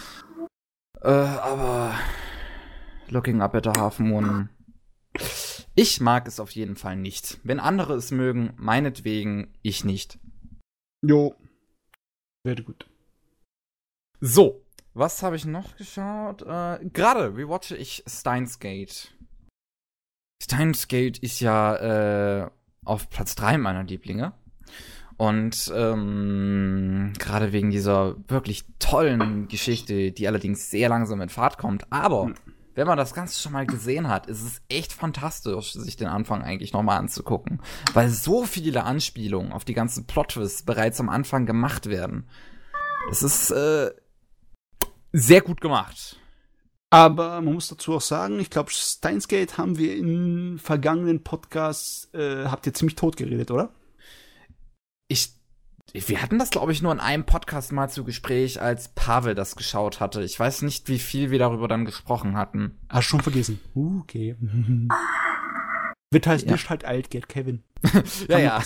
Aber Looking Up at the Half Moon, ich mag es auf jeden Fall nicht. Wenn andere es mögen, meinetwegen, ich nicht. Jo. Sehr gut. So. Was habe ich noch geschaut? Gerade rewatche ich Steins Gate. Steins Gate ist ja auf Platz 3 meiner Lieblinge. Und gerade wegen dieser wirklich tollen Geschichte, die allerdings sehr langsam in Fahrt kommt. Aber wenn man das Ganze schon mal gesehen hat, ist es echt fantastisch, sich den Anfang eigentlich nochmal anzugucken. Weil so viele Anspielungen auf die ganzen Plot-Twists bereits am Anfang gemacht werden. Das ist sehr gut gemacht. Aber man muss dazu auch sagen, ich glaube, Steins Gate haben wir in vergangenen Podcasts, habt ihr ziemlich tot geredet, oder? Wir hatten das, glaube ich, nur in einem Podcast mal zu Gespräch, als Pavel das geschaut hatte. Ich weiß nicht, wie viel wir darüber dann gesprochen hatten. Hast schon vergessen. Okay. Wird halt nicht halt alt, geht Kevin. Ja.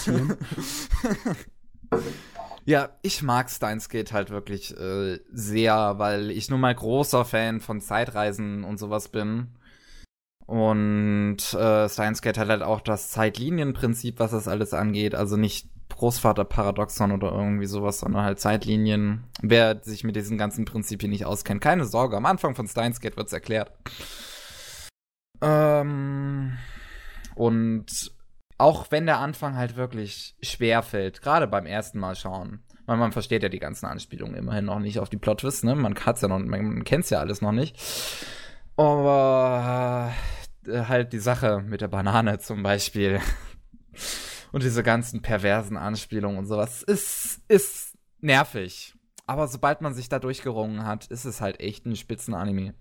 Ja, ich mag Steins Gate halt wirklich sehr, weil ich nun mal großer Fan von Zeitreisen und sowas bin. Und Steins Gate hat halt auch das Zeitlinienprinzip, was das alles angeht. Also nicht Großvaterparadoxon oder irgendwie sowas, sondern halt Zeitlinien. Wer sich mit diesen ganzen Prinzipien nicht auskennt, keine Sorge, am Anfang von Steins Gate wird's erklärt. Und auch wenn der Anfang halt wirklich schwer fällt, gerade beim ersten Mal schauen, weil man versteht ja die ganzen Anspielungen immerhin noch nicht auf die Plot-Twists, ne? Man kennt's ja alles noch nicht. Aber halt die Sache mit der Banane zum Beispiel und diese ganzen perversen Anspielungen und sowas ist nervig. Aber sobald man sich da durchgerungen hat, ist es halt echt ein Spitzen-Anime.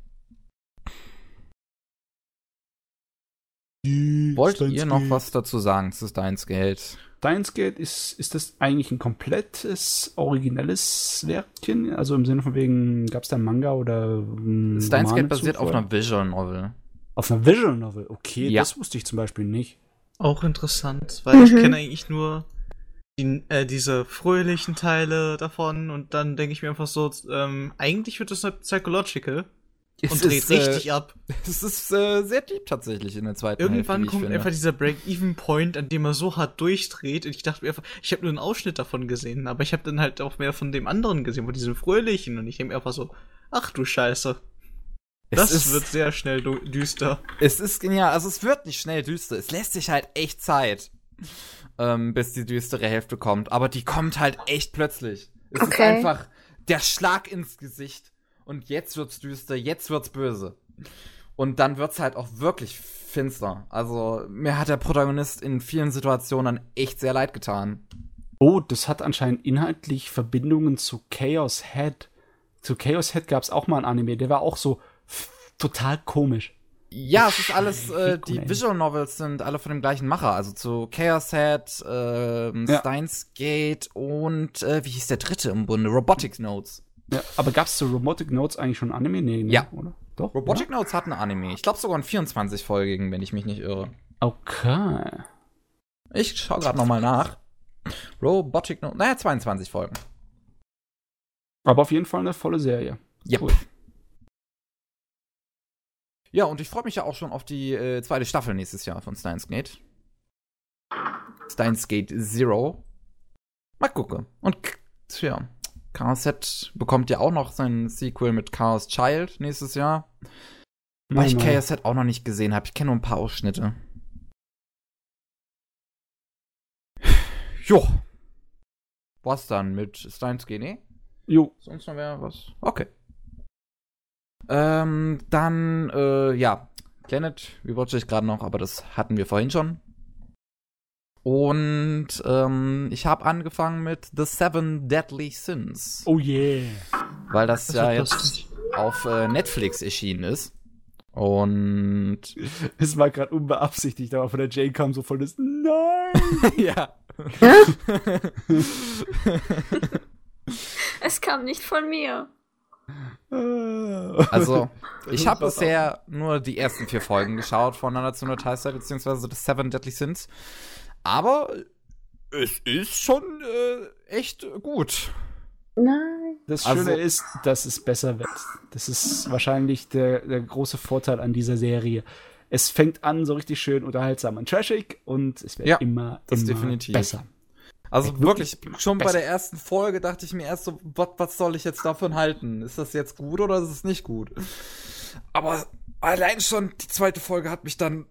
Wollt ihr noch was dazu sagen zu Steins Gate? Steins Gate, ist das eigentlich ein komplettes, originelles Werkchen? Also im Sinne von wegen, gab es da einen Manga oder Steins Gate basiert auf einer Visual Novel. Auf einer Visual Novel? Okay, ja. Das wusste ich zum Beispiel nicht. Auch interessant, weil ich kenne eigentlich nur diese fröhlichen Teile davon und dann denke ich mir einfach so, eigentlich wird das halt psychological. Und dreht richtig ab. Es ist sehr deep tatsächlich in der zweiten Irgendwann Hälfte, kommt einfach dieser Break-Even-Point, an dem er so hart durchdreht. Und ich dachte mir einfach, ich habe nur einen Ausschnitt davon gesehen, aber ich habe dann halt auch mehr von dem anderen gesehen, von diesem Fröhlichen. Und ich denke mir einfach so, ach du Scheiße. Das wird sehr schnell düster. Es ist genial. Also es wird nicht schnell düster. Es lässt sich halt echt Zeit, bis die düstere Hälfte kommt. Aber die kommt halt echt plötzlich. Es ist einfach der Schlag ins Gesicht. Und jetzt wird's düster, jetzt wird's böse. Und dann wird's halt auch wirklich finster. Also, mir hat der Protagonist in vielen Situationen dann echt sehr leid getan. Oh, das hat anscheinend inhaltlich Verbindungen zu Chaos Head. Zu Chaos Head gab es auch mal ein Anime, der war auch so total komisch. Ja, es ist alles, die ey. Visual Novels sind alle von dem gleichen Macher. Also zu Chaos Head, Steins Gate und, wie hieß der dritte im Bunde? Robotic Notes. Ja, aber gab es zu Robotic Notes eigentlich schon ein Anime? Nee, ne? Ja. Oder? Doch? Robotic Notes hat ein Anime. Ich glaube sogar einen 24-folgigen, wenn ich mich nicht irre. Okay. Ich schau gerade nochmal nach. Robotic Notes, 22 Folgen. Aber auf jeden Fall eine volle Serie. Ja. Cool. Ja, und ich freue mich ja auch schon auf die zweite Staffel nächstes Jahr von Steins Gate. Steins Gate Zero. Mal gucken. Und tja, Chaos Head bekommt ja auch noch sein Sequel mit Chaos Child nächstes Jahr. Weil ich Chaos Head auch noch nicht gesehen habe. Ich kenne nur ein paar Ausschnitte. Jo. Was dann mit Steins Gate? Nee? Jo. Sonst noch wer was? Okay. Dann, ja, Planet rewatche ich gerade noch, aber das hatten wir vorhin schon. Und ich habe angefangen mit The Seven Deadly Sins. Oh yeah. Weil das Das ja wird jetzt lustig. auf Netflix erschienen ist. Und Es war gerade unbeabsichtigt, aber von der Jane kam so voll das Nein! ja. Es kam nicht von mir. Also, ich habe bisher nur die ersten 4 Folgen geschaut von Nanatsu no Taizai, beziehungsweise The Seven Deadly Sins. Aber es ist schon echt gut. Nein. Das Also- Schöne ist, dass es besser wird. Das ist wahrscheinlich der große Vorteil an dieser Serie. Es fängt an so richtig schön unterhaltsam und trashig und es wird Ja, immer das definitiv. besser. Also Wirklich wirklich, schon bei besser. der ersten Folge dachte ich mir erst so, was soll ich jetzt davon halten? Ist das jetzt gut oder ist es nicht gut? Aber allein schon die zweite Folge hat mich dann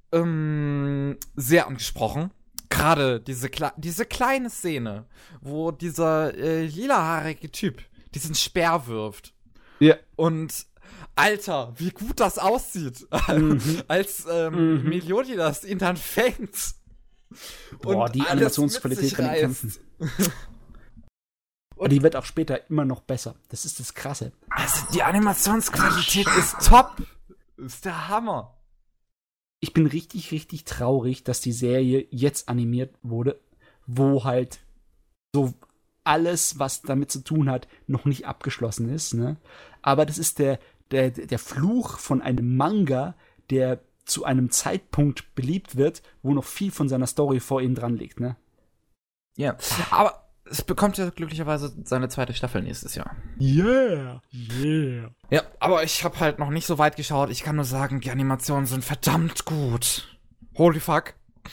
sehr angesprochen. Gerade diese kleine Szene, wo dieser lilahaarige Typ diesen Speer wirft. Ja. Und Alter, wie gut das aussieht, als Meliodas ihn dann fängt. Boah, Und die alles Animationsqualität mit sich bei den Kämpfen. reißt. Und die wird auch später immer noch besser. Das ist das Krasse. Also die Animationsqualität ist top. Ist der Hammer. Ich bin richtig, richtig traurig, dass die Serie jetzt animiert wurde, wo halt so alles, was damit zu tun hat, noch nicht abgeschlossen ist, ne? Aber das ist der Fluch von einem Manga, der zu einem Zeitpunkt beliebt wird, wo noch viel von seiner Story vor ihm dran liegt, ne? Ja, aber es bekommt ja glücklicherweise seine zweite Staffel nächstes Jahr. Yeah, yeah. Ja, aber ich habe halt noch nicht so weit geschaut. Ich kann nur sagen, die Animationen sind verdammt gut. Holy fuck.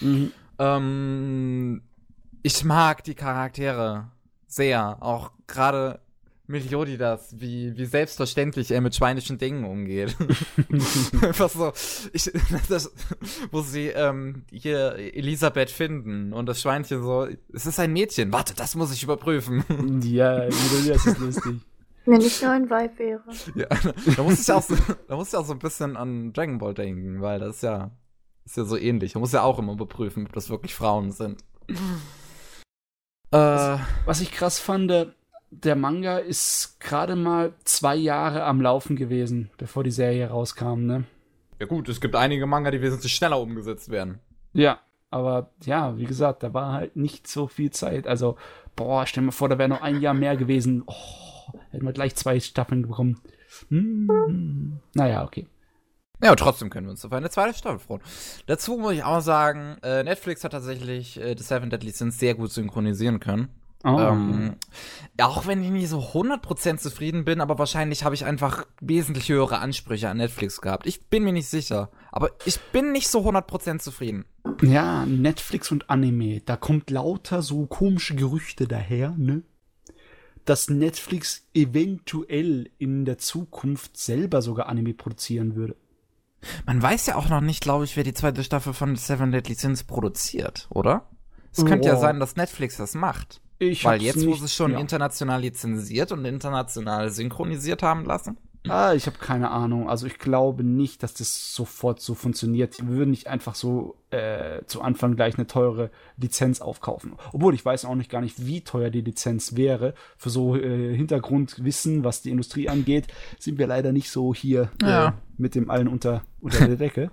Ich mag die Charaktere sehr. Auch gerade Meliodas, wie selbstverständlich er mit schweinischen Dingen umgeht. Einfach so, wo sie hier Elisabeth finden und das Schweinchen so, es ist ein Mädchen, warte, das muss ich überprüfen. Ja, das ist lustig. Wenn ich nur ein Weib wäre. Ja, da muss ich auch so ein bisschen an Dragon Ball denken, weil das ist ja so ähnlich. Man muss ja auch immer überprüfen, ob das wirklich Frauen sind. Was ich krass fand, der Manga ist gerade mal 2 Jahre am Laufen gewesen, bevor die Serie rauskam, ne? Ja gut, es gibt einige Manga, die wesentlich schneller umgesetzt werden. Ja, aber ja, wie gesagt, da war halt nicht so viel Zeit. Also, boah, stell dir mal vor, da wäre noch ein Jahr mehr gewesen. Oh, hätten wir gleich 2 Staffeln bekommen. Naja, okay. Ja, aber trotzdem können wir uns auf eine zweite Staffel freuen. Dazu muss ich auch sagen, Netflix hat tatsächlich The Seven Deadly Sins sehr gut synchronisieren können. Auch wenn ich nicht so 100% zufrieden bin, aber wahrscheinlich habe ich einfach wesentlich höhere Ansprüche an Netflix gehabt. Ich bin mir nicht sicher, aber ich bin nicht so 100% zufrieden. Ja, Netflix und Anime, da kommt lauter so komische Gerüchte daher, ne? Dass Netflix eventuell in der Zukunft selber sogar Anime produzieren würde. Man weiß ja auch noch nicht, glaube ich, wer die zweite Staffel von The Seven Deadly Sins produziert, oder? Es könnte ja sein, dass Netflix das macht. Weil jetzt, wo sie es schon international lizenziert und international synchronisiert haben lassen. Ich habe keine Ahnung. Also ich glaube nicht, dass das sofort so funktioniert. Wir würden nicht einfach so zu Anfang gleich eine teure Lizenz aufkaufen. Obwohl ich weiß auch nicht gar nicht, wie teuer die Lizenz wäre. Für so Hintergrundwissen, was die Industrie angeht, sind wir leider nicht so hier mit dem allen unter der Decke.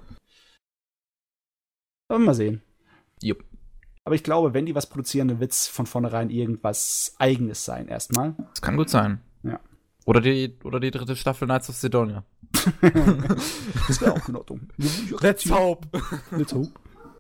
Aber mal sehen. Jupp. Aber ich glaube, wenn die was produzieren, dann wird es von vornherein irgendwas Eigenes sein erstmal. Das kann gut sein. Ja. Oder die 3. Staffel Knights of Sidonia. Das wäre auch in Ordnung. Let's hope. Let's hope.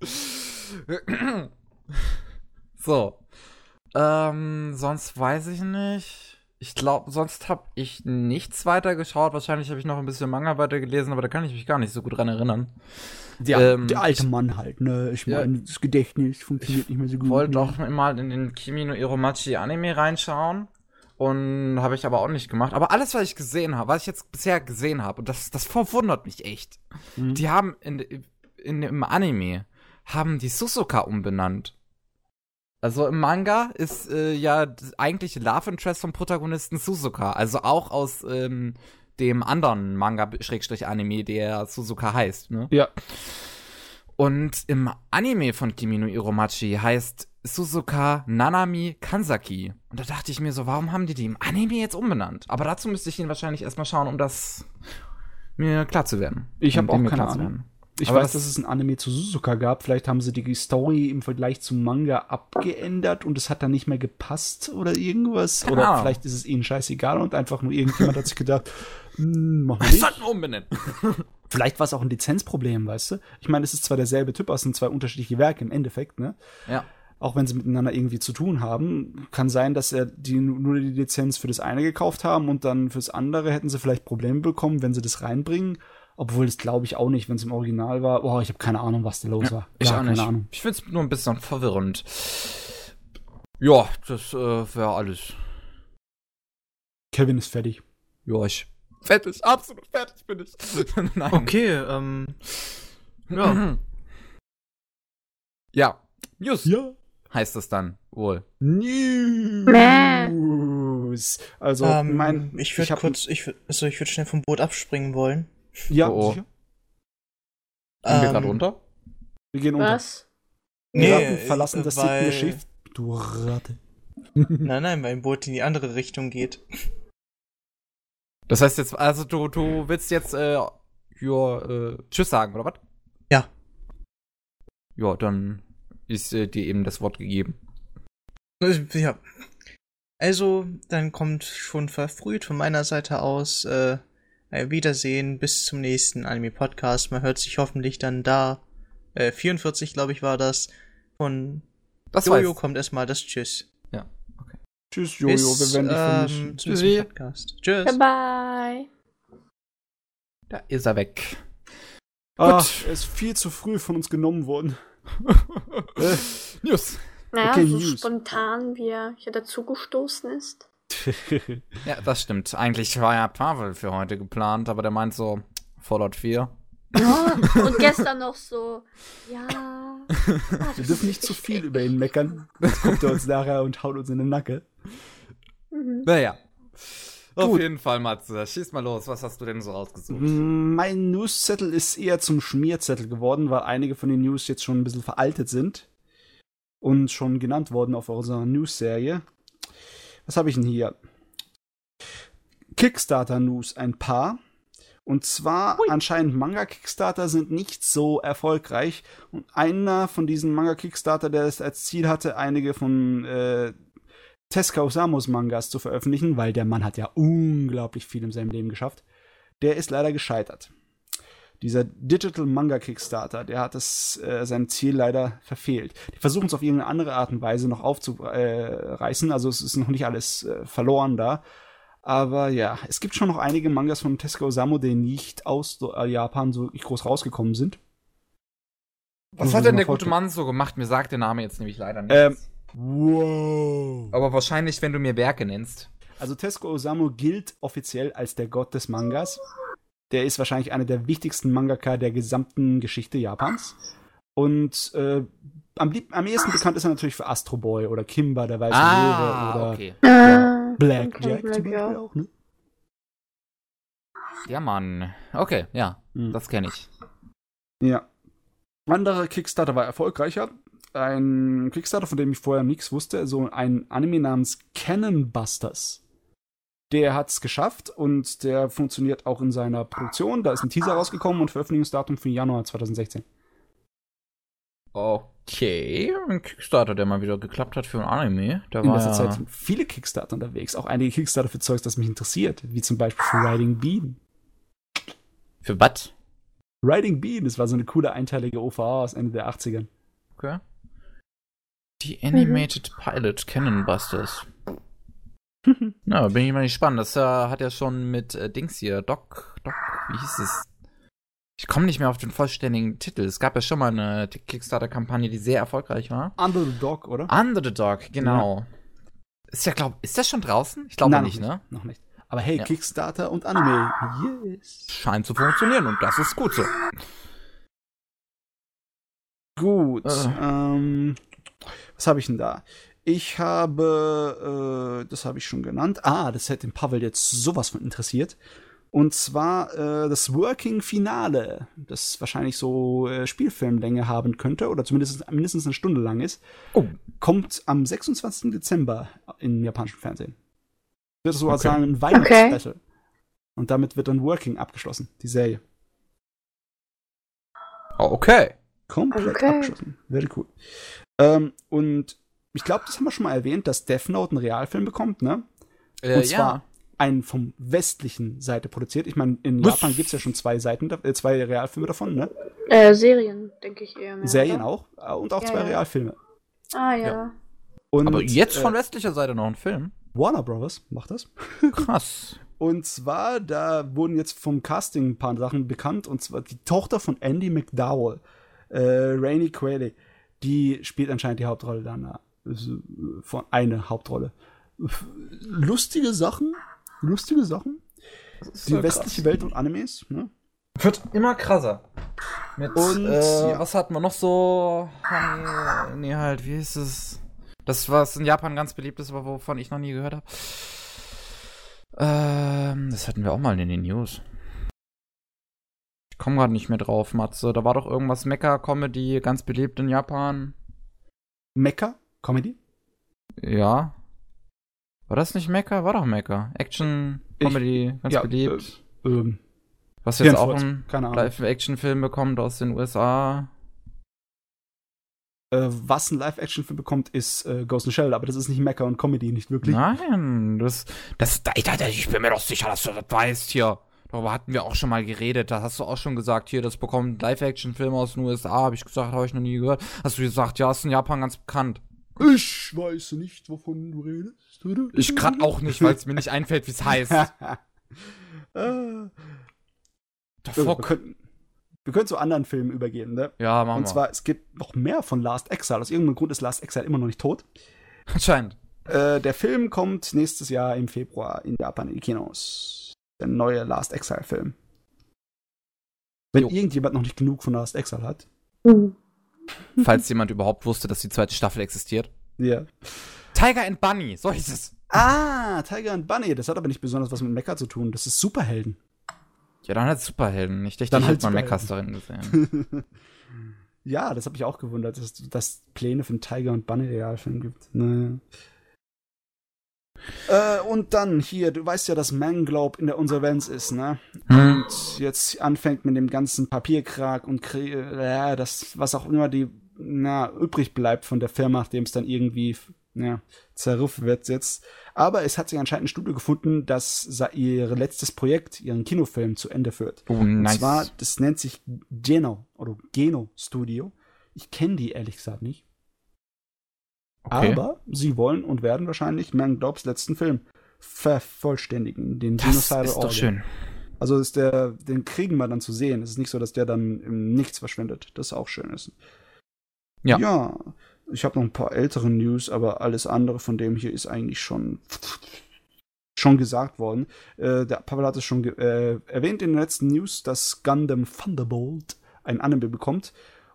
So. Sonst weiß ich nicht. Ich glaube, sonst habe ich nichts weiter geschaut. Wahrscheinlich habe ich noch ein bisschen Manga weiter gelesen, aber da kann ich mich gar nicht so gut dran erinnern. Der alte Mann halt, ne? Ich meine, das Gedächtnis funktioniert nicht mehr so gut. Ich wollte doch mal in den Kimi no Iromachi Anime reinschauen. Und habe ich aber auch nicht gemacht. Aber alles, was ich gesehen habe, was ich jetzt bisher gesehen habe, und das verwundert mich echt. Mhm. Die haben im Anime haben die Suzuka umbenannt. Also im Manga ist ja das eigentliche Love Interest vom Protagonisten Suzuka. Also auch aus dem anderen Manga-Anime, der Suzuka heißt, ne? Ja. Und im Anime von Kimi no Iromachi heißt Suzuka Nanami Kansaki. Und da dachte ich mir so, warum haben die im Anime jetzt umbenannt? Aber dazu müsste ich ihn wahrscheinlich erstmal schauen, um das mir klar zu werden. Ich habe auch keine Ahnung. Ich weiß, dass es ein Anime zu Suzuka gab. Vielleicht haben sie die Story im Vergleich zum Manga abgeändert und es hat dann nicht mehr gepasst oder irgendwas. Keine oder Ahnung. Vielleicht ist es ihnen scheißegal und einfach nur irgendjemand hat sich gedacht, mach mal nicht. sollten umbenennen. Vielleicht war es auch ein Lizenzproblem, weißt du? Ich meine, es ist zwar derselbe Typ, aber es sind zwei unterschiedliche Werke im Endeffekt, ne? Ja. Auch wenn sie miteinander irgendwie zu tun haben. Kann sein, dass nur die Lizenz für das eine gekauft haben und dann fürs andere hätten sie vielleicht Probleme bekommen, wenn sie das reinbringen. Obwohl, das glaube ich auch nicht, wenn es im Original war. Boah, ich habe keine Ahnung, was da los war. Ich auch nicht. Keine Ahnung. Ich finde es nur ein bisschen verwirrend. Ja, das wäre alles. Kevin ist fertig. Ja, fertig, absolut fertig bin ich. Nein. Okay, ja. Ja, News Ja. heißt es dann wohl. News. Also, ich würde schnell vom Boot abspringen wollen. Ja, Oh. sicher. Gehen wir gerade runter? Wir gehen unter. Was? Wir Nee, Ratten verlassen das sinkende weil- Schiff. Du Ratte. Nein, weil ein Boot in die andere Richtung geht. Das heißt jetzt, also du willst jetzt Tschüss sagen, oder was? Ja. Ja, dann ist dir eben das Wort gegeben. Ja. Also, dann kommt schon verfrüht von meiner Seite aus Wiedersehen bis zum nächsten Anime-Podcast. Man hört sich hoffentlich dann da. 44, glaube ich, war das. Von Das Jojo war's. kommt erstmal das Tschüss. Ja, okay. Tschüss, Jojo, wir werden dich vermissen. Zum Tschüssi. nächsten Podcast. Tschüss. Bye. Da ist er weg. Ach, er ist viel zu früh von uns genommen worden. News. Naja, Okay, so News. spontan, wie er hier dazugestoßen ist. Ja, das stimmt. Eigentlich war ja Pavel für heute geplant, aber der meint so, Fallout 4. Ja, und gestern noch so, ja. Wir dürfen nicht zu viel über ihn meckern. Jetzt kommt er uns nachher und haut uns in den Nacken. Mhm. Naja. Auf Gut. jeden Fall, Matze. Schieß mal los. Was hast du denn so rausgesucht? Mein Newszettel ist eher zum Schmierzettel geworden, weil einige von den News jetzt schon ein bisschen veraltet sind und schon genannt worden auf unserer News-Serie. Was habe ich denn hier? Kickstarter-News, ein paar. Und zwar anscheinend Manga-Kickstarter sind nicht so erfolgreich. Und einer von diesen Manga-Kickstarter, der es als Ziel hatte, einige von Tezuka Osamos Mangas zu veröffentlichen, weil der Mann hat ja unglaublich viel in seinem Leben geschafft, der ist leider gescheitert. Dieser Digital Manga Kickstarter, der hat sein Ziel leider verfehlt. Die versuchen es auf irgendeine andere Art und Weise noch aufzureißen, also es ist noch nicht alles verloren da. Aber ja, es gibt schon noch einige Mangas von Tezuka Osamu, die nicht aus Japan so groß rausgekommen sind. Was hat denn der gute Mann so gemacht? Mir sagt der Name jetzt nämlich leider nichts. Wow. Aber wahrscheinlich, wenn du mir Werke nennst. Also Tezuka Osamu gilt offiziell als der Gott des Mangas. Der ist wahrscheinlich einer der wichtigsten Mangaka der gesamten Geschichte Japans. Und am ehesten bekannt ist er natürlich für Astro Boy oder Kimba, der weiße Löwe oder okay. Blackjack Okay, zum Beispiel ja. auch, ne? Ja, Mann. Okay, ja, Hm. das kenne ich. Ja. Anderer Kickstarter war erfolgreicher. Ein Kickstarter, von dem ich vorher nichts wusste, so ein Anime namens Cannon Busters. Der hat es geschafft und der funktioniert auch in seiner Produktion. Da ist ein Teaser rausgekommen und Veröffentlichungsdatum für Januar 2016. Okay, ein Kickstarter, der mal wieder geklappt hat für ein Anime. Der In war letzter ja Zeit sind viele Kickstarter unterwegs. Auch einige Kickstarter für Zeugs, das mich interessiert. Wie zum Beispiel für Riding Bean. für was? Riding Bean, das war so eine coole einteilige OVA aus Ende der 80ern. Okay. Die Animated Pilot Cannon Busters. Na, bin ich mal gespannt. Das hat ja schon mit Dings hier, Doc, wie hieß es? Ich komme nicht mehr auf den vollständigen Titel. Es gab ja schon mal eine Kickstarter-Kampagne, die sehr erfolgreich war. Under the Dog, oder? Under the Dog, genau. Ist das schon draußen? Ich glaube Nein, nicht, ne? Noch nicht. Aber hey, Ja. Kickstarter und Anime. Yes. Scheint zu funktionieren und das ist gut so. Gut. Was habe ich denn da? Ich habe, das habe ich schon genannt. Das hätte den Pavel jetzt sowas von interessiert. Und zwar das Working Finale, das wahrscheinlich so Spielfilmlänge haben könnte oder zumindest mindestens eine Stunde lang ist, Oh. kommt am 26. Dezember im japanischen Fernsehen. Wird so Okay. als sagen ein Weihnachtsspecial. Und damit wird dann Working abgeschlossen, die Serie. Okay. Komplett Okay. abgeschlossen. Very cool. Und ich glaube, das haben wir schon mal erwähnt, dass Death Note einen Realfilm bekommt, ne? Und zwar einen vom westlichen Seite produziert. Ich meine, in Was? Japan gibt es ja schon zwei Realfilme davon, ne? Serien, denke ich eher mehr. Serien oder? auch. Und auch Ja, zwei ja. Realfilme. Ah, ja. Ja. Und, Aber jetzt von westlicher Seite noch ein Film? Warner Brothers macht das. Krass. Und zwar, da wurden jetzt vom Casting ein paar Sachen bekannt. Und zwar die Tochter von Andy McDowell, Rainey Qualley, die spielt anscheinend die Hauptrolle dann. Von eine Hauptrolle. Lustige Sachen. Die westliche Welt und Animes, ne? Wird immer krasser. Und, ja. Was hatten wir noch so? Nee, halt, wie hieß es? Das, was in Japan ganz beliebt ist, aber wovon ich noch nie gehört habe. Das hatten wir auch mal in den News. Ich komme gerade nicht mehr drauf, Matze. Da war doch irgendwas Mecha-Comedy, ganz beliebt in Japan. Mecha? Comedy? Ja. War das nicht Mecha? War doch Mecha. Action, Comedy, ganz beliebt. Was jetzt auch ein keine Ahnung. Live-Action-Film bekommt aus den USA. Was ein Live-Action-Film bekommt, ist Ghost in the Shell, aber das ist nicht Mecha und Comedy, nicht wirklich. Nein, ich bin mir doch sicher, dass du das weißt hier. Darüber hatten wir auch schon mal geredet. Da hast du auch schon gesagt, hier, das bekommt ein Live-Action-Film aus den USA. Habe ich gesagt, habe ich noch nie gehört. Hast du gesagt, ja, ist in Japan ganz bekannt. Ich weiß nicht, wovon du redest. Ich gerade auch nicht, weil es mir nicht einfällt, wie es heißt. Wir Fuck. können zu anderen Filmen übergehen, ne? Ja, machen Und zwar, es gibt noch mehr von Last Exile. Aus irgendeinem Grund ist Last Exile immer noch nicht tot. Anscheinend. Der Film kommt nächstes Jahr im Februar in Japan in die Kinos. Der neue Last Exile-Film. Wenn Jo. irgendjemand noch nicht genug von Last Exile hat. Falls jemand überhaupt wusste, dass die zweite Staffel existiert. Ja. Tiger and Bunny, so hieß es. Tiger and Bunny. Das hat aber nicht besonders was mit Mecha zu tun. Das ist Superhelden. Ja, dann halt Superhelden. Ich dachte, Dann ich halt hätte mal Superhelden. Mecha-Story gesehen. Ja, das habe ich auch gewundert, dass Pläne für einen Tiger and Bunny Realfilm gibt. Naja. Und dann hier, du weißt ja, dass Manglobe in der Insolvenz ist, ne? Hm. Und jetzt anfängt mit dem ganzen Papierkrag und das, was auch immer übrig bleibt von der Firma, nachdem es dann irgendwie zerrüfft wird jetzt. Aber es hat sich anscheinend ein Studio gefunden, das ihr letztes Projekt, ihren Kinofilm, zu Ende führt. Oh, nice. Und zwar, das nennt sich Geno Studio. Ich kenne die ehrlich gesagt nicht. Okay. Aber sie wollen und werden wahrscheinlich Manglobes letzten Film vervollständigen. Den Das Genocidal ist doch Order. schön. Also den kriegen wir dann zu sehen. Es ist nicht so, dass der dann im Nichts verschwindet. Das auch schön ist. Ja. Ja, ich habe noch ein paar ältere News, aber alles andere von dem hier ist eigentlich schon gesagt worden. Der Pavel hat es schon erwähnt in den letzten News, dass Gundam Thunderbolt ein Anime bekommt.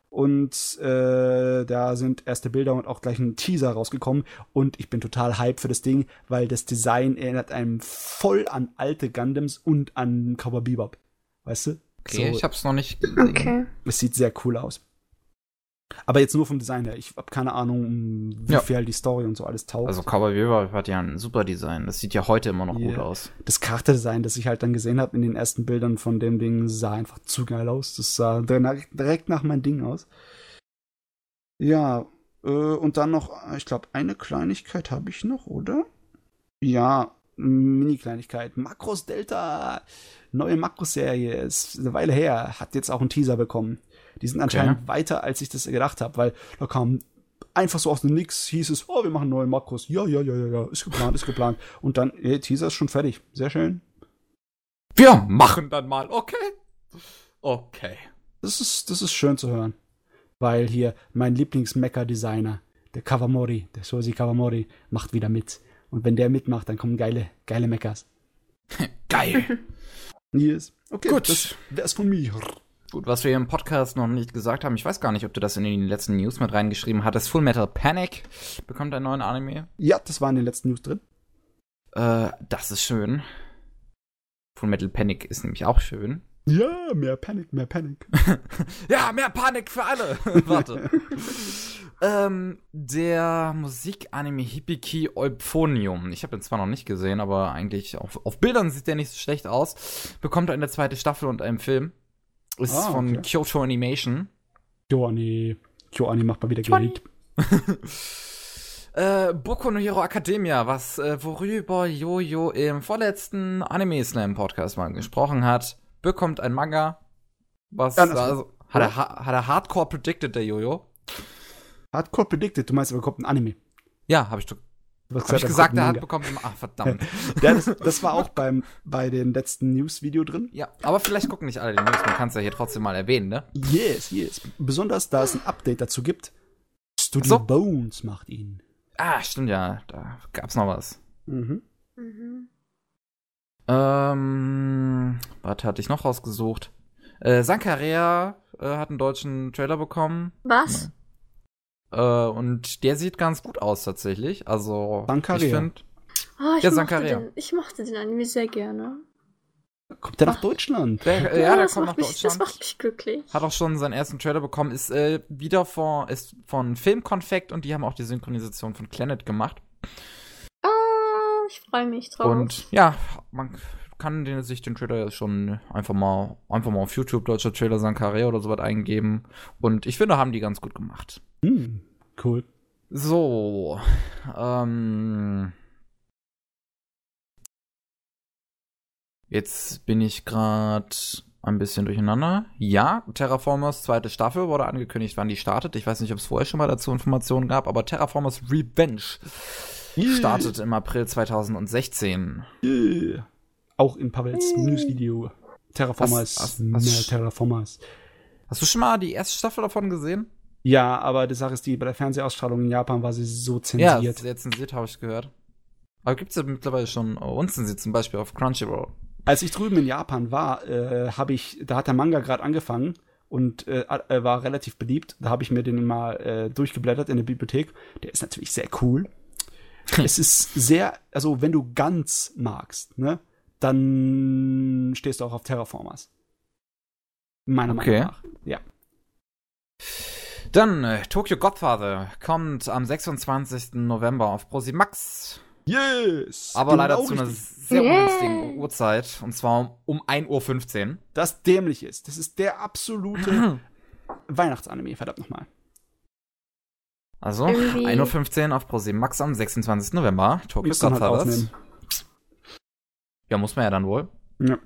Und da sind erste Bilder und auch gleich ein Teaser rausgekommen. Und ich bin total hyped für das Ding, weil das Design erinnert einem voll an alte Gundams und an Cowboy Bebop. Weißt du? Okay, ich hab's noch nicht gesehen. Okay. Es sieht sehr cool aus. Aber jetzt nur vom Design her. Ich habe keine Ahnung, wie viel die Story und so alles taugt. Also Cowboy Bebop hat ja ein super Design. Das sieht ja heute immer noch gut aus. Das Charakterdesign, das ich halt dann gesehen habe in den ersten Bildern von dem Ding, sah einfach zu geil aus. Das sah direkt nach meinem Ding aus. Ja, und dann noch, ich glaube, eine Kleinigkeit habe ich noch, oder? Ja, Mini-Kleinigkeit. Macros Delta, neue Makros-Serie, ist eine Weile her, hat jetzt auch einen Teaser bekommen. Die sind anscheinend weiter, als ich das gedacht habe, weil da kam einfach so aus dem Nix, hieß es, wir machen neue Makros. Ja, ist geplant. Und dann, Teaser ist schon fertig. Sehr schön. Wir machen dann mal, okay. Das ist schön zu hören. Weil hier mein Lieblings-Mecha-Designer, der Shoji Kawamori, macht wieder mit. Und wenn der mitmacht, dann kommen geile Mechas. Geil. Yes. Okay, gut. Das wär's von mir. Gut, was wir im Podcast noch nicht gesagt haben, ich weiß gar nicht, ob du das in den letzten News mit reingeschrieben hattest. Full Metal Panic bekommt einen neuen Anime. Ja, das war in den letzten News drin. Das ist schön. Full Metal Panic ist nämlich auch schön. Ja, mehr Panik. Ja, mehr Panik für alle. Warte. Der Musikanime Hibiki Euphonium, ich habe den zwar noch nicht gesehen, aber eigentlich auf Bildern sieht der nicht so schlecht aus, bekommt eine zweite Staffel und einen Film. Ist von Kyoto Animation. KyoAni macht mal wieder Geld. Boku no Hero Academia, worüber Jojo im vorletzten Anime Slam Podcast mal gesprochen hat, bekommt ein Manga. Hat er Hardcore predicted, der Jojo? Hardcore predicted, du meinst, er bekommt ein Anime. Ja, habe ich gesagt, er bekommt einen Manga. Verdammt. Ja, das war auch bei den letzten News-Video drin. Ja, aber vielleicht gucken nicht alle die News, man kann es ja hier trotzdem mal erwähnen, ne? Yes. Besonders, da es ein Update dazu gibt. Studio Bones macht ihn. Ah, stimmt ja, da gab's noch was. Was hatte ich noch rausgesucht? Sankarea hat einen deutschen Trailer bekommen. Was? Und der sieht ganz gut aus tatsächlich. Also, Sankarea. ich finde. Ich mochte den Anime sehr gerne. Kommt der nach Deutschland? Der kommt nach Deutschland. Das macht mich glücklich. Hat auch schon seinen ersten Trailer bekommen. Ist von Filmkonfekt und die haben auch die Synchronisation von Clannad gemacht. Ich freue mich drauf. Und ja, man kann sich den Trailer schon einfach mal auf YouTube deutscher Trailer Sankarea oder sowas eingeben. Und ich finde, haben die ganz gut gemacht. Cool. So, jetzt bin ich gerade ein bisschen durcheinander. Ja, Terraformers zweite Staffel wurde angekündigt, wann die startet. Ich weiß nicht, ob es vorher schon mal dazu Informationen gab, aber Terraformers Revenge startet im April 2016. Auch in Pavels News-Video. Terraformers. Terraformers. Hast du schon mal die erste Staffel davon gesehen? Ja, aber die Sache ist bei der Fernsehausstrahlung in Japan war sie so zensiert. Ja, sehr zensiert, habe ich gehört. Aber gibt es ja mittlerweile schon unzensiert, zum Beispiel auf Crunchyroll. Als ich drüben in Japan war, da hat der Manga gerade angefangen und war relativ beliebt. Da habe ich mir den mal durchgeblättert in der Bibliothek. Der ist natürlich sehr cool. Es ist sehr, also wenn du ganz magst, ne, dann stehst du auch auf Terraformers. Meiner Meinung nach. Ja. Dann Tokyo Godfather kommt am 26. November auf ProSimax. Yes! Aber leider zu einer sehr ungünstigen Uhrzeit. Und zwar um 1:15 Uhr. Das dämlich ist. Das ist der absolute Weihnachtsanime, verdammt nochmal. Also 1:15 Uhr auf ProSimax am 26. November. Tokyo Godfather. Halt ja, muss man ja dann wohl. Ja.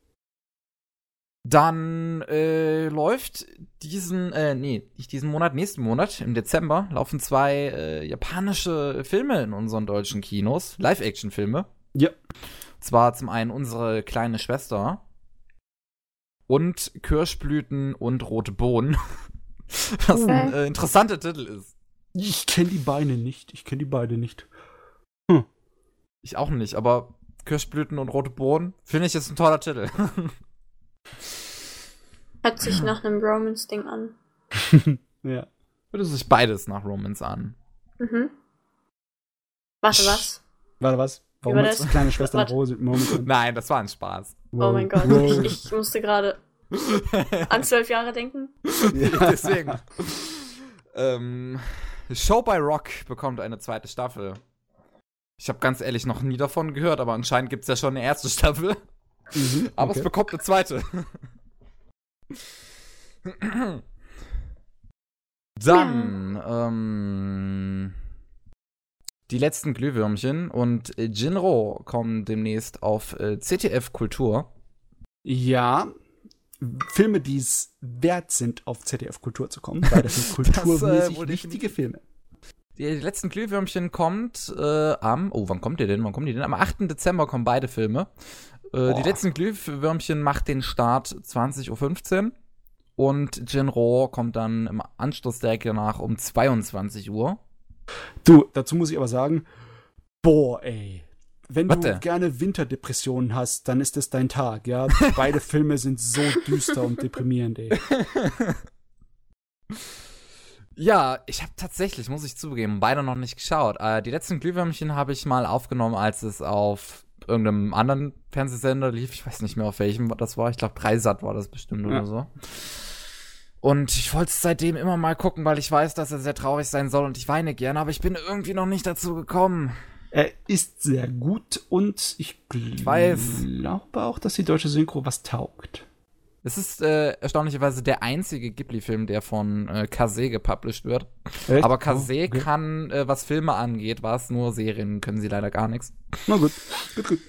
Dann läuft nächsten Monat, im Dezember, laufen 2 japanische Filme in unseren deutschen Kinos. Live-Action-Filme. Ja. Zwar zum einen Unsere kleine Schwester und Kirschblüten und rote Bohnen. Was ein interessanter Titel ist. Ich kenne die beide nicht. Ich auch nicht, aber Kirschblüten und rote Bohnen finde ich ist ein toller Titel. Hört sich nach einem Romance-Ding an. Ja. Würde sich beides nach Romance an. Mhm. Warte, was? Warte, was? Warum war hat das? kleine Schwester Warte. Rose momentan? Nein, das war ein Spaß. Oh mein Gott, Wow. ich musste gerade an 12 Jahre denken. Ja. Deswegen. Show by Rock bekommt eine zweite Staffel. Ich habe ganz ehrlich noch nie davon gehört, aber anscheinend gibt es ja schon eine erste Staffel. Mhm, Aber okay. es bekommt eine zweite. Dann, die letzten Glühwürmchen und Jinro kommen demnächst auf ZDF Kultur. Ja, Filme, die es wert sind, auf ZDF Kultur zu kommen, weil das sind kulturmäßig wohl wichtige Filme. Die letzten Glühwürmchen kommt wann kommt die denn? Am 8. Dezember kommen beide Filme. Die letzten Glühwürmchen macht den Start 20:15 Uhr. Und Jinro kommt dann im Anschluss direkt danach um 22 Uhr. Du, dazu muss ich aber sagen, boah, ey. Wenn du Warte. gerne Winterdepressionen hast, dann ist das dein Tag, ja. Beide Filme sind so düster und deprimierend, ey. Ja, ich habe tatsächlich, muss ich zugeben, beide noch nicht geschaut. Die letzten Glühwürmchen habe ich mal aufgenommen, als es auf irgendeinem anderen Fernsehsender lief. Ich weiß nicht mehr, auf welchem das war. Ich glaube, 3sat war das bestimmt oder so. Und ich wollte es seitdem immer mal gucken, weil ich weiß, dass er sehr traurig sein soll und ich weine gerne, aber ich bin irgendwie noch nicht dazu gekommen. Er ist sehr gut und ich weiß. glaube auch, dass die deutsche Synchro was taugt. Es ist erstaunlicherweise der einzige Ghibli-Film, der von Kase gepublished wird. Echt? Aber Kase Oh, okay. kann, was Filme angeht, nur Serien können sie leider gar nichts. Na gut, gut.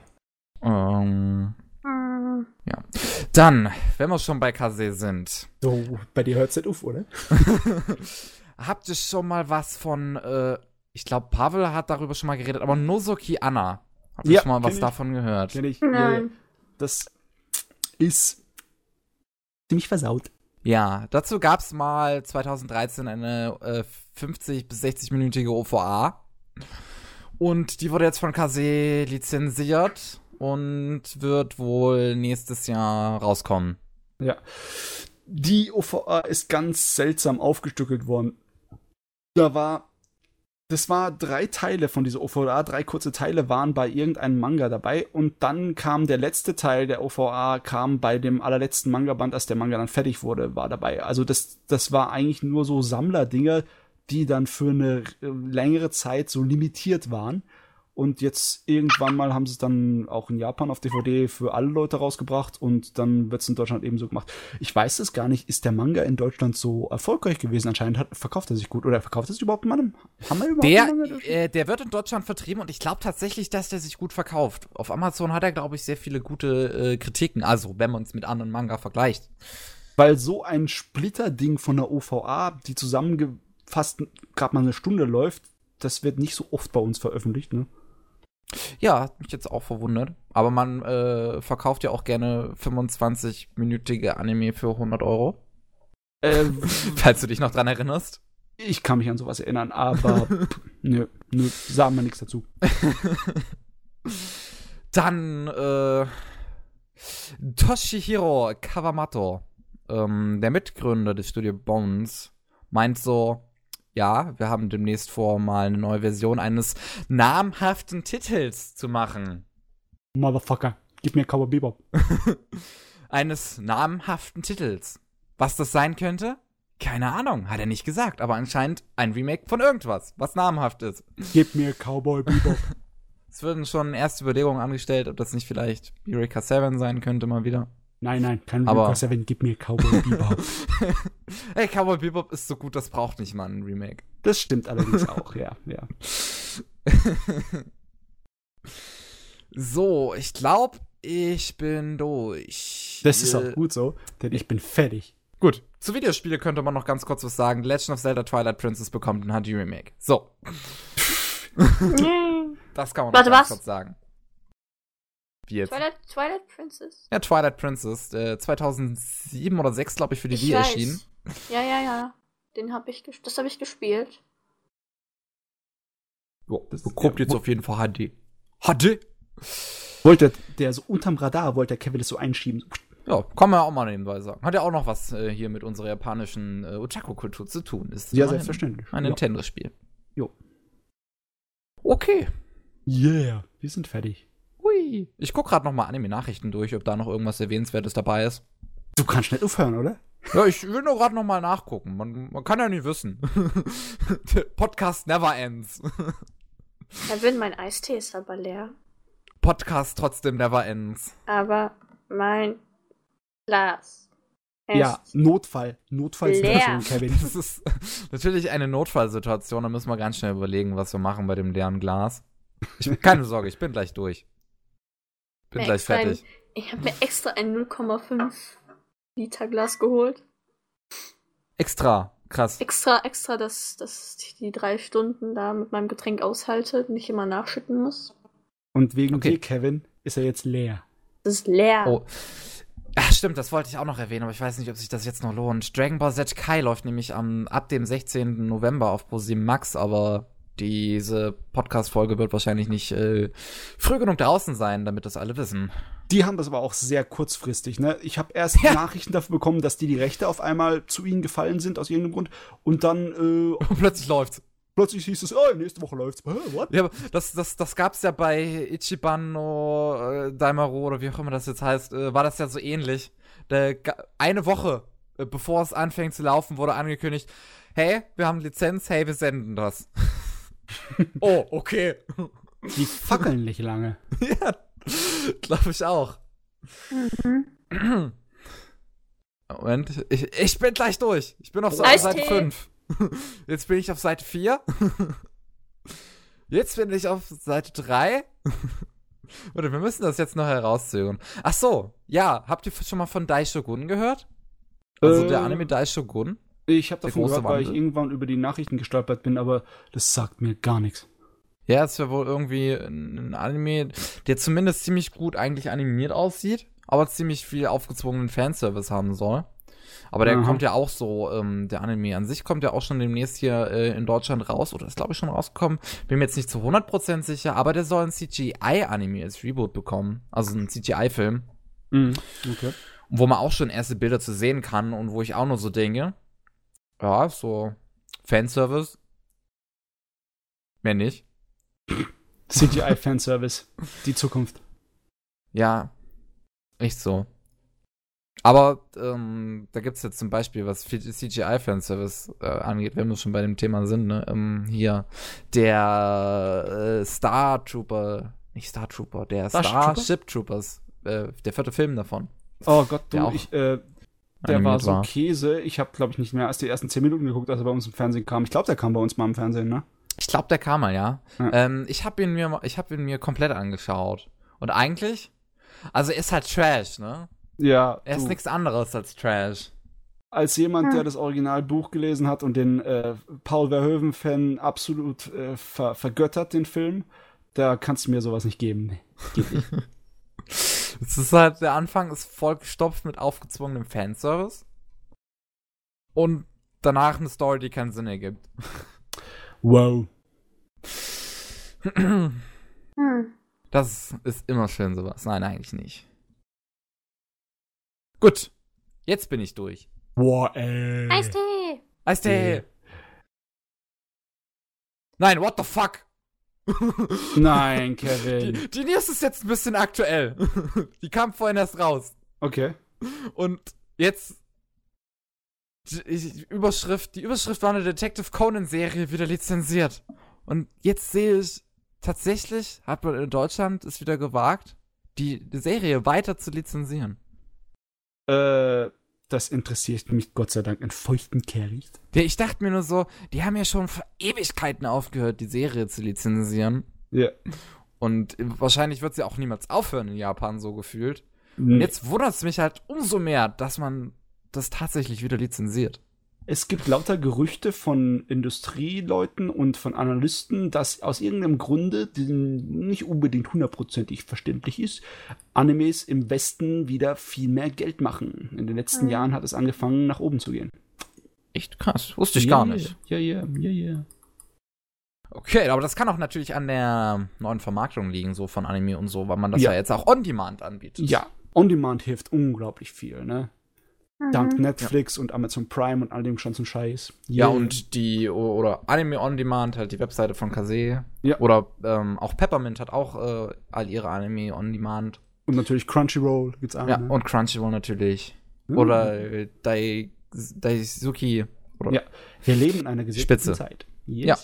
Ja. Dann, wenn wir schon bei Kase sind. So, bei dir hört's nicht auf, oder? Habt ihr schon mal was von, ich glaube, Pavel hat darüber schon mal geredet, aber Nozoki Anna. Habt ihr Ja, schon mal was kenn ich. davon gehört? Kenn ich. Nein. Ja. Das ist ziemlich versaut. Ja, dazu gab's mal 2013 eine 50- bis 60-minütige OVA. Und die wurde jetzt von Kase lizenziert und wird wohl nächstes Jahr rauskommen. Ja. Die OVA ist ganz seltsam aufgestückelt worden. Das war 3 Teile von dieser OVA, 3 kurze Teile waren bei irgendeinem Manga dabei und dann kam der letzte Teil der OVA, kam bei dem allerletzten Manga-Band, als der Manga dann fertig wurde, war dabei. Also das war eigentlich nur so Sammlerdinger, die dann für eine längere Zeit so limitiert waren. Und jetzt irgendwann mal haben sie es dann auch in Japan auf DVD für alle Leute rausgebracht und dann wird es in Deutschland ebenso gemacht. Ich weiß es gar nicht, ist der Manga in Deutschland so erfolgreich gewesen? Anscheinend verkauft er sich gut. Oder verkauft er sich überhaupt mal? Haben wir überhaupt einen Manga in Deutschland? Der wird in Deutschland vertrieben und ich glaube tatsächlich, dass der sich gut verkauft. Auf Amazon hat er, glaube ich, sehr viele gute Kritiken. Also, wenn man es mit anderen Manga vergleicht. Weil so ein Splitterding von der OVA, die zusammengefasst gerade mal eine Stunde läuft, das wird nicht so oft bei uns veröffentlicht, ne? Ja, hat mich jetzt auch verwundert. Aber man verkauft ja auch gerne 25-minütige Anime für 100 €. Falls du dich noch dran erinnerst. Ich kann mich an sowas erinnern, aber nö, sagen wir nichts dazu. Dann Toshihiro Kawamoto, der Mitgründer des Studio Bones, meint so, ja, wir haben demnächst vor, mal eine neue Version eines namhaften Titels zu machen. Motherfucker, gib mir Cowboy Bebop. Eines namhaften Titels. Was das sein könnte? Keine Ahnung, hat er nicht gesagt, aber anscheinend ein Remake von irgendwas, was namhaft ist. Gib mir Cowboy Bebop. Es wurden schon erste Überlegungen angestellt, ob das nicht vielleicht Eureka 7 sein könnte mal wieder. Nein, kein Aber- Eureka 7, gib mir Cowboy Bebop. Hey, Cowboy Bebop ist so gut, das braucht nicht mal ein Remake. Das stimmt allerdings auch, ja. So, ich glaube, ich bin durch. Das ist auch gut so, denn ich bin fertig. Gut. Zu Videospiele könnte man noch ganz kurz was sagen. Legend of Zelda Twilight Princess bekommt ein HD-Remake. So, das kann man Warte, noch ganz was? kurz sagen. Wie jetzt? Twilight Princess? Ja, Twilight Princess, 2007 oder 2006, glaube ich, für die Ich Wii weiß. erschienen. Ja. Das habe ich gespielt. Jo, das Das- bekommt ja, jetzt wo- auf jeden Fall HD. HD? Wollte der so unterm Radar, wollte der Kevin das so einschieben. Ja, kann man ja auch mal nebenbei sagen. Hat ja auch noch was hier mit unserer japanischen Otaku-Kultur zu tun. Ist Ja, immerhin selbstverständlich. Ein Ja. Nintendo-Spiel. Jo. Okay. Yeah, wir sind fertig. Hui. Ich guck gerade noch mal Anime-Nachrichten durch, ob da noch irgendwas Erwähnenswertes dabei ist. Du kannst nicht aufhören, oder? Ja, ich will nur gerade noch mal nachgucken. Man kann ja nie wissen. Der Podcast never ends. Kevin, mein Eistee ist aber leer. Podcast trotzdem never ends. Aber mein Glas ist Ja, Notfallsituation, leer. Kevin. Das ist natürlich eine Notfallsituation. Da müssen wir ganz schnell überlegen, was wir machen bei dem leeren Glas. Keine Sorge, ich bin gleich durch. Bin Ja, gleich extra fertig. Ich habe mir extra ein 0,5 Liter Glas geholt. Extra. Krass. Extra, dass ich die 3 Stunden da mit meinem Getränk aushalte und nicht immer nachschütten muss. Und wegen Okay. dir, Kevin, ist er jetzt leer. Das ist leer. Oh. Ach, stimmt, das wollte ich auch noch erwähnen, aber ich weiß nicht, ob sich das jetzt noch lohnt. Dragon Ball Z Kai läuft nämlich ab dem 16. November auf ProSieben Max, aber diese Podcast-Folge wird wahrscheinlich nicht früh genug draußen sein, damit das alle wissen. Die haben das aber auch sehr kurzfristig, ne? Ich habe erst Nachrichten dafür bekommen, dass die Rechte auf einmal zu ihnen gefallen sind, aus irgendeinem Grund. Und dann Und plötzlich läuft's. plötzlich hieß es, nächste Woche läuft's. What? Ja, aber das gab's ja bei Ichiban no Daimaro oder wie auch immer das jetzt heißt, war das ja so ähnlich. Eine Woche, bevor es anfängt zu laufen, wurde angekündigt, hey, wir haben Lizenz, hey, wir senden das. Oh, okay. Die fackeln nicht lange. Ja, glaube ich auch. Mhm. Moment, ich bin gleich durch. Ich bin auf Eistee. Seite 5. Jetzt bin ich auf Seite 4. Jetzt bin ich auf Seite 3. Warte, wir müssen das jetzt noch herauszögern. Ach so, ja, habt ihr schon mal von Daishogun gehört? Also der Anime Daishogun? Ich habe Der davon große gehört, weil ich Wandel. irgendwann über die Nachrichten gestolpert bin, aber das sagt mir gar nichts. Ja, es ist ja wohl irgendwie ein Anime, der zumindest ziemlich gut eigentlich animiert aussieht, aber ziemlich viel aufgezwungenen Fanservice haben soll. Aber der Aha. kommt ja auch so, der Anime an sich kommt ja auch schon demnächst hier in Deutschland raus, oder ist glaube ich schon rausgekommen. Bin mir jetzt nicht zu 100% sicher, aber der soll ein CGI-Anime als Reboot bekommen. Also ein CGI-Film. Mhm. Okay. Wo man auch schon erste Bilder zu sehen kann und wo ich auch nur so denke, ja, so Fanservice. Mehr nicht. CGI-Fanservice. Die Zukunft. Ja, echt so. Aber da gibt's jetzt zum Beispiel, was CGI-Fanservice angeht, wenn wir schon bei dem Thema sind, ne? Hier der Star Trooper, nicht Star Trooper, der Starship Troopers, der 4. Film davon. Oh Gott, Der auch der war animiert so war. Käse. Ich habe, glaube ich, nicht mehr als die ersten 10 Minuten geguckt, als er bei uns im Fernsehen kam. Ich glaube, der kam bei uns mal im Fernsehen, ne? Ich glaube, der kam mal, ja. Ja. Ich habe ihn mir komplett angeschaut. Und eigentlich, also er ist halt Trash, ne? Ja, Er ist du, nichts anderes als Trash. als jemand, der das Originalbuch gelesen hat und den Paul Verhoeven-Fan absolut vergöttert, den Film, da kannst du mir sowas nicht geben. Nee, geht nicht. Es ist halt, der Anfang ist vollgestopft mit aufgezwungenem Fanservice. Und danach eine Story, die keinen Sinn ergibt. Wow. Hm. Das ist immer schön sowas. Nein, eigentlich nicht. Gut, jetzt bin ich durch. Boah, ey. Eistee! Eistee! Nein, what the fuck? Nein, Kevin. Die News ist jetzt ein bisschen aktuell. Die kam vorhin erst raus. Okay. Und jetzt die Überschrift war eine Detective Conan-Serie wieder lizenziert. Und jetzt sehe ich, tatsächlich hat man in Deutschland es wieder gewagt, die Serie weiter zu lizenzieren. Das interessiert mich Gott sei Dank in feuchten Kehricht. Ja, ich dachte mir nur so, die haben ja schon vor Ewigkeiten aufgehört, die Serie zu lizenzieren. Ja. Und wahrscheinlich wird sie auch niemals aufhören in Japan, so gefühlt. Und Nee. jetzt wundert es mich halt umso mehr, dass man das tatsächlich wieder lizenziert. Es gibt lauter Gerüchte von Industrieleuten und von Analysten, dass aus irgendeinem Grunde, die nicht unbedingt hundertprozentig verständlich ist, Animes im Westen wieder viel mehr Geld machen. In den letzten Jahren hat es angefangen, nach oben zu gehen. Echt krass, wusste ich gar nicht. Ja. Okay, aber das kann auch natürlich an der neuen Vermarktung liegen, so von Anime und so, weil man das ja, Ja. jetzt auch on-demand anbietet. Ja, On-Demand hilft unglaublich viel, ne? Dank Netflix und Amazon Prime und all dem ganzen Scheiß. Ja, und oder Anime On Demand, halt die Webseite von Kase. Ja. Oder auch Peppermint hat auch all ihre Anime On Demand. Und natürlich Crunchyroll gibt's auch. Ja, Ne? und Crunchyroll natürlich. Oder Daisuki. Oder Ja, wir leben in einer gesegneten Spitze. Zeit. Yes.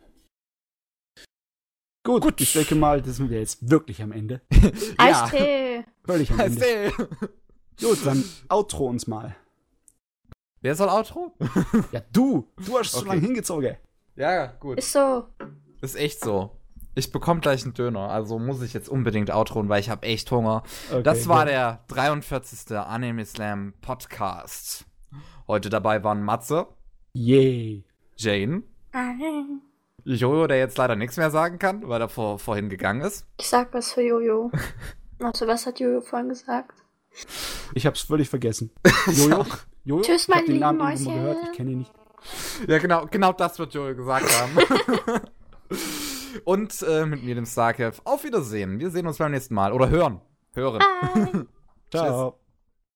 Gut, ich denke mal, das sind wir jetzt wirklich am Ende. Eistee. Völlig am Ende. Gut, dann outro uns mal. Wer soll Outro? Ja, du hast so Okay. lange hingezogen. Ja, gut. Ist so. Ist echt so. Ich bekomme gleich einen Döner, also muss ich jetzt unbedingt outroen, weil ich habe echt Hunger. Okay, Das war gut. der 43. Anime Slam Podcast. Heute dabei waren Matze, Yay. Jane, Jojo, der jetzt leider nichts mehr sagen kann, weil er vorhin gegangen ist. Ich sag was für Jojo. Also, was hat Jojo vorhin gesagt? Ich hab's völlig vergessen. Jojo? Jojo? Tschüss, Ich hab mein den Namen lieben irgendwo mal Mäuschen. gehört, ich kenne ihn nicht. Ja, genau das wird Jojo gesagt haben. Und mit mir, dem Starkev, auf Wiedersehen. Wir sehen uns beim nächsten Mal. Oder hören. Bye. Ciao.